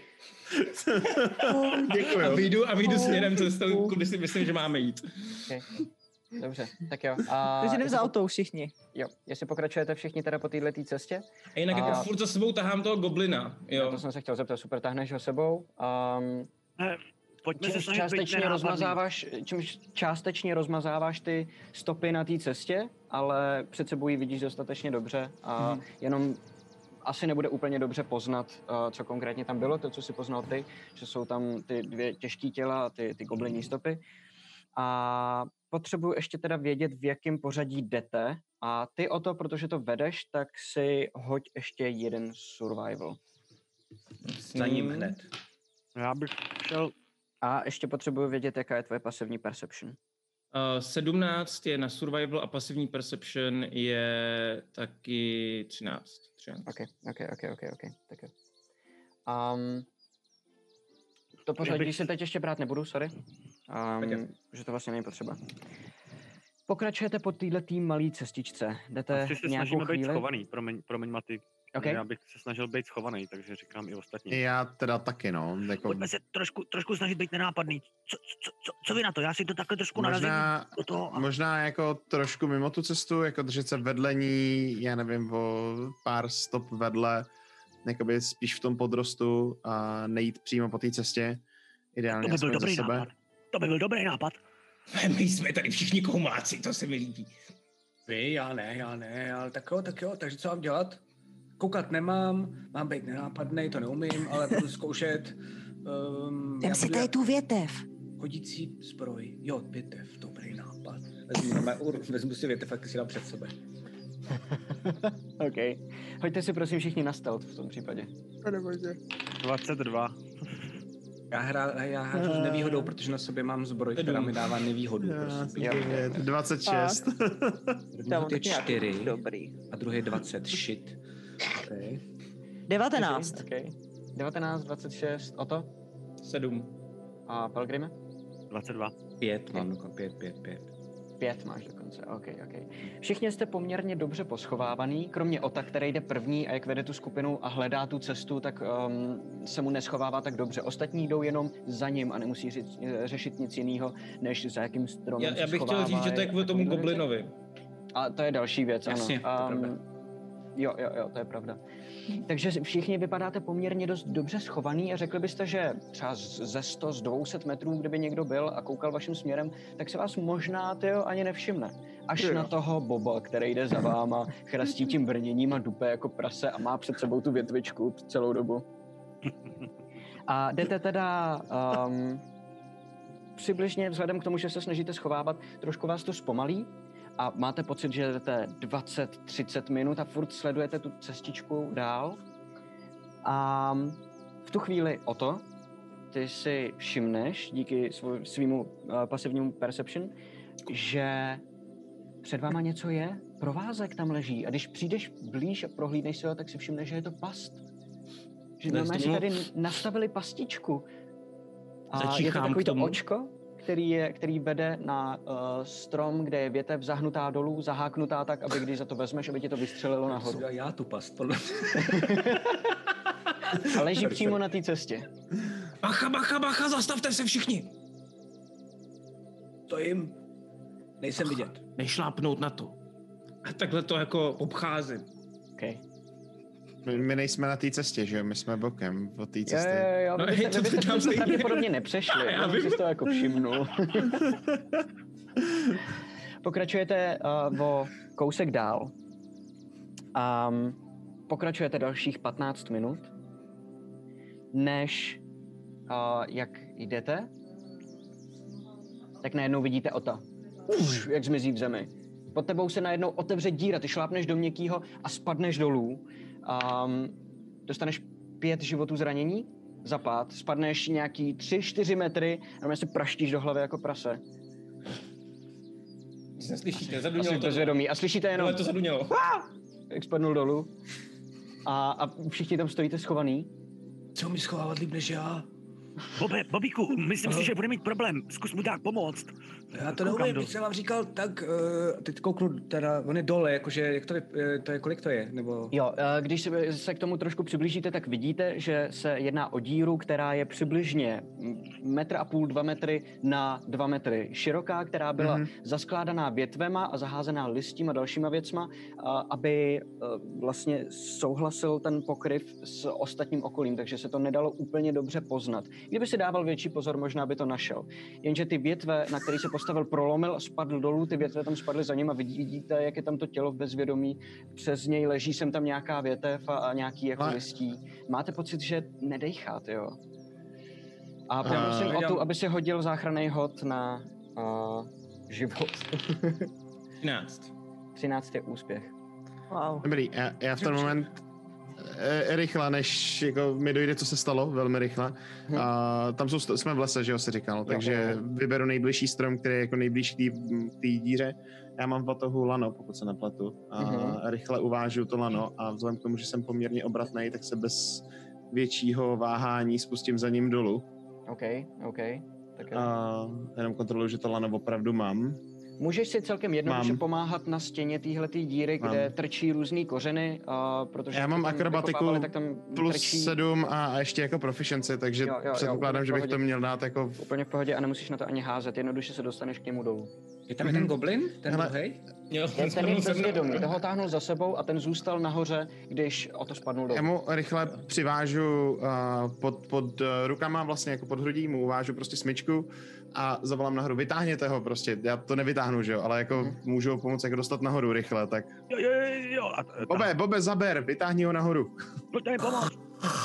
Děkuju. A vyjdu směrem cestou, kudy si myslím, že máme jít. Okay. Dobře, tak jo. Takže jdem za autou všichni. Jo, jestli pokračujete všichni teda po této cestě. A jinak jako furt za sebou tahám toho goblina, jo. To jsem se chtěl zeptat, super, tahneš ho sebou. pojďme se snažit být nenápadný. Čímž částečně rozmazáváš ty stopy na té cestě, ale před sebou ji vidíš dostatečně dobře a jenom asi nebude úplně dobře poznat, co konkrétně tam bylo, to, co si poznal ty, že jsou tam ty dvě těžké těla, ty goblinní stopy. A potřebuji ještě teda vědět, v jakém pořadí jdete. A ty o to, protože to vedeš, tak si hoď ještě jeden survival. Za ním hned. Já bych šel... A ještě potřebuji vědět, jaká je tvoje pasivní perception. 17 je na survival a pasivní perception je taky 13. OK. Tak jo. To pořadí si teď ještě brát nebudu, sorry. Že to vlastně není potřeba. Pokračujete po této malé cestičce. Jdete Asi se nějakou snažíme chvíli. být schovaný, promiň Maty. Okay. Já bych se snažil být schovaný, takže říkám i ostatní. Já teda taky, no. Jako... Pojďme se trošku snažit být nenápadný. Co vy na to? Já si to takhle trošku narazím do toho. Možná jako trošku mimo tu cestu, jako držet se vedle ní, já nevím, o pár stop vedle, jakoby spíš v tom podrostu a nejít přímo po té cestě. Ideálně to by byl dobrý za sebe. nápad. To by byl dobrý nápad. My jsme tady všichni koumáci, to se mi líbí. Vy, já ne, ale tak jo, takže co mám dělat? Koukat nemám, mám být nenápadnej, to neumím, ale budu zkoušet. Vem si tady tu větev. Chodící zbroj, jo, větev, dobrý nápad. Vezmu si větev a si dám před sebe. OK. Hoďte si prosím všichni na stealth v tom případě. 22. Já hráču s nevýhodou, protože na sobě mám zbroj, která mi dává nevýhodu. 26. První je 4 Dobrý. a druhý je 20. Shit. Okay. 19. Okay. 19, 26, o to? 7. A Pelgrime? 22. 5 mám, 5. 5 máš dokonce, OK. Všichni jste poměrně dobře poschovávaný, kromě Ota, který jde první a jak vede tu skupinu a hledá tu cestu, tak se mu neschovává tak dobře. Ostatní jdou jenom za ním a nemusí řešit nic jiného, než za jakým stromem Já bych chtěl říct, že to je kvůli tomu goblinovi. A to je další věc, Jasně, ano. To je pravda. Jo, to je pravda. Takže všichni vypadáte poměrně dost dobře schovaný a řekli byste, že třeba ze 100, z 200 metrů, kdyby někdo byl a koukal vaším směrem, tak se vás možná ani nevšimne. Až na toho Boba, který jde za váma, chrastí tím brněním a dupe jako prase a má před sebou tu větvičku celou dobu. A jdete teda přibližně vzhledem k tomu, že se snažíte schovávat, trošku vás to zpomalí, a máte pocit, že jdete 20-30 minut a furt sledujete tu cestičku dál. A v tu chvíli ty si všimneš, díky svýmu pasivnímu perception, že před váma něco je, provázek tam leží. A když přijdeš blíž a prohlídneš si ho, tak si všimneš, že je to past. Že normálně si tady nastavili pastičku. A je to takový to očko, který vede na strom, kde je větev zahnutá dolů, zaháknutá tak, aby když za to vezmeš, aby ti to vystřelilo nahoru. Já tu past, podle A leží přímo na té cestě. Bacha, zastavte se všichni! To jim nejsem vidět. Nešlápnout na to. A takhle to jako obcházím. Okay. My nejsme na té cestě, že jo? My jsme bokem od té cesty. Jo, vy byste to pravděpodobně nepřešli. Já bych si to jako všimnul. Pokračujete o kousek dál. Pokračujete dalších 15 minut, než jak jdete, tak najednou vidíte Ota. Jak zmizí v zemi. Pod tebou se najednou otevře díra, ty šlápneš do měkkýho a spadneš dolů. Dostaneš 5 životů zranění za pád, spadneš nějaký 3-4 metry a se praštíš do hlavy jako prase. Nic neslyšíte, zadunělo to. Bezvědomí. A slyšíte jenom... Ale to zadunělo. Jak spadnul dolů. A všichni tam stojíte schovaný. Co mi schovávat líp než já? Bobíku, myslím si, že bude mít problém. Zkus mu dát pomoct. Já to neumím, když jsem vám říkal, tak teď kouknu, teda on je dole, jakože, jak to je, kolik to je, nebo... Jo, když se k tomu trošku přiblížíte, tak vidíte, že se jedná o díru, která je přibližně 1,5 2 metry na 2 metry široká, která byla zaskládaná větvema a zaházená listím a dalšíma věcma, aby vlastně souhlasil ten pokryv s ostatním okolím, takže se to nedalo úplně dobře poznat. Kdyby si dával větší pozor, možná by to našel. Jenže ty větve, na který se postavil, prolomil a spadl dolů, ty větve tam spadly za ním a vidíte, jak je tam to tělo v bezvědomí, přes něj leží sem tam nějaká větev a nějaký jako listí. Máte pocit, že nedejcháte, jo? A prosím o tu, aby si hodil záchranný hod na život. 13 je úspěch. Wow. Dobrý, já v ten moment rychle, než jako mi dojde, co se stalo, velmi rychle. Tam jsme v lese, že jo, si říkal, takže vyberu nejbližší strom, který je jako nejbližší k té díře. Já mám v batohu lano, pokud se nepletu. A rychle uvážu to lano a vzhledem k tomu, že jsem poměrně obratnej, tak se bez většího váhání spustím za ním dolů. OK. Tak jenom kontroluji, že to lano opravdu mám. Můžeš si celkem jednoduše pomáhat na stěně téhleté díry, kde trčí různý kořeny, protože... Já mám akrobatiku tak tam plus trčí... 7 a ještě jako proficiency, takže předpokládám, že bych to měl dát jako... Úplně v pohodě a nemusíš na to ani házet, jednoduše se dostaneš k němu dolů. Je tam ten goblin? Ten druhej? Ten je bezvědomý, toho táhnul za sebou a ten zůstal nahoře, když o to spadnul dolů. Já mu rychle přivážu pod rukama, vlastně jako pod hrudí, mu uvážu prostě smyčku a zavolám nahoru, vytáhněte ho prostě, já to nevytáhnu, že jo, ale jako můžu ho pomoct jako dostat nahoru rychle, tak... Jo. Bobe, zaber, vytáhni ho nahoru. Pojďte mi pomoct.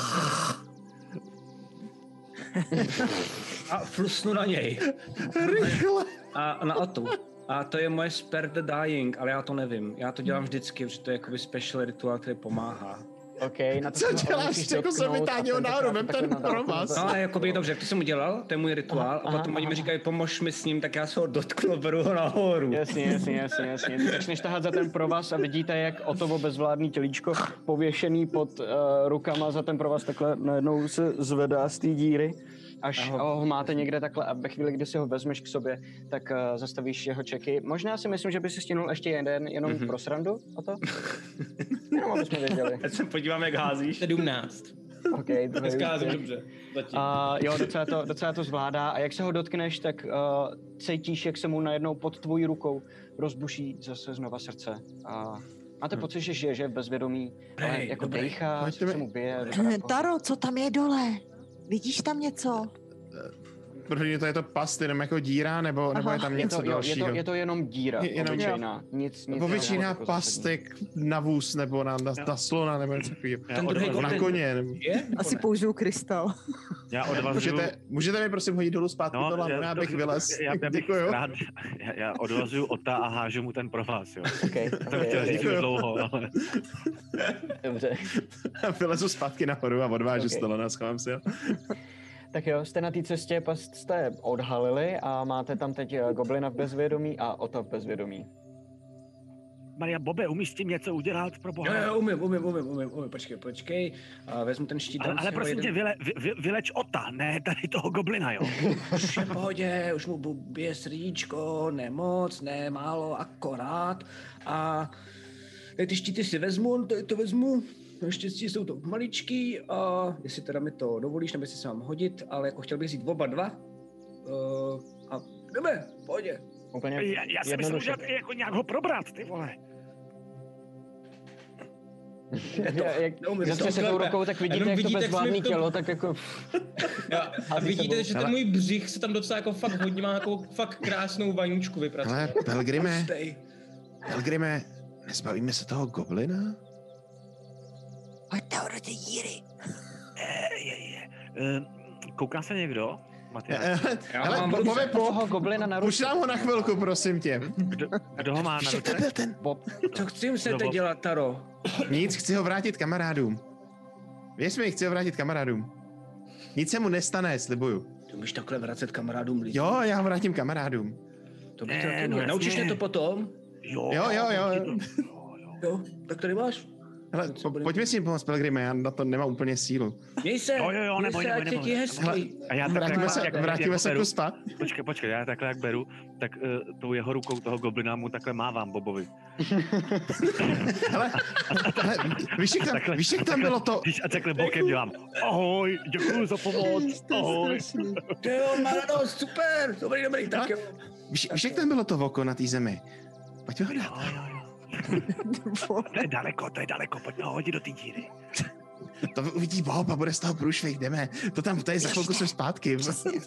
A flusnu na něj. Rychle. A na Otu. A to je moje Spare the Dying, ale já to nevím. Já to dělám vždycky, protože to je jakoby special rituál, který pomáhá. Okay, na to co děláš, jako se vytáhni ho nahoru, vem ten provaz. No ale jakoby dobře, to jsem udělal, to je můj rituál, a potom oni mi říkají, pomož mi s ním, tak já se ho dotknu, beru ho nahoru. Jasně. Ty začneš tahat za ten provaz a vidíte, jak Otovo bezvládný tělíčko pověšený pod rukama za ten provaz takhle najednou se zvedá z té díry. Až ho máte někde takhle a ve chvíli, kdy si ho vezmeš k sobě, tak zastavíš jeho čeky. Možná si myslím, že by si stihnul ještě jeden, jenom pro srandu o to. Jenom aby jsme věděli. Teď se podívám, jak házíš. 17. Okay, dneska házím dobře. Jo, docela to zvládá a jak se ho dotkneš, tak cítíš, jak se mu najednou pod tvojí rukou rozbuší zase znova srdce. Máte pocit, že žije, že je bezvědomí, ale jako dejchá, se mu bije. Taro, co tam je dole? Vidíš tam něco? Protože to je to past, jenom jako díra, nebo je tam něco dalšího? Je to jenom díra, obyčejná. Nic obyčejná pastek na vůz, nebo na slona, nebo něco takového. Na koně. Nebo... Asi použiju krystal. Já odvazuju... Můžete mi prosím hodit dolů zpátky to lano, já bych vylez. Děkuju. Já odvazuju Ota a hážu mu ten provaz, jo. To chtěl říct dlouho, ale... Dobře. Vylezu zpátky nahoru a odvážu z toho a schovám si ho. Tak jo, jste na té cestě, jste odhalili a máte tam teď goblina v bezvědomí a Ota v bezvědomí. Maria, Bobe, umíš s tím něco udělat, pro boha? Jo, umím, počkej. A vezmu ten štít. Ale prosím tě, vyleč Ota, ne tady toho goblina, jo? Už je v pohodě, už mu bije srdíčko, nemoc, ne málo, akorát. A ty štíty si vezmu, to vezmu. Naštěstí jsou to maličký a jestli teda mi to dovolíš, nebo jestli se mám hodit, ale jako chtěl bych vzít oba dva. A jdeme, pohodě. Úplně já si myslím, že jako nějak ho probrat, ty vole. Jak se tou rukou, tak vidíte, jak to bezvládný tělo, tak jako... A vidíte, že ten můj břich se tam docela jako fakt hodně má jako fakt krásnou vaňučku vypracovat. Ale Pelgrime, nezbavíme se toho goblina? Pojďte ho do té díry. Kouká se někdo? Ale Bobe, toho goblina na ruce. Už nám ho na chvilku, prosím tě. Kdo ho má na ruce? Byl ten Bob. Co chci se teď dělat, Taro? Nic, chci ho vrátit kamarádům. Věř mi, chci ho vrátit kamarádům. Nic se mu nestane, slibuju. Ty umíš takhle vracet kamarádům lidi? Jo, já ho vrátím kamarádům. To bych taky měl. Naučíš mě to potom? Jo, tak tady máš. Hele, pojďme si pomoct, Pelgrime, já na to nemám úplně sílu. Měj se, neboj. A já vrátíme se kus spát. Počkej, já takhle jak beru, tak tou jeho rukou toho goblina mu takhle mávám Bobovi. Hele, víš, jak tam bylo to... A takhle bokem dělám, ahoj, děkuju za pomoc, ahoj. Jo, Marano, super, dobrý, tak jo. Víš, jak tam bylo to oko na té zemi? Pojďme ho dát. To je daleko, pojďme ho hodit do té díry. To uvidí Bob a bude z toho průšvih, jdeme. To je za chvilku jsme zpátky.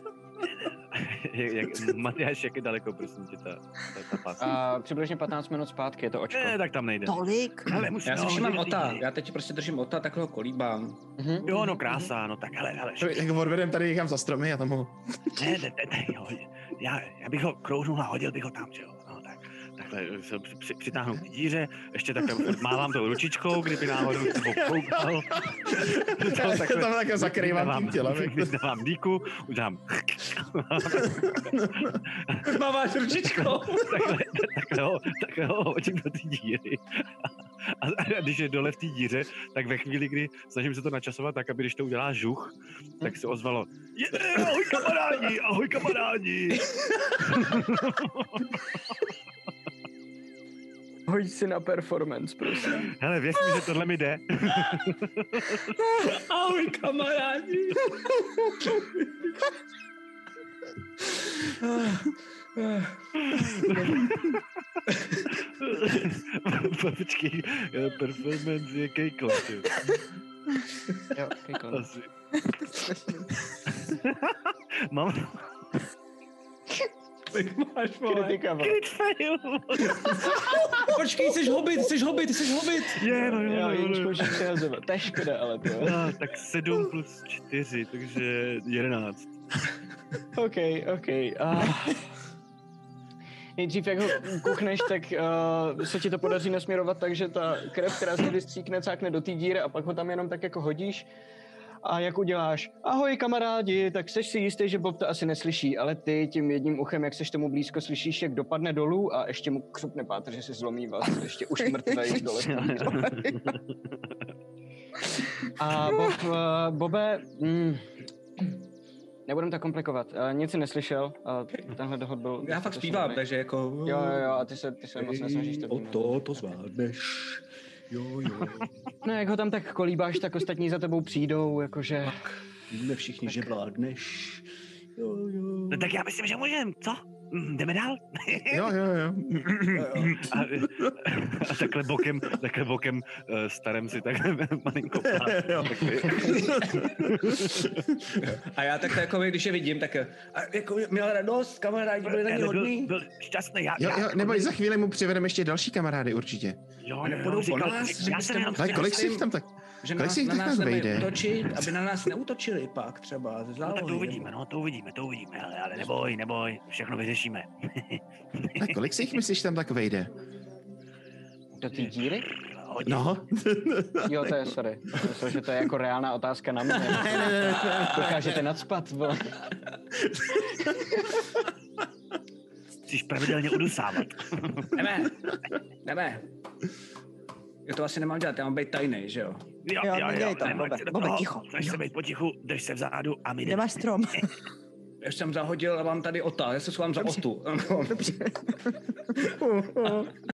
Matyáš, jak je daleko, prosím tě, ta pása? Přibližně 15 minut zpátky, je to očko. Ne, tak tam nejde. Tolik? Hele, Já si všimám Ota, já teď prostě držím Ota, takhle ho kolíbám. Jo, no krása, no tak hele. Jak ho odvedem tady někam za stromy a tam ho... Ne, jo, já bych ho krouhnul a hodil bych ho tam, že jo. No, takhle se přitáhnu k díře, ještě takhle mávám tou ručičkou, kdyby náhodou sebou koukal. Tam takhle zakrývám tím tělem. Dávám díku, udělám... Máváš ručičkou. takhle ho hodím do té díry. A když je dole v té díře, tak ve chvíli, kdy snažím se to načasovat tak, aby když to udělá žuch, tak se ozvalo ahoj kamarádi. Hoď si na performance, prosím. Hele, věř mi, že tohle mi jde. Ahoj kamarádi. Počkej, performance je kejkla, jo. Jo, kejkla. Asi. Mám... Tak máš, vole. Kritika, vole. Crit fail. Počkej, jsi hobit. Jo, jedničkou už přehazovat. To je škoda, ale to. Tak 7 plus 4, takže 11. OK. Nejdřív, jak ho kuchneš, tak se ti to podaří nasměrovat tak, že ta krev, která se vystříkne, cákne do té díry a pak ho tam jenom tak jako hodíš. A jak uděláš, ahoj kamarádi, tak seš si jistý, že Bob to asi neslyší, ale ty tím jedním uchem, jak seš tomu blízko, slyšíš, jak dopadne dolů a ještě mu křupne pátr, že se zlomí vás, ještě už mrtvej dole. A Bobe, nebudem tak komplikovat, nic si neslyšel, tenhle dohod byl... Já fakt zpívám, takže jako... Jo, a ty se moc nesnažíš to vnímat. To zvládneš. Jo. No, jak ho tam tak kolíbáš, tak ostatní za tebou přijdou, jakože... Tak, víme všichni, že vládneš. Jo. No tak já myslím, že můžeme, co? Jdeme dál? Jo. A takhle bokem starem si takhle malinko A já takhle jako když je vidím, tak jako měl radost, kamarádi byli na ně hodný. Byl šťastný. Jo, neboj, za chvíli mu přivedeme ještě další kamarády určitě. A nepůjdou po nás, já jsem jenom ale kolik si jich tam tak? že kolik si jich na tak nás nemají vejde? útočit, aby na nás neútočili pak třeba ze No zálohy. tak to uvidíme, ale neboj, všechno vyřešíme. Tak kolik si jich myslíš tam tak vejde? Do té díry? No. Jo, to je, sorry. Myslím, že to je jako reálná otázka na mě. Dokážete nadspat, vole. Chceš pravidelně udusávat. Jdeme. Já to asi nemám dělat, já mám být tajnej, že jo? Jo, nedělej to, Bobe, ticho. Chceš se být potichu, drž se vzadu a my Kde máš strom? Já jsem zahodil a mám tady Ota, já se schovám za Otu. Dobře.